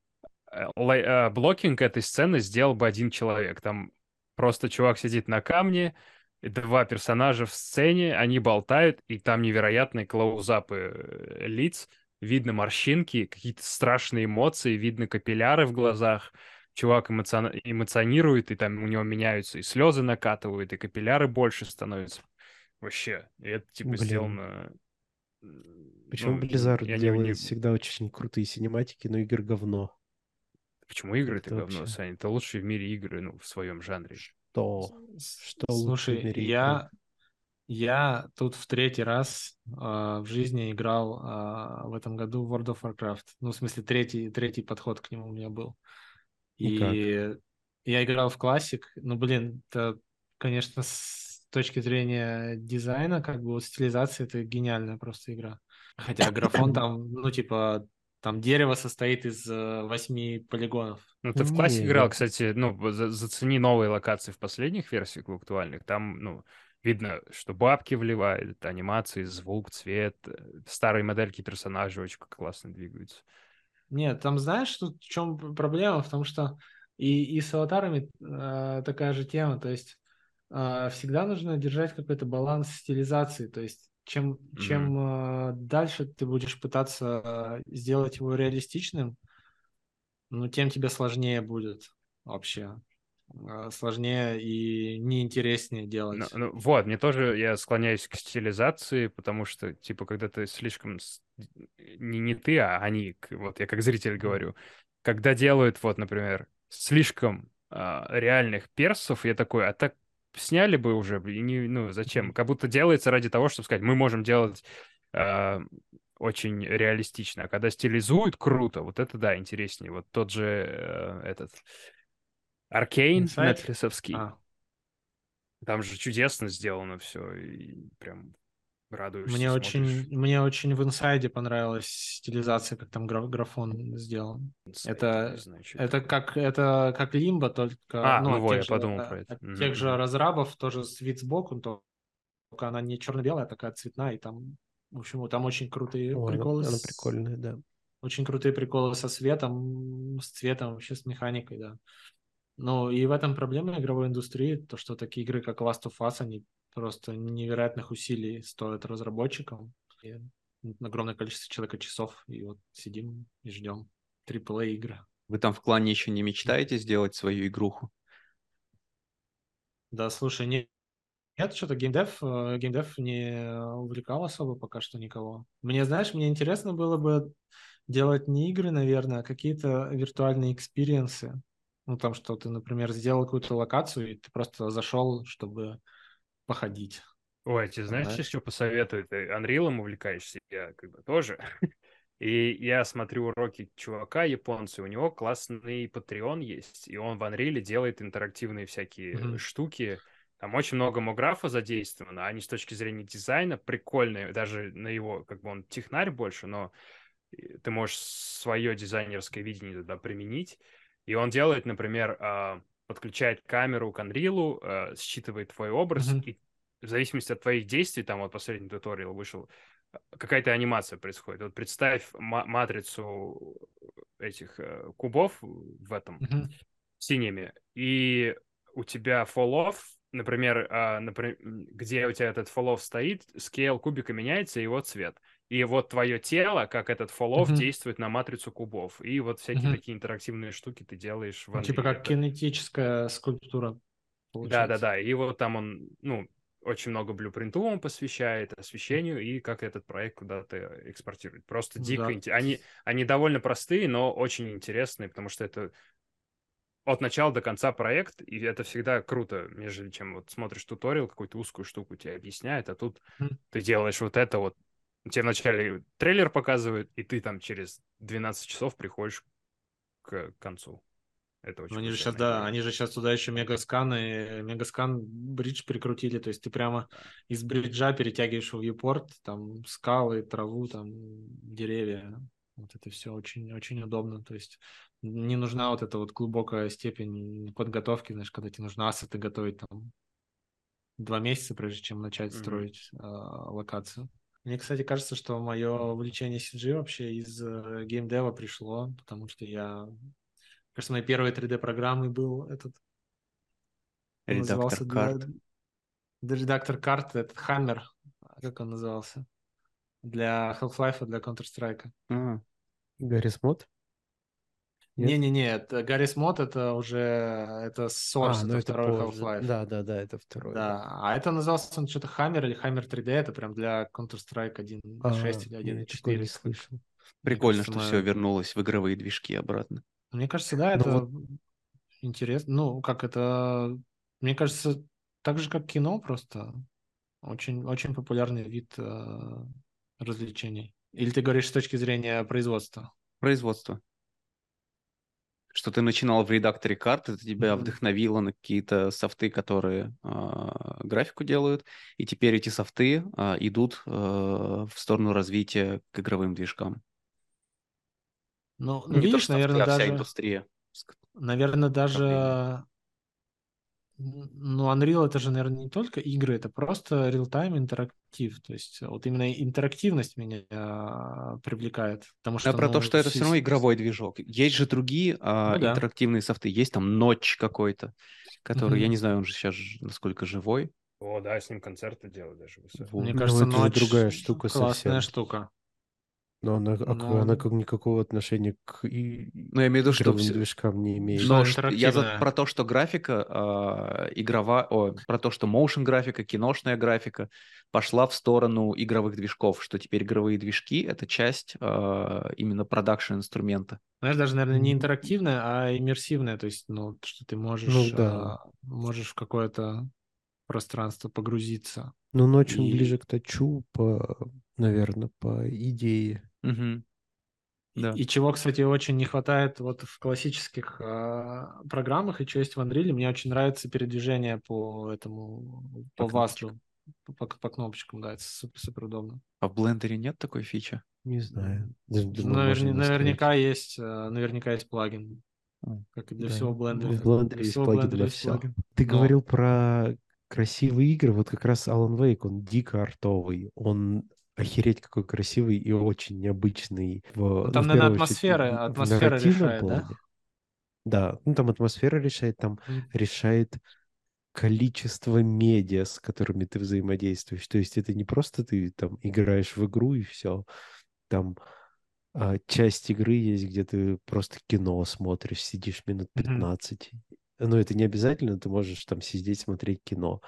блокинг этой сцены сделал бы один человек. Там просто чувак сидит на камне, и 2 персонажа в сцене, они болтают, и там невероятные клоузапы лиц, видно морщинки, какие-то страшные эмоции, видно капилляры в глазах. Чувак эмоционирует, и там у него меняются и слезы накатывают, и капилляры больше становятся. Вообще, и это типа Блин. сделано... Почему Ну, Blizzard я делает всегда очень крутые синематики, но игр говно? Почему игры Как это это говно, вообще? Саня? Это лучшие в мире игры, ну, в своем жанре. Что лучше в Слушай, мире игры? я тут в третий раз в жизни играл в этом году в World of Warcraft. Ну, в смысле, третий подход к нему у меня был. И как? И я играл в классик. Ну, блин, это, конечно, с точки зрения дизайна, как бы вот стилизации, это гениальная просто игра. Хотя графон там, ну, типа, там дерево состоит из 8 полигонов. Ну, ты в классе Не, я... играл, кстати, ну, зацени новые локации в последних версиях, в актуальных. Там, ну, видно, что бабки вливают, анимации, звук, цвет. Старые модельки персонажей очень классно двигаются. Нет, там знаешь, тут в чем проблема? В том, что и с аватарами такая же тема. То есть всегда нужно держать какой-то баланс стилизации. То есть чем Мгм. дальше ты будешь пытаться сделать его реалистичным, ну, тем тебе сложнее будет вообще. Сложнее и неинтереснее Ну, делать. ну, вот, мне тоже, я склоняюсь к стилизации, потому что, типа, когда ты слишком... Не ты, а они, вот я как зритель Мгм. говорю, когда делают, вот, например, слишком реальных персов, я такой, а так сняли бы уже, и не, ну, зачем? Мгм. Как будто делается ради того, чтобы сказать, мы можем делать а, очень реалистично, а когда стилизуют круто, вот это, да, интереснее. Вот тот же этот Аркейн Инсайд? нетфликсовский, А, там же чудесно сделано все, и прям радуешься, Мне смотришь. очень в инсайде понравилась стилизация, как там графон сделан. Инсайт, не Это, знаю, что это это такое. как это как Лимбо, только Ну от во, тех я же подумал про это. от Мгм, тех же мгм. разрабов, тоже с вид сбоку, только она не черно-белая, а такая цветная, и там, в общем, вот там Ой, она прикольная, да. очень крутые приколы со светом, с цветом, вообще с механикой, да. Ну и в этом проблема игровой индустрии, то, что такие игры, как Last of Us, они просто невероятных усилий стоят разработчикам. И огромное количество человека часов, и вот сидим и ждем AAA игры. Вы там в клане еще не мечтаете сделать свою игруху? Да, слушай, не Нет, что-то геймдев не увлекал особо пока что никого. Мне, знаешь, мне интересно было бы делать не игры, наверное, а какие-то виртуальные экспириенсы. Ну, там, что ты, например, сделал какую-то локацию, и ты просто зашел, чтобы походить. Ой, тебе знаешь, Знаешь? что посоветую? Ты Unreal увлекаешься? Я как бы тоже. И я смотрю уроки чувака японца, у него классный Patreon есть, и он в Unreal делает интерактивные всякие Мгм. штуки. Там очень много мографа задействовано, они с точки зрения дизайна прикольные, даже на его, как бы он технарь больше, но ты можешь свое дизайнерское видение туда применить. И он делает, например, подключает камеру к Unreal, считывает твой образ, Мгм. и в зависимости от твоих действий, там вот последний туториал вышел, какая-то анимация происходит. Вот представь матрицу этих кубов в этом Мгм. синими, и у тебя fall-off, например, где у тебя этот fall-off стоит, scale кубика меняется, его цвет. И вот твое тело, как этот fall-off, Мгм. действует на матрицу кубов. И вот всякие Мгм. такие интерактивные штуки ты делаешь в Ну, типа Unreal. как кинетическая скульптура получается. Да-да-да, и вот там он, ну, очень много блюпринту он посвящает, освещению, и как этот проект куда-то экспортирует. Просто Ну дико да. интересно. Они довольно простые, но очень интересные, потому что это от начала до конца проект, и это всегда круто, нежели чем вот смотришь туториал, какую-то узкую штуку тебе объясняет, а тут Мгм. ты делаешь вот это вот. Тебе вначале трейлер показывают, и ты там через 12 часов приходишь к концу. Это Ну, очень они же сейчас, крутая да, идея. они же сейчас туда еще мегаскан бридж прикрутили, то есть ты прямо Да. из бриджа перетягиваешь в viewport, там скалы, траву, там деревья. Вот это все очень, очень удобно, то есть не нужна вот эта вот глубокая степень подготовки, знаешь, когда тебе нужно ассеты готовить там 2 месяца, прежде чем начать Мгм. строить локацию. Мне, кстати, кажется, что мое увлечение CG вообще из геймдева пришло, потому что кажется, моей первой 3D-программой был этот, он Редактор назывался карт. редактор карты, этот Hammer, как он назывался, для Half-Life, для Counter-Strike. А, Гаррис Мод? Нет? Не-не-не, это Garry's Mod, это Source, Ну это это второй позже. Half-Life. Да, это второй, да. Да, а это назывался он что-то Hammer или Hammer 3D, это прям для Counter-Strike 1.6 или Я такой не 1.4. слышал. Мне прикольно, кажется, что все мое... вернулось в игровые движки обратно. Мне кажется, да, Ну вот, это интересно. Ну, как это... Мне кажется, так же, как кино, просто очень, очень популярный вид развлечений. Или ты говоришь с точки зрения производства? Производство. Что ты начинал в редакторе карт, это тебя Мгм. вдохновило на какие-то софты, которые графику делают, и теперь эти софты идут в сторону развития к игровым движкам. Ну, Не то видишь, что софты, а вся индустрия. наверное, Направление. даже ну, Unreal это же, наверное, не только игры, это просто real-time интерактив. То есть вот именно интерактивность меня привлекает, потому Я что, про то, ну, что это все равно игровой движок. Есть же другие ну да. интерактивные софты. Есть там Notch какой-то, который, я Мгм. не знаю, он же сейчас насколько живой. О, да, с ним концерты делают даже высокие. Мне Вот. ну кажется, это же ночь другая штука классная совсем. штука. Но она, Но, она как никакого отношения к Но я имею в виду, что игровым все, движкам не что имеет. она Я интерактивная. про то, что графика про то, что motion графика, киношная графика пошла в сторону игровых движков, что теперь игровые движки это часть именно продакшн инструмента. Знаешь, даже, наверное, не М, интерактивная, а иммерсивная. То есть, ну, что ты Ну можешь, да. можешь в какое-то пространство погрузиться. Но ночь он И ближе к тачу, наверное, по идее. Мгм. Да. И чего, кстати, очень не хватает вот в классических программах, и что есть в Unreal, мне очень нравится передвижение по этому, По по кнопочкам. вазу, по кнопочкам, да, это супер, супер удобно. А в блендере нет такой фичи? Не знаю. Даже думаю, можно Наверняка есть плагин, А, как и для Да, всего в блендера. Для Blender есть всего плагин блендера на есть все. плагин. Ты Но говорил про красивые игры, вот как раз Alan Wake, он дико артовый, он охереть какой красивый и очень необычный ну, ну, там, в наверное, первую очередь, в атмосфера нарративном решает, да? плане. Да, ну там атмосфера решает, там М. решает количество медиа, с которыми ты взаимодействуешь. То есть это не просто ты там играешь в игру и все. Там часть игры есть, где ты просто кино смотришь, сидишь минут Мгм. 15. Но это не обязательно, ты можешь там сидеть, смотреть кино.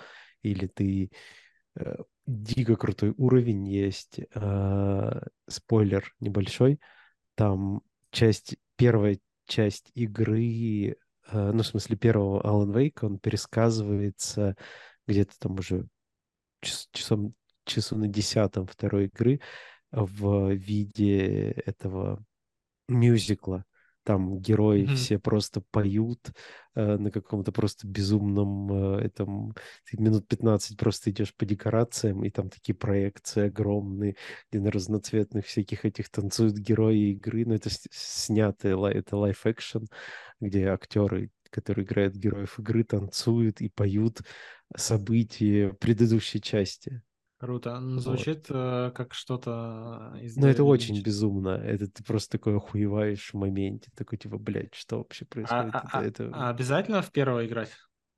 или ты дико крутой уровень есть. Спойлер небольшой. Там первая часть игры, ну, в смысле, первого Alan Wake, он пересказывается где-то там уже часу на 10 второй игры в виде этого мюзикла. Там герои Мгм. все просто поют на каком-то просто безумном этом... Ты минут 15 просто идешь по декорациям, и там такие проекции огромные, где на разноцветных всяких этих танцуют герои игры. Но это снято, это лайф-экшен, где актеры, которые играют героев игры, танцуют и поют события предыдущей части. Круто. Вот. Звучит как что-то из Но это Дэвида очень Линча. безумно. Это ты просто такой охуеваешь в моменте. Такой, типа, блядь, что вообще А, происходит? а- а- Это... а обязательно в первого играть?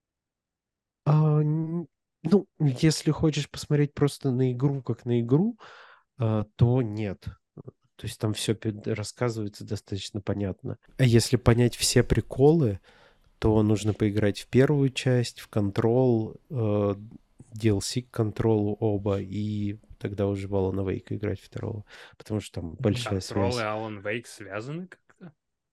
Ну, если хочешь посмотреть просто на игру как на игру, то нет. То есть там все рассказывается достаточно понятно. А если понять все приколы, то нужно поиграть в первую часть, в Control, DLC к Control оба, и тогда уже в Alan Wake играть второго. Потому что там большая Контрол и связь. Alan Wake связаны как-то?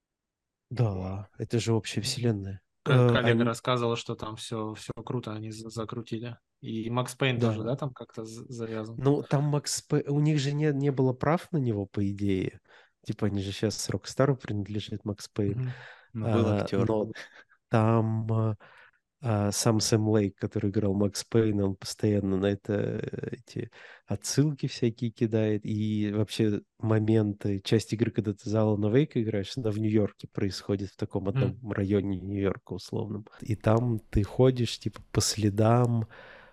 Да, это же общая вселенная. Коллега Они... рассказывал, что там все круто, они закрутили. И Макс Пейн тоже, да, Да. там как-то завязан? Ну, там у них же не было прав на него, по идее. Типа, они же сейчас Rockstar принадлежит Макс Пейн. Мгм. Но был актер. Но там сам Сэм Лейк, который играл Макс Пейн, он постоянно на это эти отсылки всякие кидает. И вообще моменты, часть игры, когда ты за Алана Вейка играешь, она в Нью-Йорке происходит, в таком одном Мгм. районе Нью-Йорка условном. И там ты ходишь, типа, по следам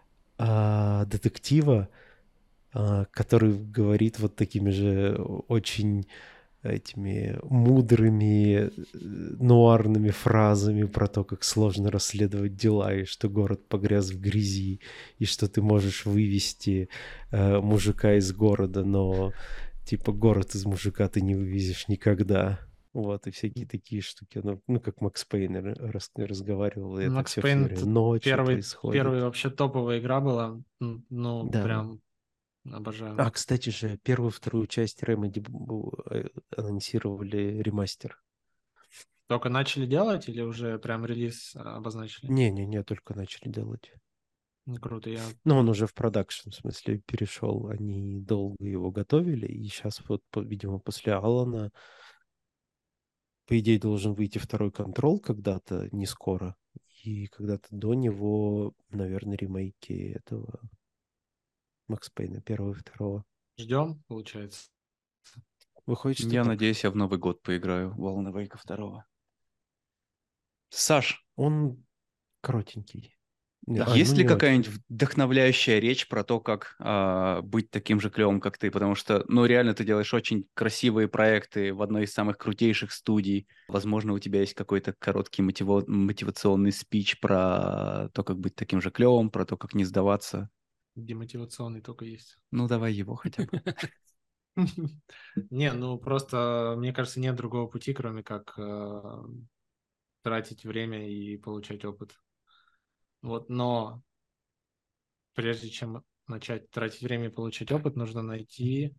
детектива, который говорит вот такими же очень этими мудрыми нуарными фразами про то, как сложно расследовать дела, и что город погряз в грязи, и что ты можешь вывести мужика из города, но типа город из мужика ты не вывезешь никогда. Вот, и всякие такие штуки. Ну как Макс Пейн разговаривал, и это Макс все Пейн время ночью первый происходит. вообще топовая игра была. Ну, Да. прям обожаю. А, кстати же, первую и вторую часть Remedy анонсировали ремастер. Только начали делать или уже прям релиз обозначили? Не-не-не, только начали делать. Ну, круто, я... Но он уже в продакшн, в смысле, перешел. Они долго его готовили, и сейчас вот, видимо, после Алана, по идее, должен выйти второй контрол когда-то, не скоро. И когда-то до него, наверное, ремейки этого Макс Пейна первого и второго. Ждем, получается. Выходит, что Я так. надеюсь, я в Новый год поиграю в Alan Wake 2. Саш, Он коротенький. Ну есть ли не очень. какая-нибудь вдохновляющая речь про то, как быть таким же клевым, как ты? Потому что, ну, реально ты делаешь очень красивые проекты в одной из самых крутейших студий. Возможно, у тебя есть какой-то короткий мотивационный спич про то, как быть таким же клевым, про то, как не сдаваться. Демотивационный только есть. Ну, давай его хотя бы. Не, ну просто, мне кажется, нет другого пути, кроме как тратить время и получать опыт. Вот, но прежде чем начать тратить время и получать опыт, нужно найти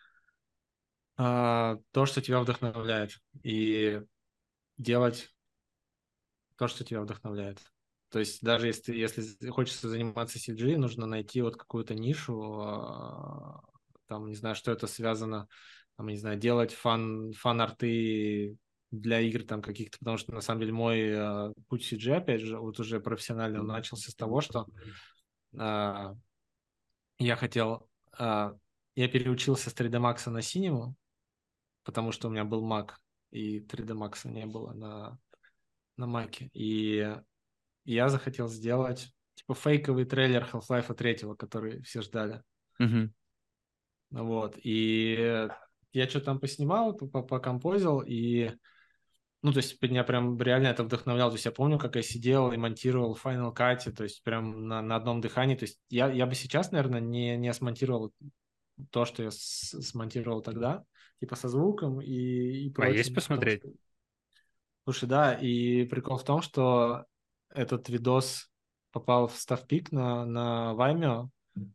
то, что тебя вдохновляет, и делать то, что тебя вдохновляет. То есть даже если хочется заниматься CG, нужно найти вот какую-то нишу, там, не знаю, что это связано, там, не знаю, делать фан-арты для игр там каких-то, потому что на самом деле мой путь CG, опять же, вот уже профессионально, он начался с того, что а, я хотел, я переучился с 3D Max на Cinema, потому что у меня был Mac, и 3D Max не было на Mac. И я захотел сделать типа фейковый трейлер Half-Life 3, который все ждали. Мгм. Вот. И я что-то там поснимал, покомпозил, и ну, то есть меня прям реально это вдохновляло. То есть я помню, как я сидел и монтировал в Final Cut, то есть прям на одном дыхании. То есть я бы сейчас, наверное, не смонтировал то, что я смонтировал тогда, типа со звуком и А есть прочим. Потому посмотреть? что... Слушай, да, и прикол в том, что этот видос попал в ставпик на Vimeo,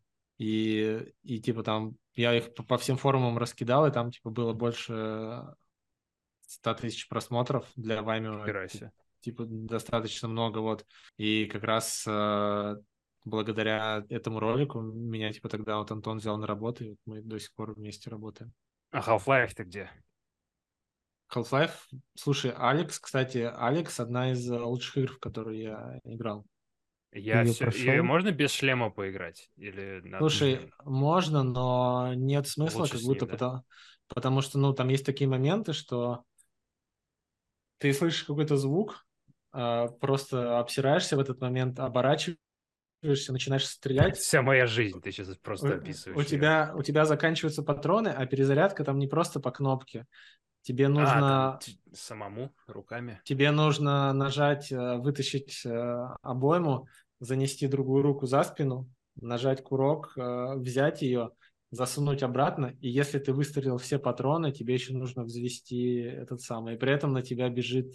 и типа там я их по всем форумам раскидал, и там типа было больше 100 тысяч просмотров для Vimeo. Типа достаточно много, вот. И как раз благодаря этому ролику меня типа тогда вот Антон взял на работу, и вот мы до сих пор вместе работаем. А Half-Life-то где? Half-Life, слушай, Алекс, кстати, Алекс одна из лучших игр, в которые я играл. Ее можно без шлема поиграть? Или надо Слушай, шлем? можно, но нет смысла, Лучше как с будто ним, да? потому что, ну, там есть такие моменты, что ты слышишь какой-то звук, просто обсираешься в этот момент, оборачиваешься, начинаешь стрелять. Вся моя жизнь, ты сейчас просто описываешь ее. У тебя заканчиваются патроны, а перезарядка там не просто по кнопке. Тебе Там нужно самому, руками? Тебе нужно нажать, вытащить обойму, занести другую руку за спину, нажать курок, взять ее, засунуть обратно, и если ты выстрелил все патроны, тебе еще нужно взвести этот самый. И при этом на тебя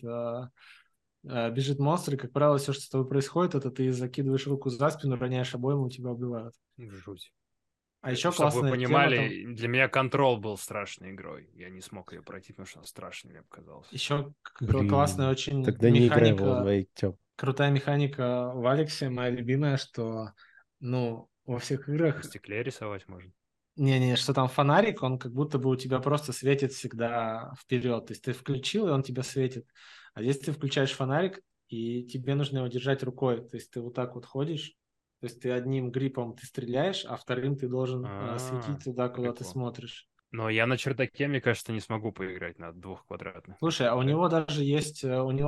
бежит монстр, и, как правило, все, что с тобой происходит, это ты закидываешь руку за спину, роняешь обойму, тебя убивают. Жуть. А еще Чтобы вы классная тема там... понимали, для меня Control был страшной игрой. Я не смог ее пройти, потому что она страшной мне показалась. Еще классная Блин, очень тогда не играй в Alan Wake, Тём. крутая механика в Алексе, моя любимая, что, ну, во всех играх... На стекле рисовать можно? Не-не, что там фонарик, он как будто бы у тебя просто светит всегда вперед. То есть ты включил, и он тебя светит. А здесь ты включаешь фонарик, и тебе нужно его держать рукой. То есть ты вот так вот ходишь, то есть ты одним гриппом ты стреляешь, а вторым ты должен светить туда, куда ты смотришь. Но я на чердаке, мне кажется, не смогу поиграть на 2 квадратных. Слушай, а у него даже есть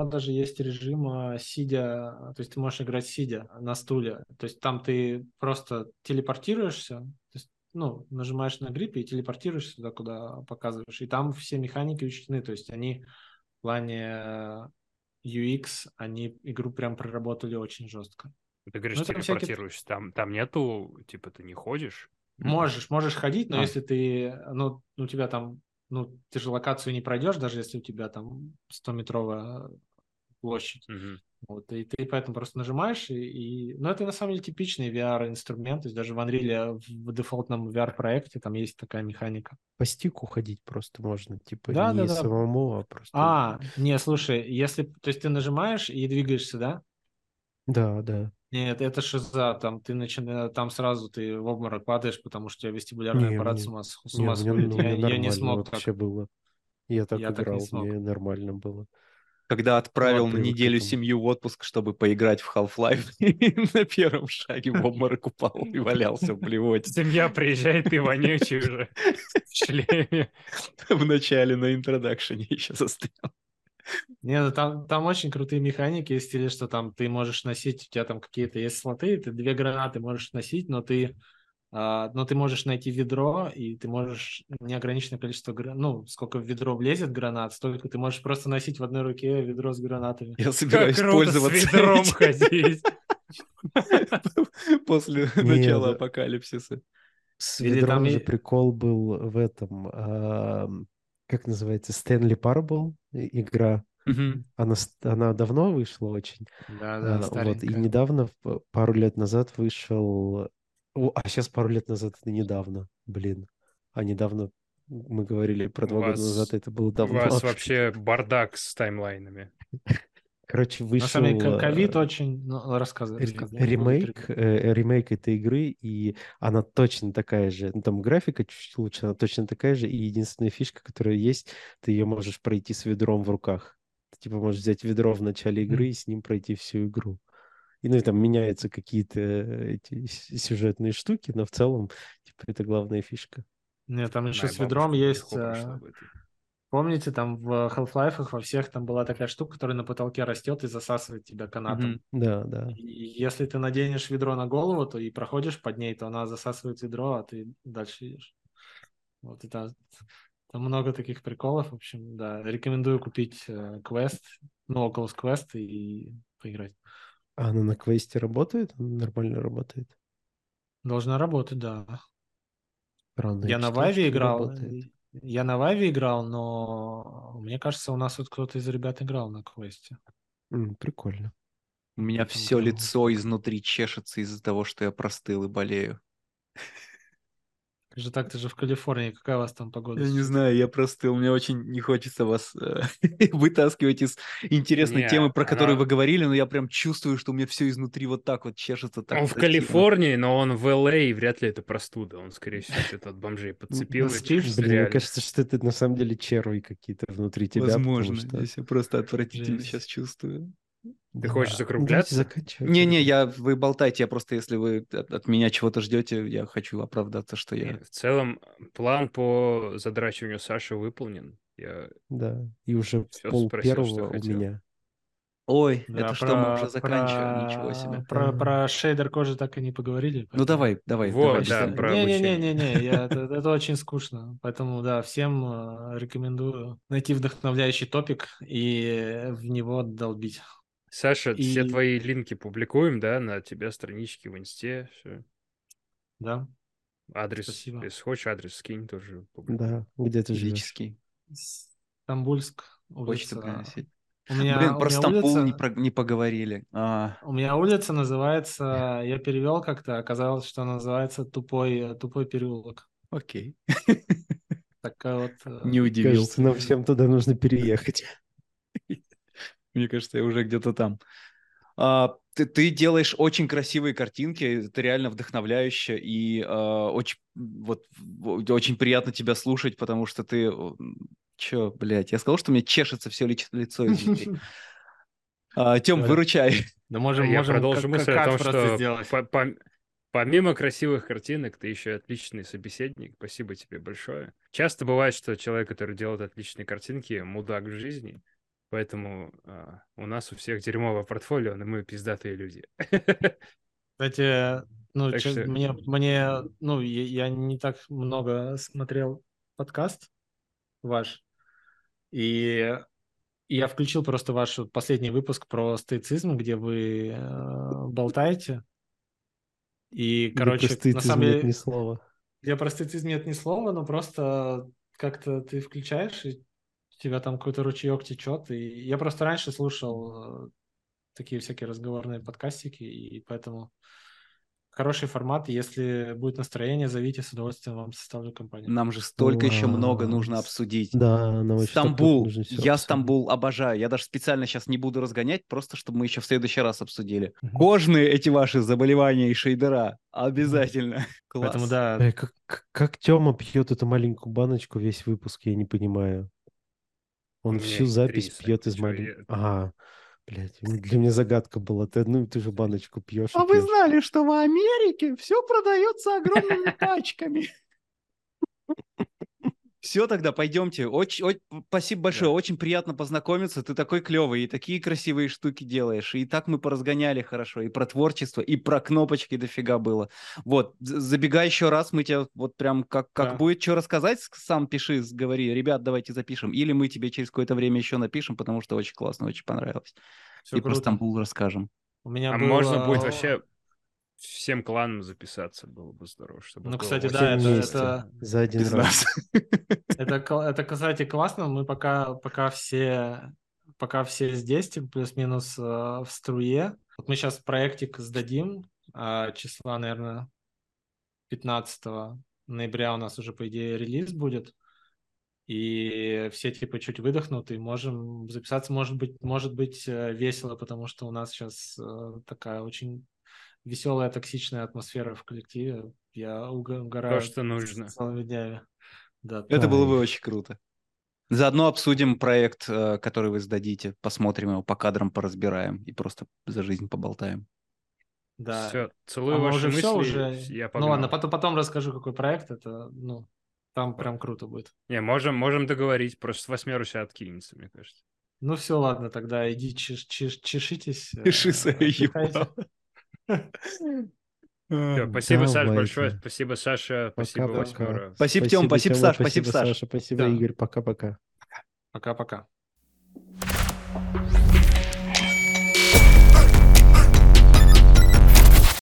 режим сидя, то есть ты можешь играть сидя на стуле. То есть там ты просто телепортируешься, то есть, ну, нажимаешь на гриппе и телепортируешься туда, куда показываешь. И там все механики учтены, то есть они в плане UX, они игру прям проработали очень жестко. Ты говоришь, Ну, там всякие... телепортируешься, там нету, типа, ты не ходишь? Можешь ходить, но если ты, ну, у тебя там, ну, ты же локацию не пройдешь, даже если у тебя там 100-метровая площадь. Вот, и ты поэтому просто нажимаешь, ну, это на самом деле типичный VR-инструмент, то есть даже в Unreal, в дефолтном VR-проекте там есть такая механика. По стику ходить просто можно, типа Да. самому, а просто... Не, слушай, если, то есть ты нажимаешь и двигаешься, да? Да. Нет, это шиза, там ты там сразу ты в обморок падаешь, потому что у тебя вестибулярный аппарат с ума У меня сходит. Я не нормально смог вообще так. было. Я так Я так не играл, смог. мне нормально было. Когда отправил Вот, на привык к неделю этому. семью в отпуск, чтобы поиграть в Half-Life, и на первом шаге в обморок упал и валялся в блевоте. Семья приезжает, ты вонючий уже в шлеме. В начале на интродакшене еще застрял. Не, ну там очень крутые механики, в стиле, что там ты можешь носить, у тебя там какие-то есть слоты, ты 2 гранаты можешь носить, но ты можешь найти ведро, и ты можешь неограниченное количество ну, сколько в ведро влезет гранат, столько ты можешь просто носить в одной руке ведро с гранатами. Я собираюсь Как круто пользоваться с ведром этим ходить. после начала апокалипсиса. С Или ведром там же прикол был в этом, как называется, Stanley Parable игра. Она давно вышла очень. Да, Вот, и старенькая. недавно, пару лет назад вышел... сейчас пару лет назад это недавно, блин. А недавно мы говорили про 2 года назад, это было У давно. вас вообще бардак с таймлайнами. Короче, На самом деле, вышел ковид очень... Ну, рассказывай. ремейк этой игры, и она точно такая же. Ну, там графика чуть лучше, она точно такая же, и единственная фишка, которая есть, ты ее можешь пройти с ведром в руках. Ты, типа, можешь взять ведро в начале игры и с ним пройти всю игру. И, ну, и там меняются какие-то эти сюжетные штуки, но в целом, типа, это главная фишка. Нет, там еще Моя с ведром бабушка есть... легко прошла в этой. Помните, там в Half-Life во всех там была такая штука, которая на потолке растет и засасывает тебя канатом. Да. И если ты наденешь ведро на голову, то и проходишь под ней, то она засасывает ведро, а ты дальше идешь. Вот это там много таких приколов. В общем, да, рекомендую купить квест, ну, Oculus Quest и поиграть. А она на квесте работает? Она нормально работает? Должна работать, да. Странно, Я на читал, Вайве что не играл. работает. Я на Вайве играл, но мне кажется, у нас вот кто-то из ребят играл на квесте. Прикольно. У меня Там все прям лицо изнутри чешется из-за того, что я простыл и болею. же так, ты же в Калифорнии, какая у вас там погода Я не сейчас? знаю, я простыл. Мне очень не хочется вас вытаскивать из интересной Не, темы, про которую вы она... говорили, но я прям чувствую, что у меня все изнутри вот так вот чешется, так Он в противно. Калифорнии, но он в ЛА, и вряд ли это простуда. Он, скорее всего, где-то от бомжей подцепил и чешется Блин, мне реально. кажется, что это на самом деле черви какие-то внутри тебя, потому Возможно, что... я себя просто отвратительно Жесть. сейчас чувствую. Ты Да. хочешь Ну, давайте закругляться? заканчивать. Не-не, вы болтайте, я просто, если вы от меня чего-то ждете, я хочу оправдаться, что Не, я... в целом, план по задрачиванию Саши выполнен. Я Да, и уже все пол спросил, что первого у хотел. меня. Ой, Да, это что, мы уже заканчиваем? Ничего себе. про шейдер кожи так и не поговорили, Ну поэтому... давай, Вот, Я давай. да, считаю... про обучение. Не-не-не-не-не, это очень скучно. Поэтому, да, всем рекомендую найти вдохновляющий топик и в него долбить. Саша, все И твои линки публикуем, да, на тебя странички в инсте. Всё. да, Адрес, спасибо. если хочешь, адрес скинь, тоже публикуем. Да, где ты живешь? Физический. Стамбульск, Почта улица. приносить. У Блин, меня, у про меня Стамбул улица, не поговорили. у меня улица называется, я перевел как-то, оказалось, что она называется Тупой переулок. Окей. Такая вот. Не удивил. Кажется, нам всем туда нужно переехать. Мне кажется, я уже где-то там. Ты делаешь очень красивые картинки, это реально вдохновляюще, и очень приятно тебя слушать, потому что ты... Чё, блядь, я сказал, что мне чешется все лицо изнутри. Тем, Говорят, выручай. да Я можем продолжу мысль о том, просто что сделать. помимо красивых картинок, ты еще и отличный собеседник. Спасибо тебе большое. Часто бывает, что человек, который делает отличные картинки, мудак в жизни. Поэтому у нас у всех дерьмовое портфолио, но мы пиздатые люди. Кстати, ну, Так что ну, я не так много смотрел подкаст ваш, и я включил просто ваш последний выпуск про стоицизм, где вы болтаете. И, Где про короче, на стоицизм самом нет ни деле, слова. я про стоицизм нет ни слова, но просто как-то ты включаешь, и у тебя там какой-то ручеек течет. И я просто раньше слушал такие всякие разговорные подкастики, и поэтому хороший формат. Если будет настроение, зовите, с удовольствием вам составлю компанию. Нам же столько еще много нужно Класс. обсудить. Да, нам еще так много Стамбул. нужно все Я обсудить. Стамбул обожаю. Я даже специально сейчас не буду разгонять, просто чтобы мы еще в следующий раз обсудили. Мгм. Кожные эти ваши заболевания и шейдера. Обязательно. Поэтому, Класс. да, Как Тёма пьет эту маленькую баночку весь выпуск, я не понимаю. у Он меня всю их запись 3, Сань. пьет из Чё, маленькой... Ага, блядь, для меня загадка была. Ты одну и ту же баночку пьешь и А вы пьешь. знали, что в Америке все продается огромными пачками? Все, тогда пойдемте. Спасибо большое, Да. очень приятно познакомиться. Ты такой клевый и такие красивые штуки делаешь. И так мы поразгоняли хорошо. И про творчество, и про кнопочки дофига было. Вот, забегай еще раз, мы тебе вот прям как да, будет что рассказать, сам пиши, говори, ребят, давайте запишем. Или мы тебе через какое-то время еще напишем, потому что очень классно, очень понравилось. все И про круто. Стамбул расскажем. У меня А был... можно будет вообще всем кланам записаться, было бы здорово, чтобы Ну, было кстати, 8 да, Всем вместе, это, за один Без раз. нас. это, кстати, классно. Мы пока все здесь, типа, плюс-минус в струе. Вот мы сейчас проектик сдадим, числа, наверное, 15 ноября у нас уже, по идее, релиз будет. И все, типа, чуть выдохнут, и можем записаться. Может быть весело, потому что у нас сейчас такая очень веселая, токсичная атмосфера в коллективе. Я То, угораю что нужно. целыми днями. Да, Это было бы Кайф. очень круто. Заодно обсудим проект, который вы сдадите, посмотрим его, по кадрам поразбираем и просто за жизнь поболтаем. да. Все, А целую мы ваши уже все мысли, уже. я Ну ладно, погнал. потом расскажу, какой проект это. Ну, там прям круто будет. Не, можем договорить, просто с 8 себя откинется, мне кажется. Ну все, ладно, тогда иди чешитесь, Пиши свое отдыхайте. Все, спасибо, Саш, большое. Давайте. Спасибо, Саша. Спасибо, Пока-пока. Восьмера. Спасибо, Тём, спасибо, Тёма, Саш, спасибо, Саш. Саша, спасибо, Да. Игорь, пока-пока. Пока-пока.